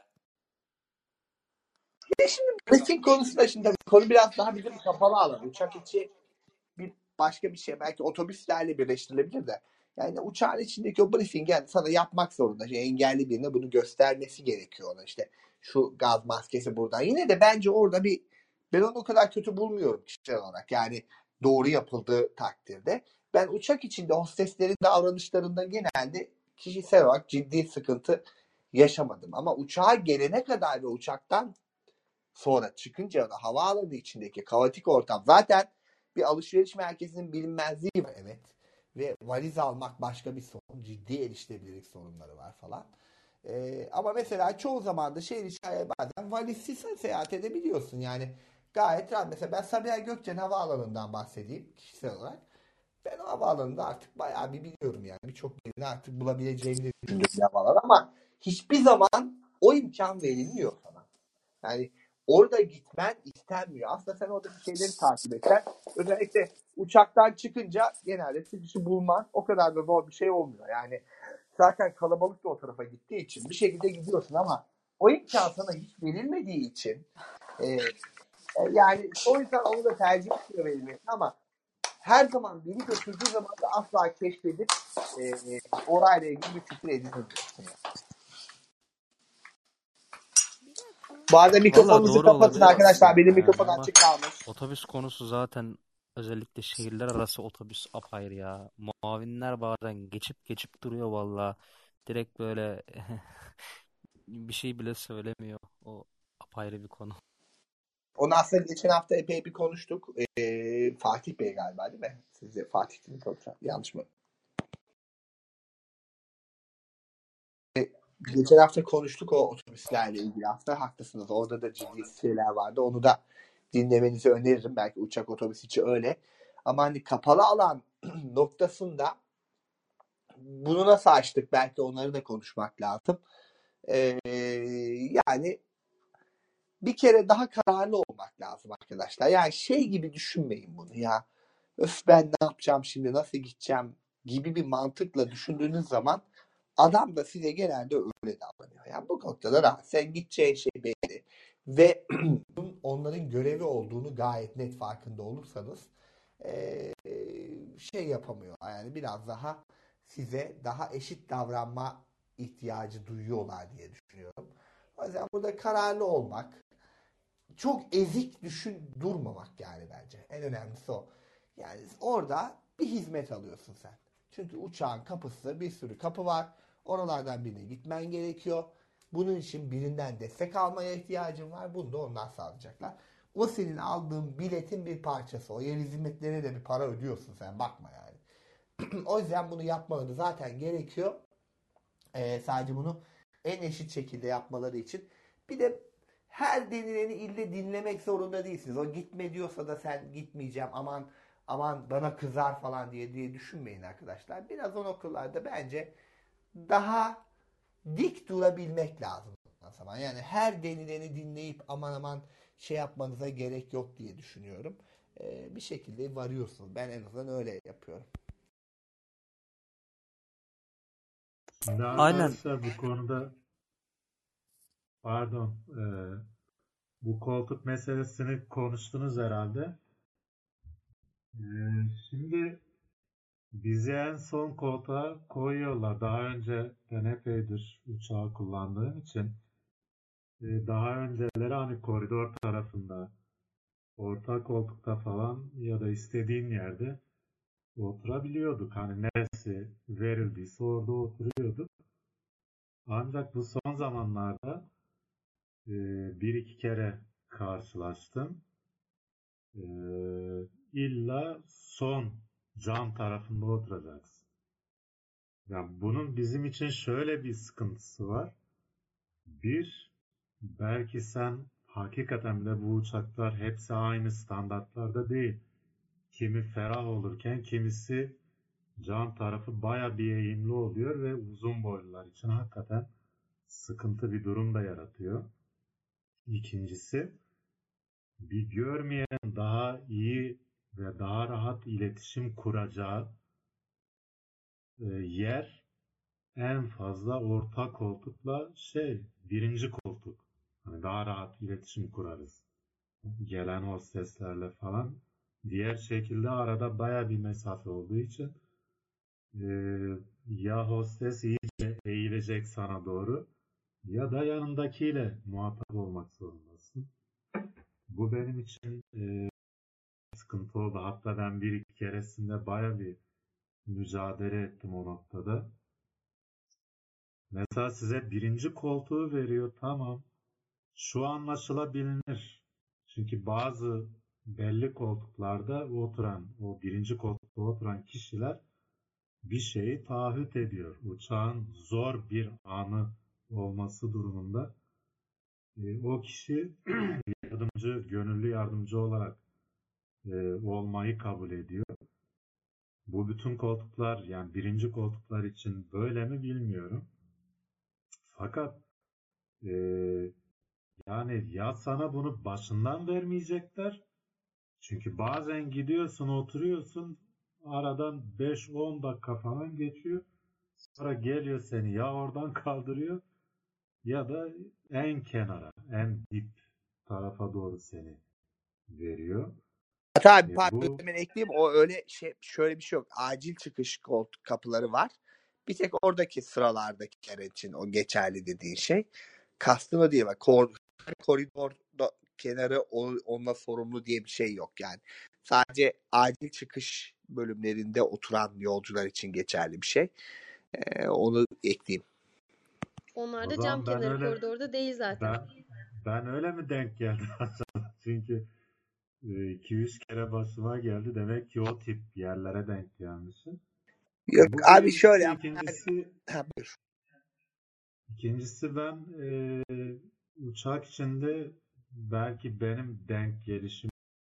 Şimdi briefing konusunda şimdi tabii konu biraz daha bizim kapalı alan. Uçak içi bir başka bir şey belki otobüslerle birleştirilebilir de. Yani uçağın içindeki o briefing yani sana yapmak zorunda. Engelli birine bunu göstermesi gerekiyor ona işte. Şu gaz maskesi buradan. Yine de bence orada ben onu o kadar kötü bulmuyorum kişisel olarak. Yani doğru yapıldığı takdirde. Ben uçak içinde hosteslerin davranışlarında genelde kişisel olarak ciddi sıkıntı yaşamadım. Ama uçağa gelene kadar ve uçaktan sonra çıkınca da havaalanı içindeki kaotik ortam zaten bir alışveriş merkezinin bilinmezliği var evet. Ve valiz almak başka bir sorun. Ciddi erişilebilirlik sorunları var falan. Ama mesela çoğu zaman da şehir içi bazen valizsiz seyahat edebiliyorsun. Yani gayet rahat. Mesela ben Sabiha Gökçen Havaalanı'ndan bahsedeyim kişisel olarak. Ben o havaalanında artık bayağı bir biliyorum yani. Birçok yerini artık bulabileceğimi düşünüyorum havaalanı ama hiçbir zaman o imkan verilmiyor sana. Yani orada gitmen istenmiyor. Aslında sen orada bir şeyleri takip etsen özellikle uçaktan çıkınca genelde çıkışı bulman o kadar da zor bir şey olmuyor. Yani zaten kalabalık da o tarafa gittiği için bir şekilde gidiyorsun ama o imkan sana hiç verilmediği için yani o yüzden onu da tercih ediyor verilmesi ama her zaman beni götürdüğü zaman da asla keşfedip orayla ilgili bir fikir edinemiyorsun. Yani. Bu arada Valla mikrofonunuzu doğru kapatın olabilir arkadaşlar. aslında Benim yani mikrofon ama açık kalmış. otobüs konusu zaten özellikle şehirler arası otobüs apayrı ya. Muavinler bazen geçip duruyor valla. Direkt böyle bir şey bile söylemiyor. O apayrı bir konu. Onu aslında geçen hafta epey bir konuştuk. Fatih Bey galiba değil mi? Size Fatih değil mi konuşan? Yanlış mı? Geçen hafta konuştuk o otobüslerle ilgili aslında. Haklısınız. Orada da ciddi şeyler vardı. Onu da dinlemenizi öneririm. Belki uçak otobüs için öyle. Ama hani kapalı alan noktasında bunu nasıl açtık? Belki onları da konuşmak lazım. Yani bir kere daha kararlı olmak lazım arkadaşlar. Yani şey gibi düşünmeyin bunu ya. Öf ben ne yapacağım şimdi, nasıl gideceğim gibi bir mantıkla düşündüğünüz zaman adam da size genelde öyle davranıyor. Yani bu noktada rahat. Sen gideceğin şey belli. Ve onların görevi olduğunu gayet net farkında olursanız şey yapamıyor. Yani biraz daha size daha eşit davranma ihtiyacı duyuyorlar diye düşünüyorum. O yüzden burada kararlı olmak, çok ezik durmamak yani bence. En önemlisi o. Yani orada bir hizmet alıyorsun sen. Çünkü uçağın kapısı, bir sürü kapı var. Oralardan birine gitmen gerekiyor. Bunun için birinden destek almaya ihtiyacın var. Bunu da onlar sağlayacaklar. O senin aldığın biletin bir parçası. O yer hizmetlerine de bir para ödüyorsun sen. Bakma yani. O yüzden bunu yapmaları zaten gerekiyor. Sadece bunu en eşit şekilde yapmaları için. Bir de her denileni ille dinlemek zorunda değilsiniz. O gitme diyorsa da sen gitmeyeceğim aman bana kızar falan diye düşünmeyin arkadaşlar. Biraz o noktalarda bence daha dik durabilmek lazım. Yani her denileni dinleyip aman şey yapmanıza gerek yok diye düşünüyorum. Bir şekilde varıyorsunuz. Ben en azından öyle yapıyorum. Şimdi Aynen. arkadaşlar bu konuda pardon bu koltuk meselesini konuştunuz herhalde. Şimdi bizi en son koltuğa koyuyorlar. Daha önce ben epeydir uçağı kullandığım için daha önceleri hani koridor tarafında, orta koltukta falan ya da istediğin yerde oturabiliyorduk. Hani neresi verildiyse orada oturuyorduk. Ancak bu son zamanlarda bir iki kere karşılaştım. İlla son cam tarafında oturacaksın. Yani bunun bizim için şöyle bir sıkıntısı var. Bir, belki sen hakikaten de bu uçaklar hepsi aynı standartlarda değil. Kimi ferah olurken kimisi cam tarafı baya bir eğimli oluyor ve uzun boylular için hakikaten sıkıntı bir durum da yaratıyor. İkincisi, bir görmeyen daha iyi ve daha rahat iletişim kuracağı yer en fazla orta koltukla birinci koltuk. Hani daha rahat iletişim kurarız. Gelen hosteslerle falan. Diğer şekilde arada baya bir mesafe olduğu için ya hostes iyice eğilecek sana doğru ya da yanındakiyle muhatap olmak zorundasın. Bu benim için sıkıntı oldu. Hatta ben bir iki keresinde baya bir mücadele ettim o noktada. Mesela size birinci koltuğu veriyor, tamam. Şu anlaşılabilir. Çünkü bazı belli koltuklarda o birinci koltukta oturan kişiler bir şeyi taahhüt ediyor. Uçağın zor bir anı olması durumunda o kişi gönüllü yardımcı olarak olmayı kabul ediyor. Bu bütün koltuklar, yani birinci koltuklar için böyle mi bilmiyorum. Fakat yani ya sana bunu başından vermeyecekler. Çünkü bazen gidiyorsun, oturuyorsun, aradan 5-10 dakika falan geçiyor. Sonra geliyor seni ya oradan kaldırıyor ya da en kenara, en dip tarafa doğru seni veriyor. Tabii pardon, Bu hemen ekleyeyim. O öyle şöyle bir şey yok. Acil çıkış koltuk kapıları var. Bir tek oradaki sıralardakiler için o geçerli dediğin şey. Kastım o değil. Bak, koridorda kenarı onunla sorumlu diye bir şey yok yani. Sadece acil çıkış bölümlerinde oturan yolcular için geçerli bir şey. Onu ekleyeyim. Onlar o da cam zaman ben kenarı öyle koridorda değil zaten. ben öyle mi denk geldi acaba? Çünkü 200 kere başıma geldi. Demek ki o tip yerlere denk gelmişim. Yok Bu abi birincisi, şöyle ama buyur. ikincisi ben uçak içinde belki benim denk gelişim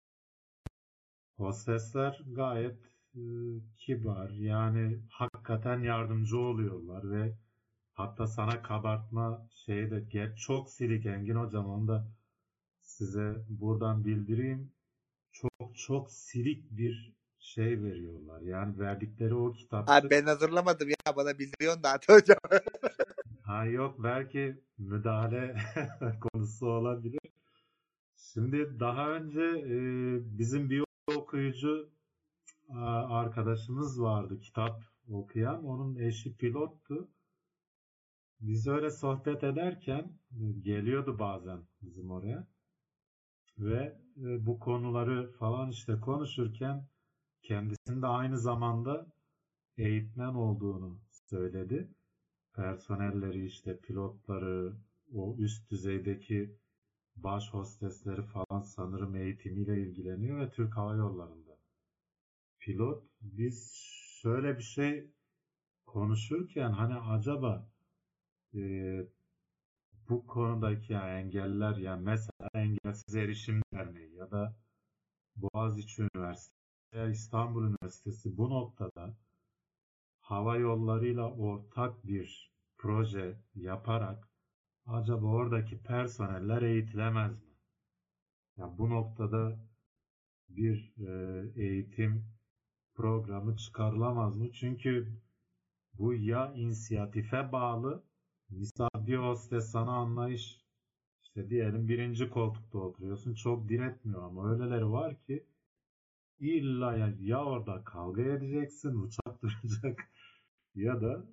hostesler gayet kibar. Yani hakikaten yardımcı oluyorlar ve hatta sana kabartma şeyi de çok silik Engin hocam, onu da size buradan bildireyim. Çok çok silik bir şey veriyorlar. Yani verdikleri o Abi kitapçık. ben hazırlamadım ya, bana bildiriyorsun da hocam. Ha yok, belki müdahale konusu olabilir. Şimdi daha önce bizim bir okuyucu arkadaşımız vardı, kitap okuyan. Onun eşi pilottu. Biz öyle sohbet ederken geliyordu bazen bizim oraya ve bu konuları falan işte konuşurken kendisinin de aynı zamanda eğitmen olduğunu söyledi. Personelleri, işte pilotları, o üst düzeydeki baş hostesleri falan sanırım eğitimiyle ilgileniyor ve Türk Hava Yolları'nda pilot. Biz şöyle bir şey konuşurken hani acaba e, bu konudaki engeller, yani mesela Engelsiz Erişim Derneği ya da Boğaziçi Üniversitesi veya İstanbul Üniversitesi bu noktada hava yollarıyla ortak bir proje yaparak acaba oradaki personeller eğitilemez mi? Ya bu noktada bir eğitim programı çıkarılamaz mı? Çünkü bu ya inisiyatife bağlı. Misal bir hostes sana anlayış, işte diyelim birinci koltukta oturuyorsun, çok diretmiyor ama öyleleri var ki illa ya orada kavga edeceksin, uçak duracak ya da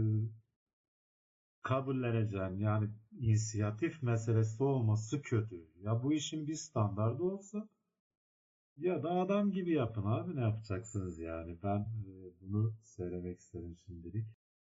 kabulleneceğin, yani inisiyatif meselesi olması kötü. Ya bu işin bir standardı olsa ya da adam gibi yapın abi, ne yapacaksınız yani. Ben bunu söylemek isterim şimdilik.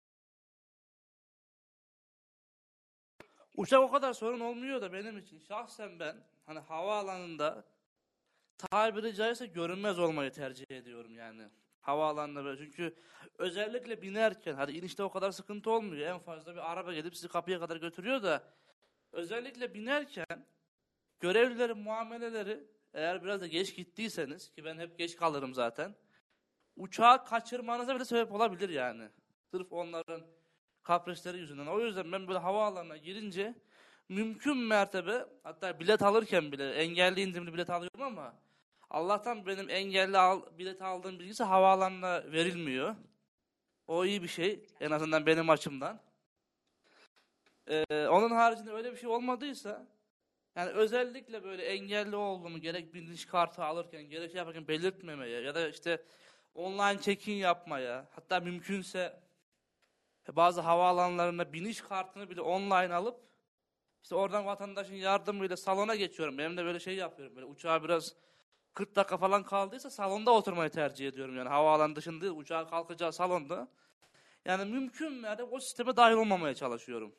Uçak o kadar sorun olmuyor da benim için. Şahsen ben hani havaalanında tabiri caizse görünmez olmayı tercih ediyorum yani. Havaalanında böyle. Çünkü özellikle binerken hadi inişte o kadar sıkıntı olmuyor. En fazla bir araba gelip sizi kapıya kadar götürüyor da özellikle binerken görevlilerin muameleleri, eğer biraz da geç gittiyseniz, ki ben hep geç kalırım zaten, uçağı kaçırmanıza bile sebep olabilir yani. Sırf onların kaprisleri yüzünden. O yüzden ben böyle havaalanına girince mümkün mertebe, hatta bilet alırken bile engelli indirimli bilet alıyorum ama Allah'tan benim engelli bilet aldığım bilgisi havaalanına verilmiyor. O iyi bir şey en azından benim açımdan. Onun haricinde öyle bir şey olmadıysa, yani özellikle böyle engelli olduğumu gerek biniş kartı alırken gerek şey yaparken belirtmemeye ya da işte online check-in yapmaya, hatta mümkünse bazı havaalanlarında biniş kartını bile online alıp işte oradan vatandaşın yardımıyla salona geçiyorum. Benim de böyle şey yapıyorum. Böyle uçağa biraz 40 dakika falan kaldıysa salonda oturmayı tercih ediyorum. Yani havaalanı dışında değil, uçağa kalkacağı salonda. Yani mümkün mertebe o sisteme dahil olmamaya çalışıyorum.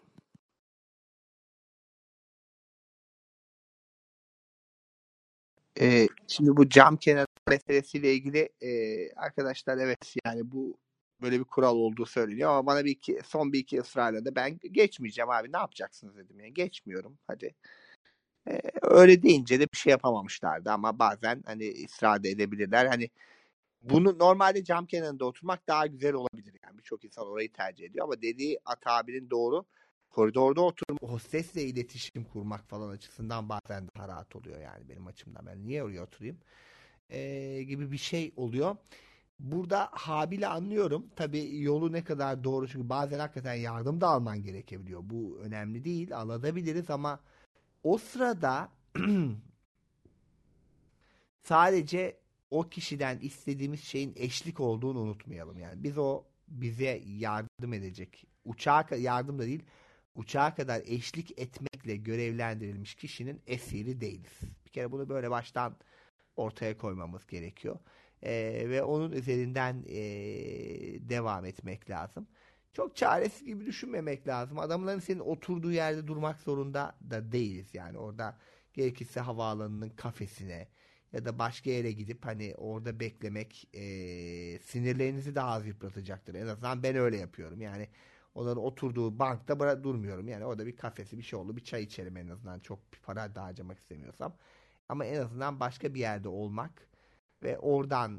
Şimdi bu cam kenarı meselesiyle ilgili arkadaşlar, evet yani bu böyle bir kural olduğu söyleniyor ama bana son bir iki ısrarla da ben geçmeyeceğim abi, ne yapacaksınız dedim, yani geçmiyorum hadi. Öyle deyince de bir şey yapamamışlardı ama bazen hani ısrar da edebilirler. Hani bunu normalde cam kenarında oturmak daha güzel olabilir yani, birçok insan orayı tercih ediyor ama dediği tabinin doğru, koridorda oturmak, hostesle iletişim kurmak falan açısından bazen daha rahat oluyor yani benim açımdan. Ben niye oraya oturayım gibi bir şey oluyor. Burada Habil'i anlıyorum. Tabii yolu ne kadar doğru, çünkü bazen hakikaten yardım da alman gerekebiliyor. Bu önemli değil, alabiliriz ama o sırada sadece o kişiden istediğimiz şeyin eşlik olduğunu unutmayalım. Yani biz o bize yardım edecek, yardım da değil, uçağa kadar eşlik etmekle görevlendirilmiş kişinin esiri değiliz. Bir kere bunu böyle baştan ortaya koymamız gerekiyor. Ve onun üzerinden devam etmek lazım. Çok çaresiz gibi düşünmemek lazım. Adamların senin oturduğu yerde durmak zorunda da değiliz. Yani orada gerekirse havaalanının kafesine ya da başka yere gidip hani orada beklemek sinirlerinizi daha az yıpratacaktır. En azından ben öyle yapıyorum. Yani onların oturduğu bankta durmuyorum. Yani orada bir kafesi bir şey oldu. Bir çay içerim en azından. Çok bir para da harcamak istemiyorsam. Ama en azından başka bir yerde olmak ve oradan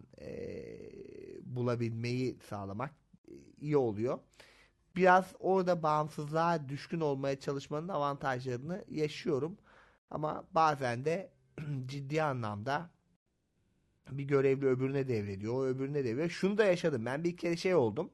bulabilmeyi sağlamak iyi oluyor. Biraz orada bağımsızlığa düşkün olmaya çalışmanın avantajlarını yaşıyorum. Ama bazen de ciddi anlamda bir görevli öbürüne devrediyor. O öbürüne devrediyor. Şunu da yaşadım. Ben bir kere şey oldum.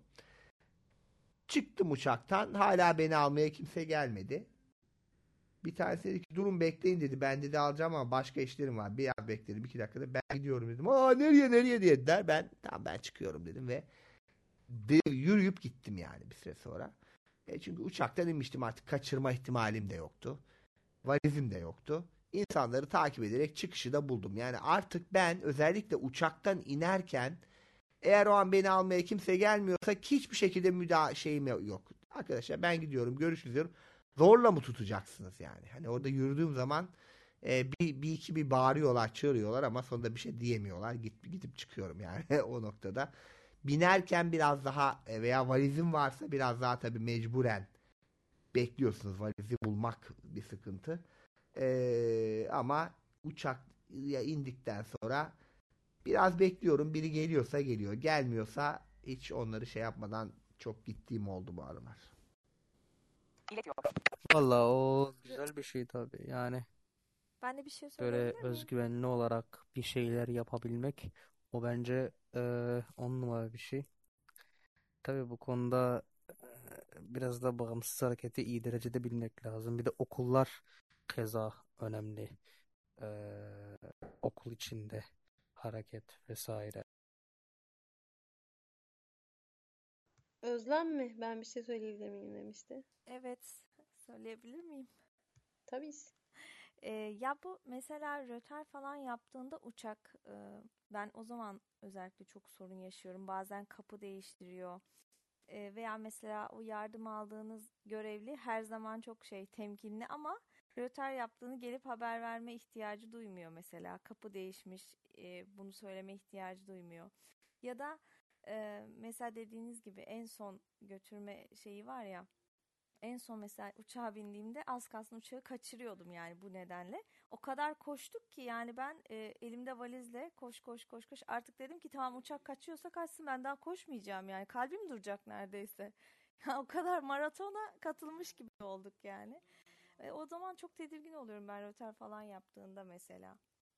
Çıktım uçaktan. Hala beni almaya kimse gelmedi. Bir tanesi dedi ki durun bekleyin dedi. Ben dedi alacağım ama başka işlerim var. Biraz bekledim 2 dakikada. Ben gidiyorum dedim. Aa nereye dediler. Ben çıkıyorum dedim ve yürüyüp gittim yani bir süre sonra. Çünkü uçaktan inmiştim artık kaçırma ihtimalim de yoktu. Valizim de yoktu. İnsanları takip ederek çıkışı da buldum. Yani artık ben özellikle uçaktan inerken eğer o an beni almaya kimse gelmiyorsa hiçbir şekilde şeyim yok. Arkadaşlar ben gidiyorum görüşürüz diyorum. Zorla mı tutacaksınız yani? Hani orada yürüdüğüm zaman bir bağırıyorlar, çığırıyorlar ama sonunda bir şey diyemiyorlar. Gidip çıkıyorum yani o noktada. Binerken biraz daha veya valizim varsa biraz daha tabii mecburen bekliyorsunuz. Valizi bulmak bir sıkıntı. Ama uçakya indikten sonra biraz bekliyorum. Biri geliyorsa geliyor. Gelmiyorsa hiç onları şey yapmadan çok gittiğim oldu bu aralar. İletiyor. Valla o güzel bir şey tabii. Yani Ben de bir şey böyle söyleyebilir miyim? özgüvenli olarak bir şeyler yapabilmek o bence 10 numara bir şey. Tabii bu konuda biraz da bağımsız hareketi iyi derecede bilmek lazım. Bir de okullar keza önemli. Okul içinde hareket vesaire. Özlem mi? Ben bir şey söyleyebilir miyim demişti. Evet, söyleyebilir miyim? Tabii. Ya bu mesela rötar falan yaptığında uçak, ben o zaman özellikle çok sorun yaşıyorum. Bazen kapı değiştiriyor. Veya mesela o yardım aldığınız görevli her zaman çok temkinli ama rötar yaptığını gelip haber verme ihtiyacı duymuyor mesela. Kapı değişmiş, bunu söyleme ihtiyacı duymuyor. Ya da mesela dediğiniz gibi en son götürme şeyi var ya. En son mesela uçağa bindiğimde az kalsın uçağı kaçırıyordum yani bu nedenle. O kadar koştuk ki yani ben elimde valizle koş. Artık dedim ki tamam uçak kaçıyorsa kaçsın ben daha koşmayacağım yani. Kalbim duracak neredeyse. O kadar maratona katılmış gibi olduk yani. O zaman çok tedirgin oluyorum ben rötar falan yaptığında mesela.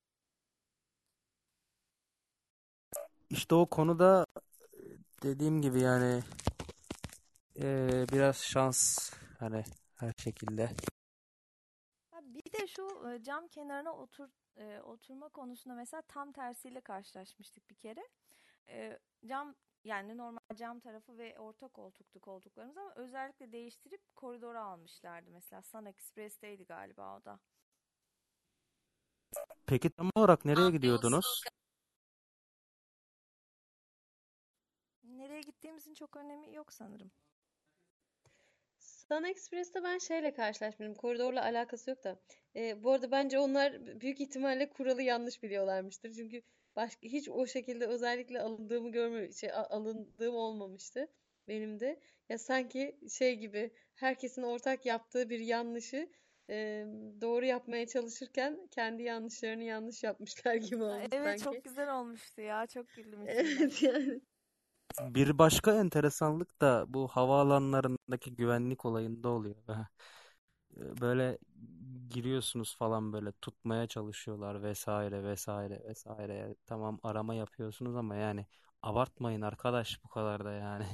İşte o konuda dediğim gibi yani biraz şans hani her şekilde. Bir de şu cam kenarına oturma konusunda mesela tam tersiyle karşılaşmıştık bir kere. Cam yani normal cam tarafı ve orta koltuktu koltuklarımız ama özellikle değiştirip koridora almışlardı mesela. Sun Express'teydi galiba o da. Peki tam olarak nereye gidiyordunuz? Nereye gittiğimizin çok önemi yok sanırım. Sun Express'te ben şeyle karşılaşmadım. Koridorla alakası yok da. Bu arada bence onlar büyük ihtimalle kuralı yanlış biliyorlarmıştır. Çünkü hiç o şekilde özellikle alındığım olmamıştı benim de. Ya sanki şey gibi herkesin ortak yaptığı bir yanlışı doğru yapmaya çalışırken kendi yanlışlarını yanlış yapmışlar gibi olmuş Evet sanki. çok güzel olmuştu ya. Çok güldüm Evet yani. Bir başka enteresanlık da bu havaalanlarındaki güvenlik olayında oluyor. Böyle giriyorsunuz falan böyle tutmaya çalışıyorlar vesaire. Tamam arama yapıyorsunuz ama yani abartmayın arkadaş bu kadar da yani.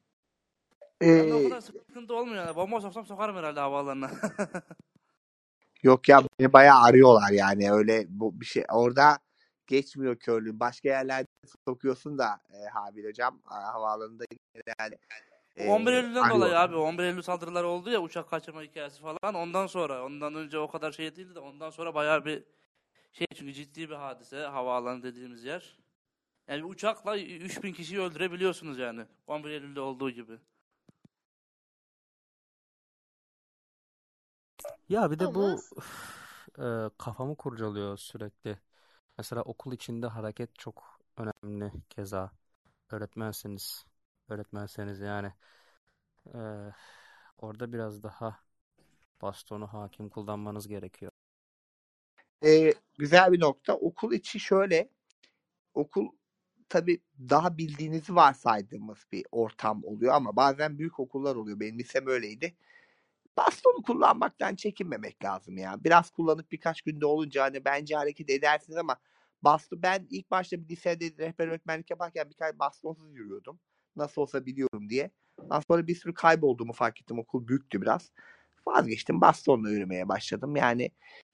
Ben de o kadar sıkıntı olmuyor yani. Bomba soksam sokarım herhalde havaalanına. Yok ya, beni bayağı arıyorlar yani, öyle bu bir şey orada geçmiyor körlüğün. Başka yerlerde sokuyorsun da Habil hocam, havaalanında yani 11 Eylül'den dolayı arıyorlar. abi. 11 Eylül saldırıları oldu ya, uçak kaçırma hikayesi falan. Ondan önce o kadar şey değildi de ondan sonra bayağı bir şey, çünkü ciddi bir hadise havaalanı dediğimiz yer. Yani bir uçakla 3000 kişiyi öldürebiliyorsunuz yani. 11 Eylül'de olduğu gibi. Ya bir de Ama bu kafamı kurcalıyor sürekli. Mesela okul içinde hareket çok önemli keza. Öğretmenseniz, öğretmenseniz yani e, orada biraz daha bastonu hakim kullanmanız gerekiyor. Güzel bir nokta. Okul içi şöyle, okul tabii daha bildiğinizi varsaydığımız bir ortam oluyor ama bazen büyük okullar oluyor. Benim lisem öyleydi. Bastonu kullanmaktan çekinmemek lazım ya. Biraz kullanıp birkaç günde olunca hani bence hareket edersiniz ama ben ilk başta bir lisede rehber öğretmenlik yaparken birkaç bastonsuz yürüyordum. Nasıl olsa biliyorum diye. Daha sonra bir sürü kaybolduğumu fark ettim. Okul büyüktü biraz. Vazgeçtim. Bastonla yürümeye başladım. Yani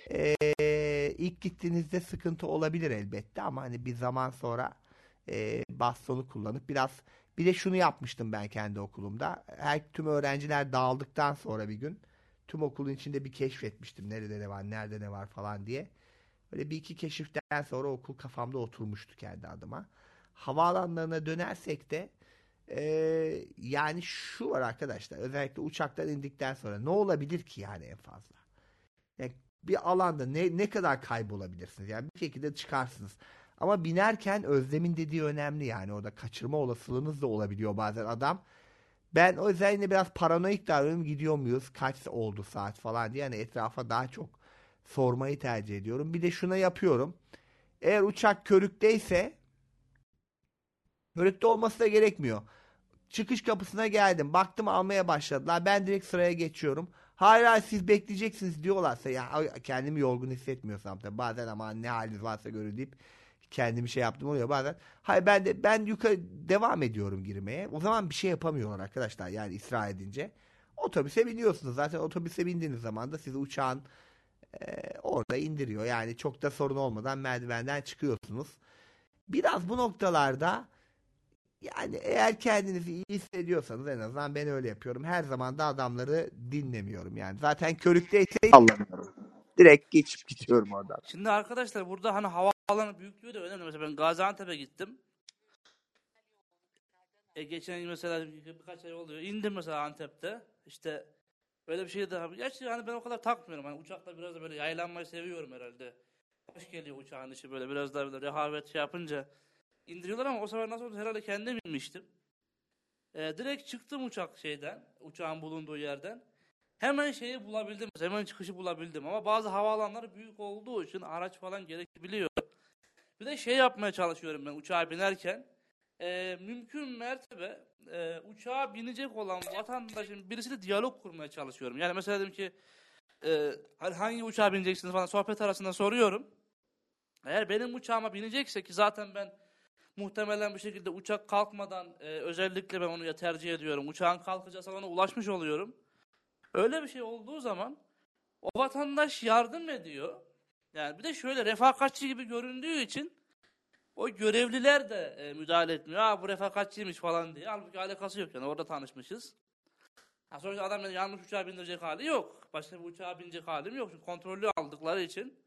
ilk gittiğinizde sıkıntı olabilir elbette ama hani bir zaman sonra bastonu kullanıp biraz, bir de şunu yapmıştım ben kendi okulumda. Tüm öğrenciler dağıldıktan sonra bir gün tüm okulun içinde bir keşfetmiştim. Nerede ne var, nerede ne var falan diye. Böyle bir iki keşiften sonra okul kafamda oturmuştu kendi adıma. Havaalanlarına dönersek de yani şu var arkadaşlar. Özellikle uçaktan indikten sonra ne olabilir ki yani en fazla? Yani bir alanda ne kadar kaybolabilirsiniz? Yani bir şekilde çıkarsınız. Ama binerken Özlem'in dediği önemli yani. Orada kaçırma olasılığınız da olabiliyor bazen adam. Ben o yüzden yine biraz paranoik davranıyorum. Gidiyor muyuz? Kaç oldu saat falan diye. Yani etrafa daha çok sormayı tercih ediyorum. Bir de şuna yapıyorum. Eğer uçak körükteyse, körükte olması da gerekmiyor. Çıkış kapısına geldim. Baktım almaya başladılar. Ben direkt sıraya geçiyorum. Hayır hayır, siz bekleyeceksiniz diyorlarsa, ya kendimi yorgun hissetmiyorsam tabii bazen, ama ne haliniz varsa görün deyip kendimi şey yaptım oluyor bazen. Hayır, ben yukarı devam ediyorum girmeye. O zaman bir şey yapamıyorlar arkadaşlar, yani ısrar edince. Otobüse biniyorsunuz. Zaten otobüse bindiğiniz zaman da sizi uçağın orada indiriyor. Yani çok da sorun olmadan merdivenden çıkıyorsunuz. Biraz bu noktalarda, yani eğer kendinizi iyi hissediyorsanız, en azından ben öyle yapıyorum. Her zaman da adamları dinlemiyorum yani. Zaten körükteyse sallamıyorum. Direkt geçip gidiyorum oradan. Şimdi arkadaşlar burada hani havaalanı büyüklüğü de önemli. Mesela ben Gaziantep'e gittim. Geçen yıl mesela birkaç ay oluyor. İndim mesela Antep'te. İşte böyle bir şey daha. Gerçi hani ben o kadar takmıyorum. Hani uçakla biraz da böyle yaylanmayı seviyorum herhalde. Hoş geliyor uçağın içi, böyle biraz daha böyle rehavet şey yapınca indiriyorlar, ama o sefer nasıl oldu, herhalde kendim inmiştim. Direkt çıktım uçağın bulunduğu yerden. Hemen şeyi bulabildim. Hemen çıkışı bulabildim. Ama bazı havaalanları büyük olduğu için araç falan gerekebiliyor. Bir de şey yapmaya çalışıyorum ben uçağa binerken. Mümkün mertebe uçağa binecek olan vatandaşın birisiyle diyalog kurmaya çalışıyorum. Yani mesela dedim ki hangi uçağa bineceksiniz falan, sohbet arasında soruyorum. Eğer benim uçağıma binecekse, ki zaten ben muhtemelen bir şekilde uçak kalkmadan özellikle ben onu tercih ediyorum. Uçağın kalkacağı salona ulaşmış oluyorum. Öyle bir şey olduğu zaman o vatandaş yardım ediyor. Yani bir de şöyle refakatçi gibi göründüğü için o görevliler de müdahale etmiyor. Bu refakatçiymiş falan diye. Halbuki alakası yok yani, orada tanışmışız. Sonuçta adam beni yanlış uçağa bindirecek hali yok. Başka bir uçağa binecek halim yok. Çünkü kontrollü aldıkları için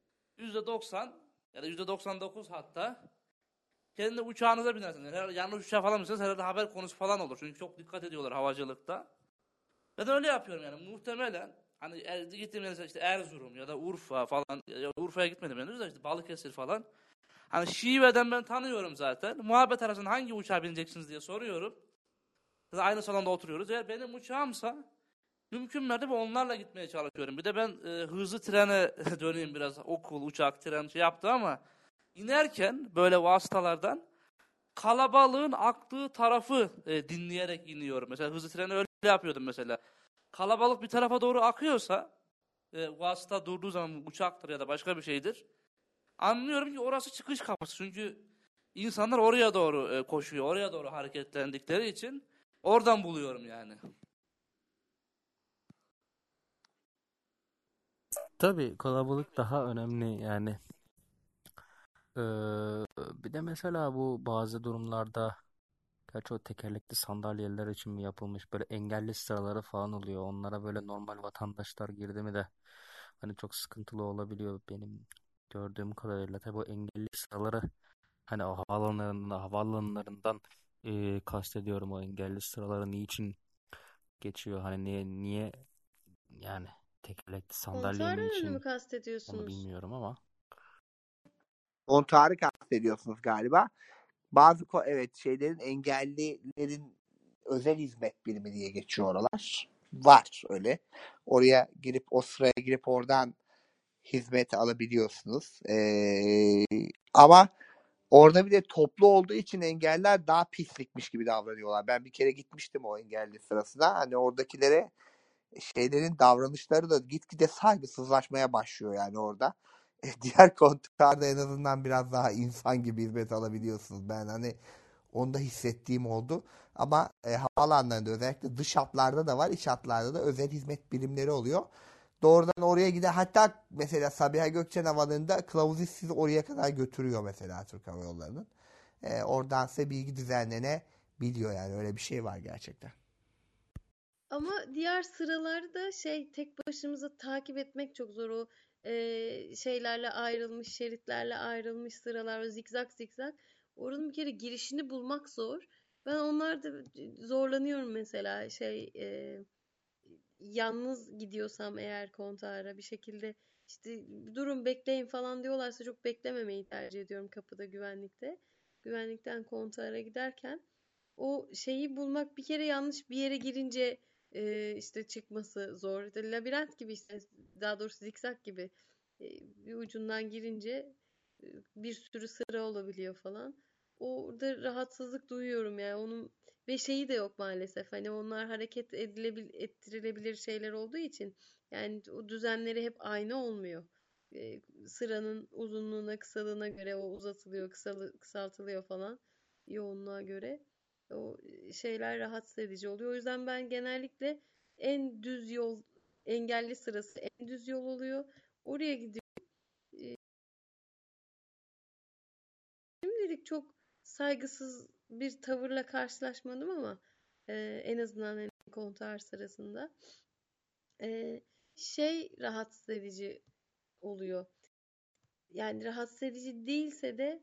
%90 ya da %99 hatta kendi uçağınıza binersiniz. Herhalde yanlış uçağa falan mısınız? Herhalde haber konusu falan olur. Çünkü çok dikkat ediyorlar havacılıkta. Ben öyle yapıyorum yani. Muhtemelen hani gittiğim yerler işte Erzurum ya da Urfa falan. Ya Urfa'ya gitmedim henüz de, işte Balıkesir falan. Hani şiveden ben tanıyorum zaten. Muhabbet arasında hangi uçağa bineceksiniz diye soruyorum. Aynı salonda oturuyoruz. Eğer benim uçağımsa mümkün mertebe onlarla gitmeye çalışıyorum. Bir de ben hızlı trene döneyim biraz. Okul, uçak, tren şey yaptı ama inerken böyle vasıtalardan kalabalığın aktığı tarafı dinleyerek iniyorum. Mesela hızlı treni öyle yapıyordum mesela. Kalabalık bir tarafa doğru akıyorsa vasıta durduğu zaman, uçaktır ya da başka bir şeydir, anlıyorum ki orası çıkış kapısı. Çünkü insanlar oraya doğru koşuyor. Oraya doğru hareketlendikleri için oradan buluyorum yani. Tabii kalabalık daha önemli yani. Ee, Bir de mesela bu bazı durumlarda gerçi o tekerlekli sandalyeler için mi yapılmış böyle engelli sıraları falan oluyor. Onlara böyle normal vatandaşlar girdi mi de hani çok sıkıntılı olabiliyor benim gördüğüm kadarıyla. Tabii o engelli sıraları hani o havaalanlarından kastediyorum o engelli sıraları niçin geçiyor? Hani niye yani tekerlekli sandalye Kontuar alanını mı niçin onu kastediyorsunuz? bilmiyorum ama. Kontuarı kastediyorsunuz galiba. Evet, şeylerin, engellilerin özel hizmet birimi diye geçiyor oralar. Var öyle. Oraya girip o sıraya girip oradan hizmet alabiliyorsunuz. Ama orada bir de toplu olduğu için engeller daha pislikmiş gibi davranıyorlar. Ben bir kere gitmiştim o engelli sırasına. Hani oradakilere şeylerin davranışları da gitgide saygısızlaşmaya başlıyor yani orada. Diğer kontuklarda en azından biraz daha insan gibi hizmet alabiliyorsunuz. Ben hani onu da hissettiğim oldu. Ama havaalanlarında özellikle dış hatlarda da var, iç hatlarda da özel hizmet birimleri oluyor. Doğrudan oraya gider. Hatta mesela Sabiha Gökçen Havaalanı'nda kılavuz sizi oraya kadar götürüyor mesela Türk Hava Yolları'nın. Oradan size bilgi düzenlenebiliyor yani öyle bir şey var gerçekten. Ama diğer sıraları da tek başımıza takip etmek çok zor. O şeylerle ayrılmış, şeritlerle ayrılmış sıralar, o zikzak zikzak. Oranın bir kere girişini bulmak zor. Ben onlarda zorlanıyorum mesela yalnız gidiyorsam eğer kontağa bir şekilde işte durun bekleyin falan diyorlarsa çok beklememeyi tercih ediyorum kapıda güvenlikte. Güvenlikten kontağa giderken o şeyi bulmak bir kere yanlış bir yere girince işte çıkması zor. İşte labirent gibi işte daha doğrusu zikzak gibi bir ucundan girince bir sürü sıra olabiliyor falan. Orada rahatsızlık duyuyorum yani onun ve şeyi de yok maalesef. Hani onlar hareket ettirilebilir şeyler olduğu için yani o düzenleri hep aynı olmuyor. Sıranın uzunluğuna, kısalığına göre o uzatılıyor, kısaltılıyor falan yoğunluğa göre. O şeyler rahatsız edici oluyor. O yüzden ben genellikle en düz yol, engelli sırası en düz yol oluyor. Oraya gidiyorum. Şimdilik çok saygısız bir tavırla karşılaşmadım ama en azından hani konser sırasında rahatsız edici oluyor. Yani rahatsız edici değilse de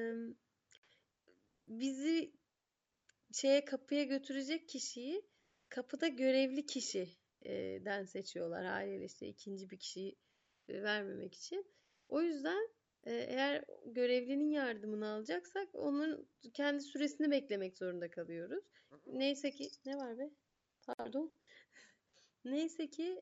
bizi kapıya götürecek kişiyi kapıda görevli kişiden seçiyorlar haliyle işte ikinci bir kişiyi vermemek için. O yüzden eğer görevlinin yardımını alacaksak onun kendi süresini beklemek zorunda kalıyoruz. Neyse ki ne var be? Pardon. Neyse ki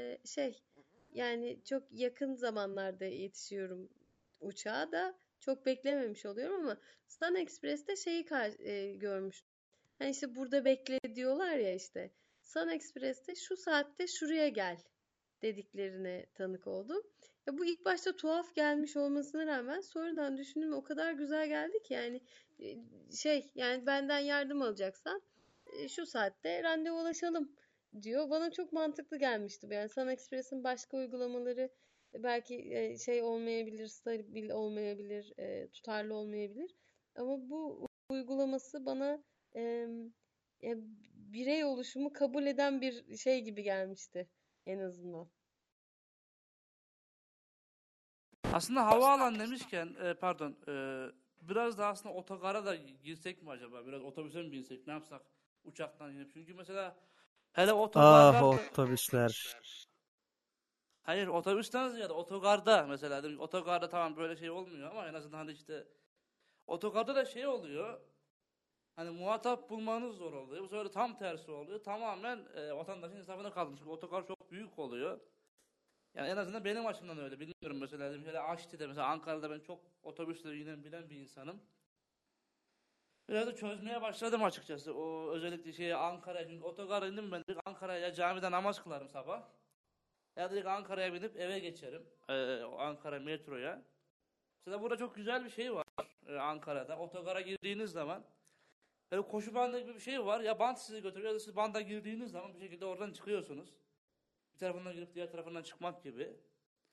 yani çok yakın zamanlarda yetişiyorum uçağa da çok beklememiş oluyorum ama Sun Express'te görmüştüm. Hani işte burada bekle diyorlar ya işte. Sun Express'te şu saatte şuraya gel dediklerine tanık oldum. Ya bu ilk başta tuhaf gelmiş olmasına rağmen sonradan düşündüm o kadar güzel geldi ki yani yani benden yardım alacaksan şu saatte randevulaşalım diyor. Bana çok mantıklı gelmişti. Yani Sun Express'in başka uygulamaları belki olmayabilir, stabil olmayabilir, tutarlı olmayabilir. Ama bu uygulaması bana birey oluşumu kabul eden bir şey gibi gelmişti en azından. Aslında havaalanı demişken pardon biraz da aslında otogara da girsek mi acaba? Biraz otobüse mi binsek? Ne yapsak? Uçaktan inip. Çünkü mesela hele Ah otogarlarda otobüsler. hayır otobüsten ziyade otogarda mesela dedim, otogarda tamam böyle şey olmuyor ama en azından hani işte otogarda da şey oluyor. Hani muhatap bulmanız zor oluyor. Bu sefer de tam tersi oluyor. Tamamen vatandaşın hesabına kalmış. Çünkü otogar çok büyük oluyor. Yani en azından benim açımdan öyle. Bilmiyorum mesela şöyle Aşti'de mesela Ankara'da ben çok otobüsle bilen bir insanım. Biraz da çözmeye başladım açıkçası. O özellikle Ankara'ya, çünkü otogara indim ben direkt Ankara'ya, ya camide namaz kılarım sabah. Ya direkt Ankara'ya binip eve geçerim. O Ankara metroya. Mesela burada çok güzel bir şey var Ankara'da. Otogara girdiğiniz zaman böyle koşu bandı gibi bir şey var. Ya bant sizi götürüyor ya da siz banda girdiğiniz zaman bir şekilde oradan çıkıyorsunuz. Bir tarafından girip diğer tarafından çıkmak gibi.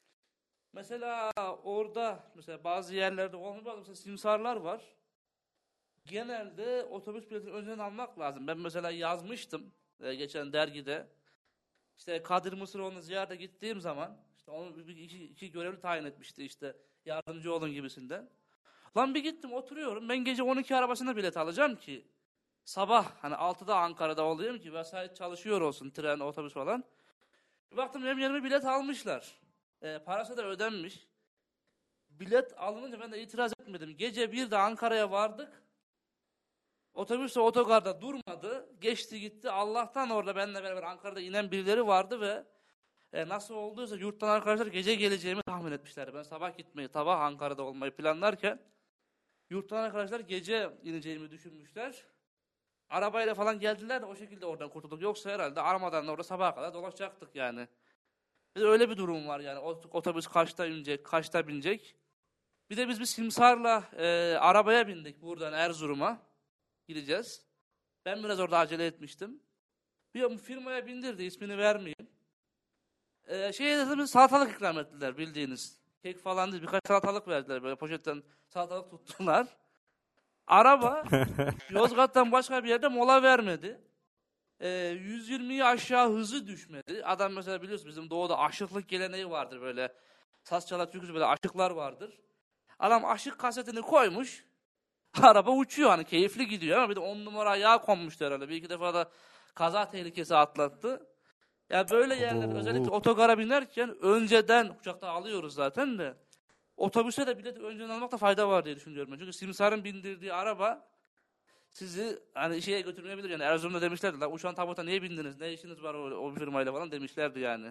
Mesela orada mesela bazı yerlerde olmuyor. Mesela simsarlar var. Genelde otobüs biletini önceden almak lazım. Ben mesela yazmıştım geçen dergide. İşte Kadir Mısıroğlu'nu ziyarete gittiğim zaman işte onu iki görevli tayin etmişti işte yardımcı olun gibisinden. Lan bir gittim oturuyorum. Ben gece 12 arabasına bilet alacağım ki sabah hani 6'da Ankara'da olayım ki vesait çalışıyor olsun tren, otobüs falan. Bir baktım benim yerime bilet almışlar. Parası da ödenmiş. Bilet alınınca ben de itiraz etmedim. Gece 1'de Ankara'ya vardık. Otobüs de otogarda durmadı. Geçti gitti. Allah'tan orada benimle beraber Ankara'da inen birileri vardı ve nasıl olduysa yurttan arkadaşlar gece geleceğimi tahmin etmişlerdi. Ben sabah gitmeyi, sabah Ankara'da olmayı planlarken yurttan arkadaşlar gece ineceğimi düşünmüşler. Arabayla falan geldiler de o şekilde oradan kurtulduk. Yoksa herhalde aramadan orada sabaha kadar dolaşacaktık yani. Bir de öyle bir durum var yani. Otobüs kaçta inecek, kaçta binecek. Bir de biz bir simsarla arabaya bindik buradan Erzurum'a. Gideceğiz. Ben biraz orada acele etmiştim. Bir firmaya bindirdi, ismini vermeyeyim. Salatalık ikram ettiler bildiğiniz. Kek falan değil, birkaç salatalık verdiler böyle poşetten salatalık tuttular. Araba Yozgat'tan başka bir yerde mola vermedi. 120'yi aşağı hızı düşmedi. Adam mesela biliyorsunuz bizim doğuda aşıklık geleneği vardır böyle. Saz çalar türküsü böyle aşıklar vardır. Adam aşık kasetini koymuş. Araba uçuyor hani keyifli gidiyor ama bir de 10 numara yağ konmuştu herhalde. Bir iki defa da kaza tehlikesi atlattı. Ya böyle yerler özellikle otogara binerken önceden uçakta alıyoruz zaten de otobüse de bileti önceden almakta fayda var diye düşünüyorum ben. Çünkü simsarın bindirdiği araba sizi hani şeye götürmeyebilir yani. Erzurum'da demişlerdi lan uçağın tabuta niye bindiniz? Ne işiniz var o firmayla falan demişlerdi yani.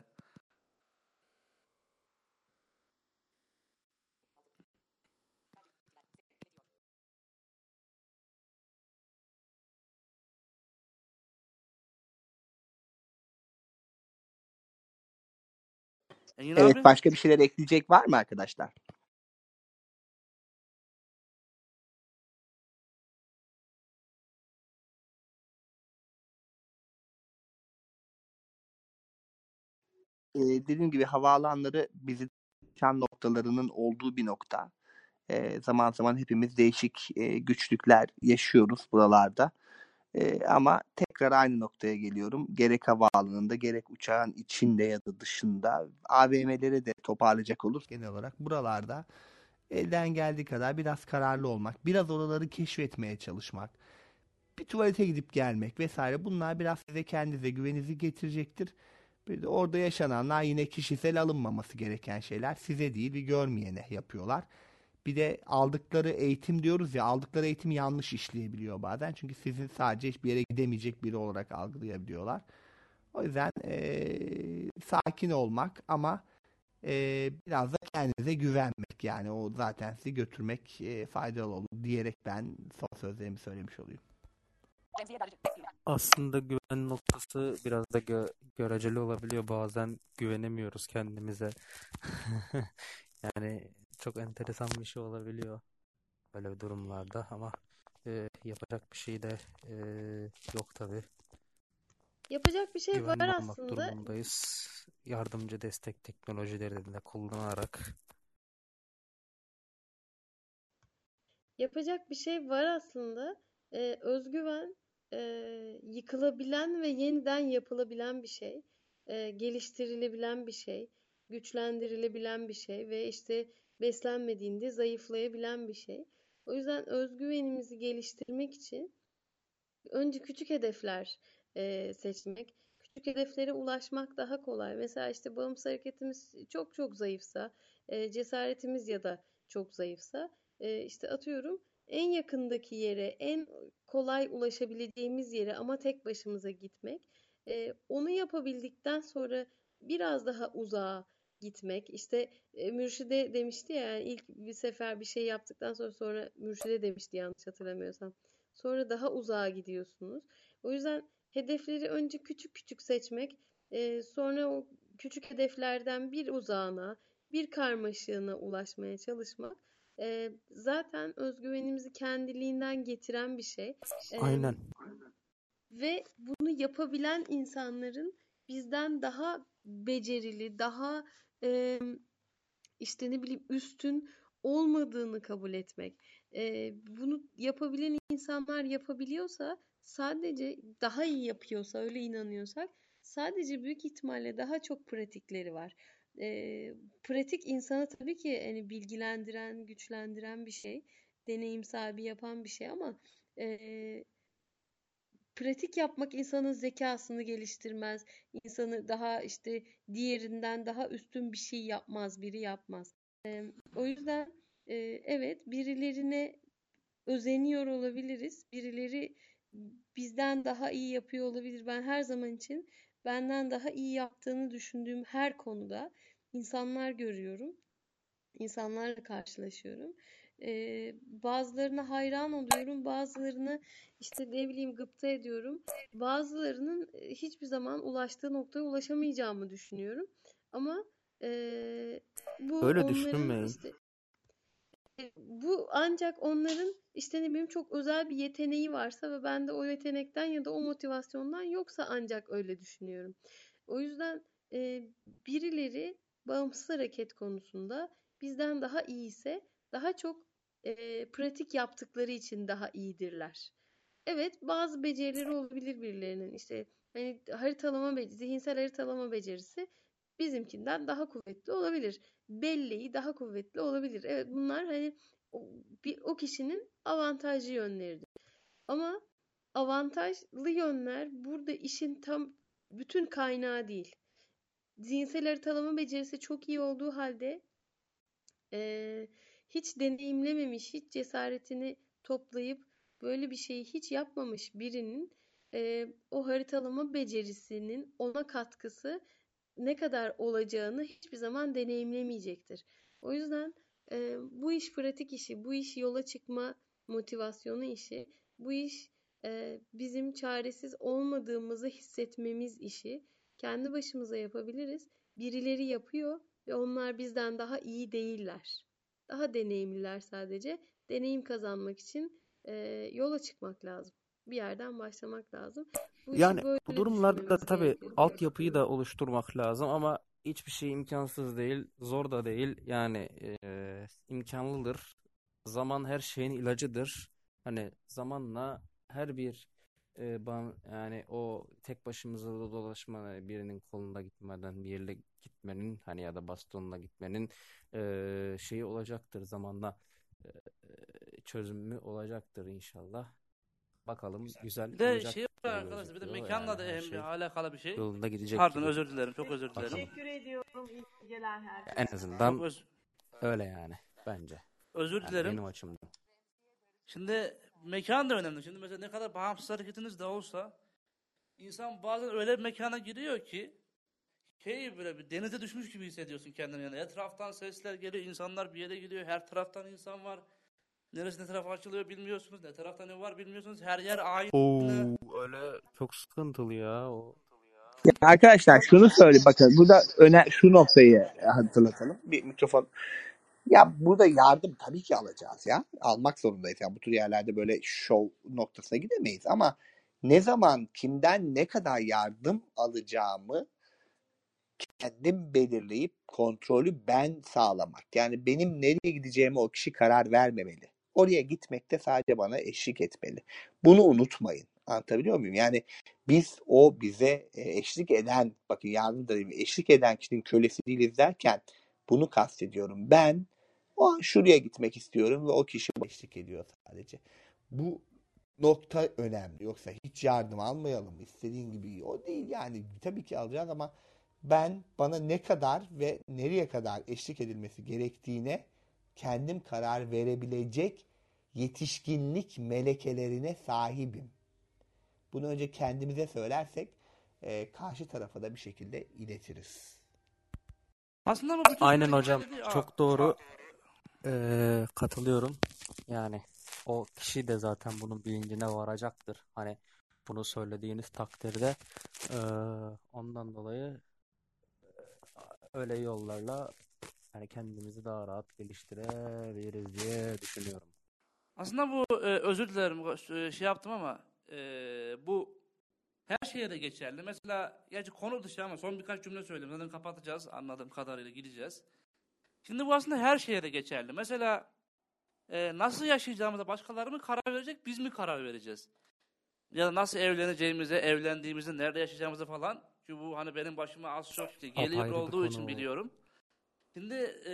Engin Evet, abi? başka bir şeyler ekleyecek var mı arkadaşlar? Dediğim gibi havaalanları bizi can noktalarının olduğu bir nokta. Zaman zaman hepimiz değişik güçlükler yaşıyoruz buralarda. Ama tekrar aynı noktaya geliyorum. Gerek havaalanında gerek uçağın içinde ya da dışında AVM'lere de toparlayacak olur. Genel olarak buralarda elden geldiği kadar biraz kararlı olmak, biraz oraları keşfetmeye çalışmak, bir tuvalete gidip gelmek vesaire bunlar biraz size kendinize güveninizi getirecektir. Bir de orada yaşananlar yine kişisel alınmaması gereken şeyler. Size değil bir görmeyene yapıyorlar. Bir de aldıkları eğitim diyoruz ya aldıkları eğitim yanlış işleyebiliyor bazen. Çünkü sizin sadece hiçbir yere gidemeyecek biri olarak algılayabiliyorlar. O yüzden sakin olmak ama biraz da kendinize güvenmek yani o zaten sizi götürmek faydalı olur diyerek ben son sözlerimi söylemiş olayım. Aslında güven noktası biraz da göreceli olabiliyor. Bazen güvenemiyoruz kendimize. Yani çok enteresan bir şey olabiliyor böyle durumlarda ama yapacak bir şey de yok tabii. Yapacak bir şey var Güvenli olmak aslında. durumundayız. Yardımcı destek teknolojilerini de kullanarak. Yapacak bir şey var aslında. Özgüven yıkılabilen ve yeniden yapılabilen bir şey. Geliştirilebilen bir şey. Güçlendirilebilen bir şey ve işte beslenmediğinde zayıflayabilen bir şey. O yüzden özgüvenimizi geliştirmek için önce küçük hedefler seçmek. Küçük hedeflere ulaşmak daha kolay. Mesela işte bağımsız hareketimiz çok çok zayıfsa, cesaretimiz ya da çok zayıfsa, işte atıyorum en yakındaki yere, en kolay ulaşabileceğimiz yere ama tek başımıza gitmek. Onu yapabildikten sonra biraz daha uzağa gitmek. İşte Mürşide demişti ya yani ilk bir sefer bir şey yaptıktan sonra Mürşide demişti yanlış hatırlamıyorsam. Sonra daha uzağa gidiyorsunuz. O yüzden hedefleri önce küçük küçük seçmek, sonra o küçük hedeflerden bir uzağına, bir karmaşığına ulaşmaya çalışmak zaten özgüvenimizi kendiliğinden getiren bir şey. Aynen. Ve bunu yapabilen insanların bizden daha becerili, daha işte ne bileyim üstün olmadığını kabul etmek. Bunu yapabilen insanlar yapabiliyorsa, sadece daha iyi yapıyorsa, öyle inanıyorsak, sadece büyük ihtimalle daha çok pratikleri var. Pratik insanı tabii ki hani bilgilendiren, güçlendiren bir şey, deneyim sahibi yapan bir şey ama pratik yapmak insanın zekasını geliştirmez, insanı daha işte diğerinden daha üstün bir şey yapmaz, biri yapmaz. O yüzden evet, birilerine özeniyor olabiliriz. Birileri bizden daha iyi yapıyor olabilir. Ben her zaman için benden daha iyi yaptığını düşündüğüm her konuda insanlar görüyorum. İnsanlarla karşılaşıyorum. Bazılarına hayran oluyorum. Bazılarını işte ne bileyim gıpta ediyorum. Bazılarının hiçbir zaman ulaştığı noktaya ulaşamayacağımı düşünüyorum. Ama bu Öyle onların düşünmeyin. işte bu ancak onların işte ne bileyim çok özel bir yeteneği varsa ve ben de o yetenekten ya da o motivasyondan yoksa ancak öyle düşünüyorum. O yüzden birileri bağımsız hareket konusunda bizden daha iyiyse daha çok pratik yaptıkları için daha iyidirler. Evet, bazı becerileri olabilir birilerinin. İşte hani zihinsel haritalama becerisi bizimkinden daha kuvvetli olabilir. Belleği daha kuvvetli olabilir. Evet, bunlar hani o kişinin avantajlı yönleridir. Ama avantajlı yönler burada işin tam bütün kaynağı değil. Zihinsel haritalama becerisi çok iyi olduğu halde hiç deneyimlememiş, hiç cesaretini toplayıp böyle bir şeyi hiç yapmamış birinin o haritalama becerisinin ona katkısı ne kadar olacağını hiçbir zaman deneyimlemeyecektir. O yüzden bu iş pratik işi, bu iş yola çıkma motivasyonu işi, bu iş bizim çaresiz olmadığımızı hissetmemiz işi. Kendi başımıza yapabiliriz. Birileri yapıyor ve onlar bizden daha iyi değiller. Daha deneyimliler sadece. Deneyim kazanmak için yola çıkmak lazım. Bir yerden başlamak lazım. Bu işi Yani bu böyle durumlarda düşünmemiz tabii gerekiyor. altyapıyı da oluşturmak lazım ama hiçbir şey imkansız değil, zor da değil. Yani imkanlıdır. Zaman her şeyin ilacıdır. Hani zamanla her bir yani o tek başımıza da dolaşma, birinin kolunda gitmeden bir yere gitmenin hani ya da bastonla gitmenin şeyi olacaktır zamanla, çözümü olacaktır inşallah. Bakalım güzel Bir de olacak şey var gibi arkadaşlar, bir de gözüküyor. mekanla Yani da her şey alakalı bir şey. yolunda gidecek Pardon, gibi. özür dilerim, çok özür dilerim. Bakalım. Teşekkür ediyorum. İyi geceler En herkese. azından öyle yani bence. Özür Yani dilerim. benim açımdan. Şimdi mekan da önemli. Şimdi mesela ne kadar bağımsız hareketiniz de olsa insan bazen öyle bir mekana giriyor ki böyle bir denize düşmüş gibi hissediyorsun kendini. Yani etraftan sesler geliyor, insanlar bir yere gidiyor, her taraftan insan var. Neresi ne tarafa açılıyor bilmiyorsunuz, ne tarafta ne var bilmiyorsunuz, her yer aynı. Öyle çok sıkıntılı ya o. Ya arkadaşlar şunu söyle bakın burada şu noktayı hatırlatalım. Bir mikrofon. Ya burada yardım tabii ki alacağız ya. Almak zorundayız. Yani bu tür yerlerde böyle şov noktasına gidemeyiz ama ne zaman kimden ne kadar yardım alacağımı kendim belirleyip kontrolü ben sağlamak. Yani benim nereye gideceğime o kişi karar vermemeli. Oraya gitmekte sadece bana eşlik etmeli. Bunu unutmayın. Anlatabiliyor muyum? Yani biz o bize eşlik eden, bakın yardım da değil, eşlik eden kişinin kölesi değiliz derken bunu kastediyorum. Ben o an şuraya gitmek istiyorum ve o kişi eşlik ediyor sadece. Bu nokta önemli. Yoksa hiç yardım almayalım. İstediğin gibi o değil yani. Tabii ki alacağız ama bana ne kadar ve nereye kadar eşlik edilmesi gerektiğine kendim karar verebilecek yetişkinlik melekelerine sahibim. Bunu önce kendimize söylersek karşı tarafa da bir şekilde iletiriz. Aslında bu bütün Aynen hocam, süreçlerde çok doğru. Katılıyorum. Yani o kişi de zaten bunun bilincine varacaktır. Hani bunu söylediğiniz takdirde ondan dolayı öyle yollarla yani kendimizi daha rahat geliştirebiliriz diye düşünüyorum. Aslında bu özür dilerim şey yaptım ama bu her şeye de geçerli. Mesela gerçi konu dışı ama son birkaç cümle söyleyeyim. Zaten kapatacağız anladığım kadarıyla, gideceğiz. Şimdi bu aslında her şeye de geçerli. Mesela nasıl yaşayacağımıza başkaları mı karar verecek, biz mi karar vereceğiz? Ya da nasıl evleneceğimize, evlendiğimizde nerede yaşayacağımızı falan. Çünkü bu hani benim başıma az çok işte geliyor Apayrı bir olduğu için konu. biliyorum. Şimdi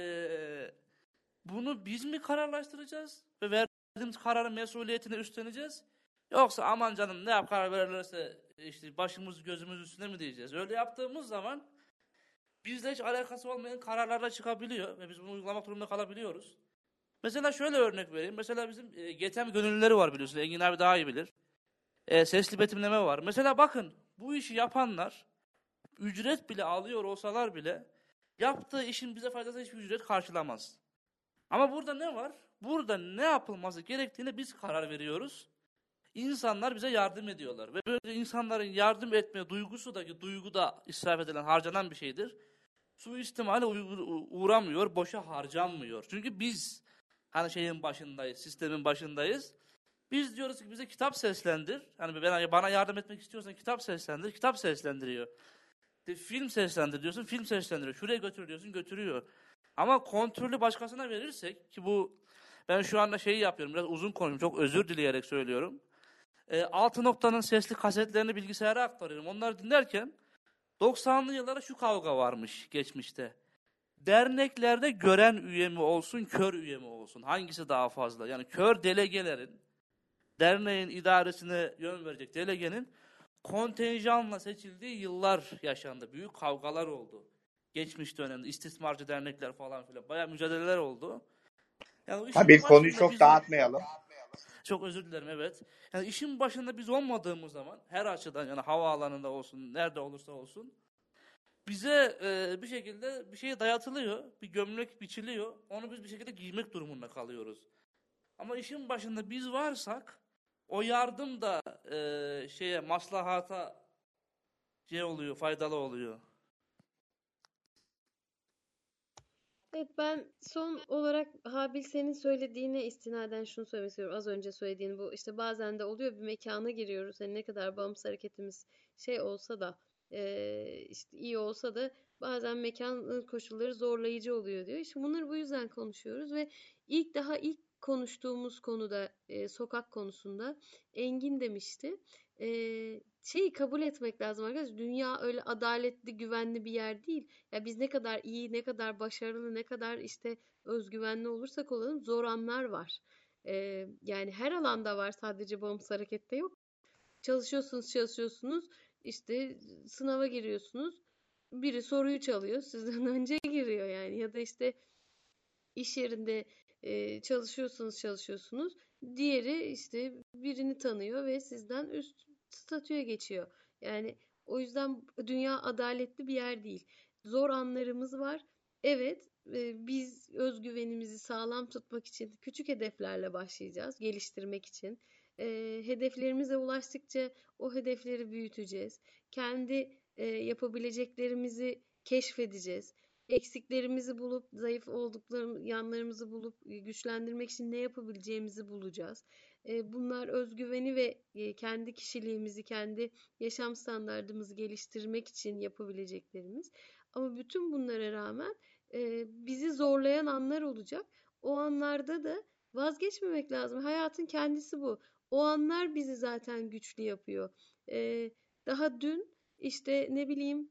bunu biz mi kararlaştıracağız ve verdiğimiz kararın mesuliyetini üstleneceğiz? Yoksa aman canım ne yap karar verirlerse işte başımız gözümüz üstüne mi diyeceğiz? Öyle yaptığımız zaman bizle hiç alakası olmayan kararlarla çıkabiliyor ve biz bunu uygulamak durumunda kalabiliyoruz. Mesela şöyle örnek vereyim. Mesela bizim GTM gönüllüleri var biliyorsun. Engin abi daha iyi bilir. Sesli betimleme var. Mesela bakın bu işi yapanlar ücret bile alıyor olsalar bile yaptığı işin bize faydası hiçbir ücret karşılamaz. Ama burada ne var? Burada ne yapılması gerektiğine biz karar veriyoruz. İnsanlar bize yardım ediyorlar. Ve böyle insanların yardım etme duygusu da ki duygu da israf edilen, harcanan bir şeydir. Suistimale uğramıyor, boşa harcanmıyor. Çünkü biz hani şeyin başındayız, sistemin başındayız. Biz diyoruz ki bize kitap seslendir. Hani bana yardım etmek istiyorsan kitap seslendir, kitap seslendiriyor. Film seslendir diyorsun, film seslendiriyor. Şuraya götür diyorsun, götürüyor. Ama kontrolü başkasına verirsek ki bu ben şu anda şeyi yapıyorum, biraz uzun konuşuyorum, çok özür dileyerek söylüyorum. 6 sesli kasetlerini bilgisayara aktarıyorum. Onları dinlerken 90'lı yıllarda şu kavga varmış geçmişte. Derneklerde gören üye mi olsun, kör üye mi olsun? Hangisi daha fazla? Yani kör delegelerin, derneğin idaresine yön verecek delegenin kontenjanla seçildiği yıllar yaşandı. Büyük kavgalar oldu. Geçmiş dönemde istismarcı dernekler falan filan. Bayağı mücadeleler oldu. Yani işin Tabii konuyu başında çok dağıtmayalım. çok özür dilerim, evet. Yani işin başında biz olmadığımız zaman her açıdan yani havaalanında olsun, nerede olursa olsun bize bir şekilde bir şey dayatılıyor, bir gömlek biçiliyor. Onu biz bir şekilde giymek durumunda kalıyoruz. Ama işin başında biz varsak o yardım da maslahata oluyor, faydalı oluyor. Evet, ben son olarak Habil senin söylediğine istinaden şunu söylemek istiyorum. Az önce söylediğin bu işte bazen de oluyor, bir mekana giriyoruz. Hani ne kadar bağımsız hareketimiz şey olsa da işte iyi olsa da bazen mekan koşulları zorlayıcı oluyor diyor. İşte bunları bu yüzden konuşuyoruz ve ilk konuştuğumuz konuda sokak konusunda Engin demişti. Şeyi kabul etmek lazım arkadaşlar. Dünya öyle adaletli, güvenli bir yer değil. Ya biz ne kadar iyi, ne kadar başarılı, ne kadar işte özgüvenli olursak olalım zor anlar var. Yani her alanda var, sadece bağımsız harekette yok. Çalışıyorsunuz, işte sınava giriyorsunuz. Biri soruyu çalıyor, sizden önce giriyor yani. Ya da işte iş yerinde çalışıyorsunuz. Diğeri işte birini tanıyor ve sizden üst statüye geçiyor. Yani o yüzden dünya adaletli bir yer değil. Zor anlarımız var. Evet, biz özgüvenimizi sağlam tutmak için küçük hedeflerle başlayacağız, geliştirmek için. Hedeflerimize ulaştıkça o hedefleri büyüteceğiz. Kendi yapabileceklerimizi keşfedeceğiz. Eksiklerimizi bulup, zayıf olduklarımız, yanlarımızı bulup güçlendirmek için ne yapabileceğimizi bulacağız. Bunlar özgüveni ve kendi kişiliğimizi, kendi yaşam standardımızı geliştirmek için yapabileceklerimiz. Ama bütün bunlara rağmen bizi zorlayan anlar olacak. O anlarda da vazgeçmemek lazım. Hayatın kendisi bu. O anlar bizi zaten güçlü yapıyor. Daha dün işte ne bileyim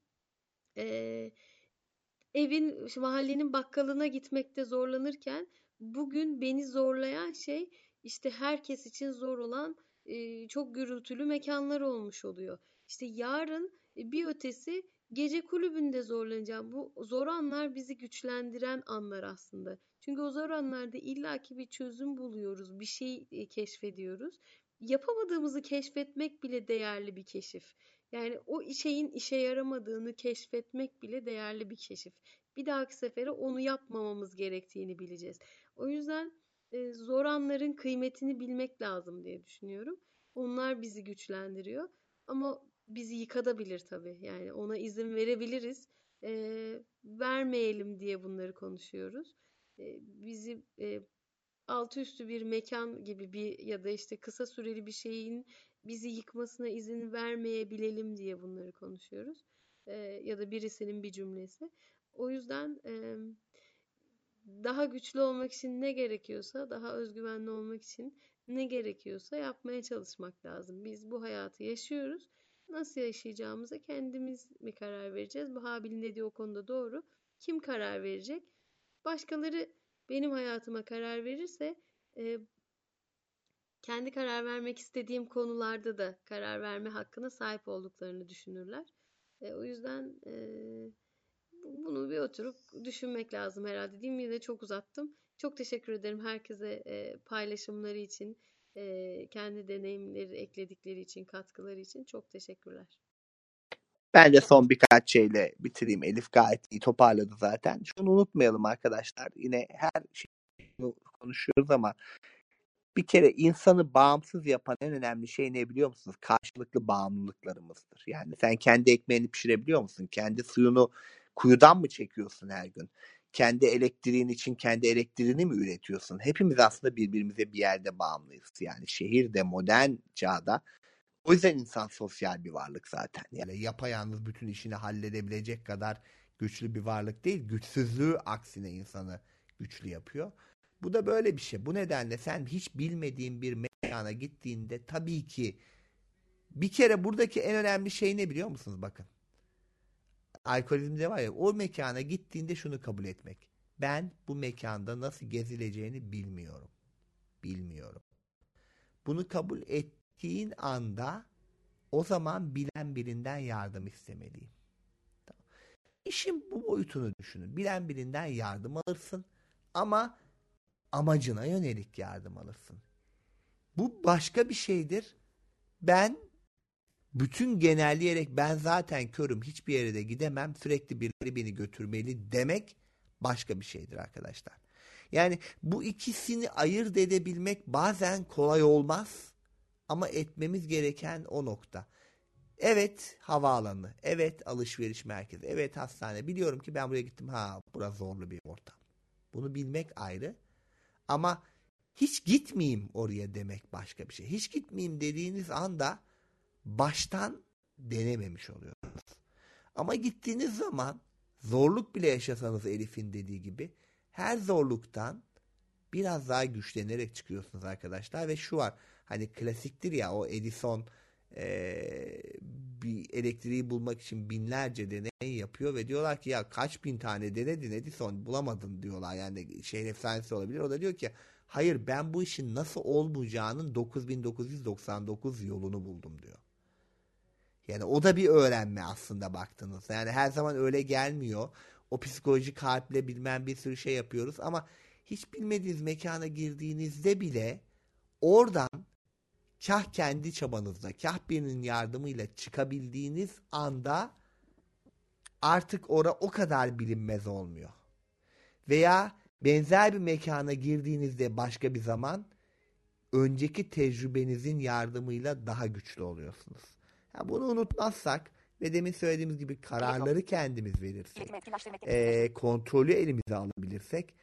mahallenin bakkalına gitmekte zorlanırken bugün beni zorlayan şey işte herkes için zor olan çok gürültülü mekanlar olmuş oluyor. İşte yarın bir ötesi gece kulübünde zorlanacağım. Bu zor anlar bizi güçlendiren anlar aslında. Çünkü o zor anlarda illaki bir çözüm buluyoruz, bir şey keşfediyoruz. Yapamadığımızı keşfetmek bile değerli bir keşif. Yani o şeyin işe yaramadığını keşfetmek bile değerli bir keşif. Bir dahaki sefere onu yapmamamız gerektiğini bileceğiz. O yüzden zor anların kıymetini bilmek lazım diye düşünüyorum. Onlar bizi güçlendiriyor. Ama bizi yıkatabilir tabii. Yani ona izin verebiliriz. Vermeyelim diye bunları konuşuyoruz. Bizi altı üstü bir mekan gibi bir ya da işte kısa süreli bir şeyin bizi yıkmasına izin vermeyebilelim diye bunları konuşuyoruz. Ya da birisinin bir cümlesi. O yüzden daha güçlü olmak için ne gerekiyorsa, daha özgüvenli olmak için ne gerekiyorsa yapmaya çalışmak lazım. Biz bu hayatı yaşıyoruz. Nasıl yaşayacağımıza kendimiz mi karar vereceğiz? Bahabil'in dediği o konuda doğru. Kim karar verecek? Başkaları benim hayatıma karar verirse kendi karar vermek istediğim konularda da karar verme hakkına sahip olduklarını düşünürler. O yüzden bunu bir oturup düşünmek lazım herhalde. Değil mi? Yine çok uzattım. Çok teşekkür ederim herkese paylaşımları için, kendi deneyimleri ekledikleri için, katkıları için çok teşekkürler. Ben de son birkaç şeyle bitireyim. Elif gayet iyi toparladı zaten. Şunu unutmayalım arkadaşlar. Yine her şeyi konuşuyoruz ama bir kere insanı bağımsız yapan en önemli şey ne biliyor musunuz? Karşılıklı bağımlılıklarımızdır. Yani sen kendi ekmeğini pişirebiliyor musun? Kendi suyunu kuyudan mı çekiyorsun her gün? Kendi elektriğin için kendi elektriğini mi üretiyorsun? Hepimiz aslında birbirimize bir yerde bağımlıyız. Yani şehirde, modern çağda. O yüzden insan sosyal bir varlık zaten. Yani yapayalnız bütün işini halledebilecek kadar güçlü bir varlık değil. Güçsüzlüğü aksine insanı güçlü yapıyor. Bu da böyle bir şey. Bu nedenle sen hiç bilmediğin bir mekana gittiğinde tabii ki bir kere buradaki en önemli şey ne biliyor musunuz? Bakın. Alkolizmde var ya, o mekana gittiğinde şunu kabul etmek. Ben bu mekanda nasıl gezileceğini bilmiyorum. Bilmiyorum. Bunu kabul ettiğin anda o zaman bilen birinden yardım istemeliyim. Tamam. İşin bu boyutunu düşünün. Bilen birinden yardım alırsın ama amacına yönelik yardım alırsın. Bu başka bir şeydir. Ben bütün genelleyerek ben zaten körüm, hiçbir yere de gidemem, sürekli birileri beni götürmeli demek başka bir şeydir arkadaşlar. Yani bu ikisini ayırt edebilmek bazen kolay olmaz ama etmemiz gereken o nokta. Evet havaalanı, evet alışveriş merkezi, evet hastane. Biliyorum ki ben buraya gittim, burası zorlu bir ortam. Bunu bilmek ayrı ama hiç gitmeyeyim oraya demek başka bir şey. Hiç gitmeyeyim dediğiniz anda baştan denememiş oluyorsunuz. Ama gittiğiniz zaman zorluk bile yaşasanız Elif'in dediği gibi her zorluktan biraz daha güçlenerek çıkıyorsunuz arkadaşlar. Ve şu var, hani klasiktir ya, o Edison bir elektriği bulmak için binlerce deney yapıyor ve diyorlar ki ya kaç bin tane denedin Edison, bulamadın diyorlar. Yani şehir efsanesi olabilir. O da diyor ki hayır, ben bu işin nasıl olmayacağının 9999 yolunu buldum diyor. Yani o da bir öğrenme aslında baktığınızda. Yani her zaman öyle gelmiyor. O psikolojik harple bilmem bir sürü şey yapıyoruz ama hiç bilmediğiniz mekana girdiğinizde bile oradan kah kendi çabanızla, kah birinin yardımıyla çıkabildiğiniz anda artık o kadar bilinmez olmuyor. Veya benzer bir mekana girdiğinizde başka bir zaman önceki tecrübenizin yardımıyla daha güçlü oluyorsunuz. Bunu unutmazsak ve demin söylediğimiz gibi kararları kendimiz verirsek, kontrolü elimize alabilirsek,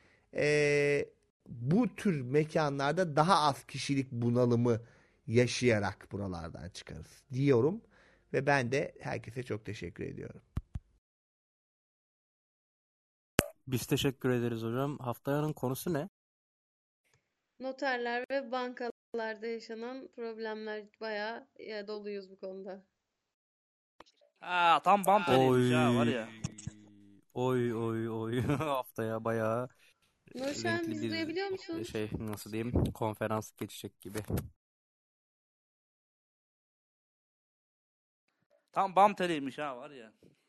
bu tür mekanlarda daha az kişilik bunalımı yaşayarak buralardan çıkarız diyorum ve ben de herkese çok teşekkür ediyorum. Biz teşekkür ederiz hocam. Haftanın konusu ne? Noterler ve bankalarda yaşanan problemler, bayağı doluyuz bu konuda. Tam bam teliymiş var ya. Oy. Haftaya bayağı Nurşen, renkli bizi duyabiliyor musun? nasıl diyeyim, konferans geçecek gibi. Tam bam teliymiş var ya.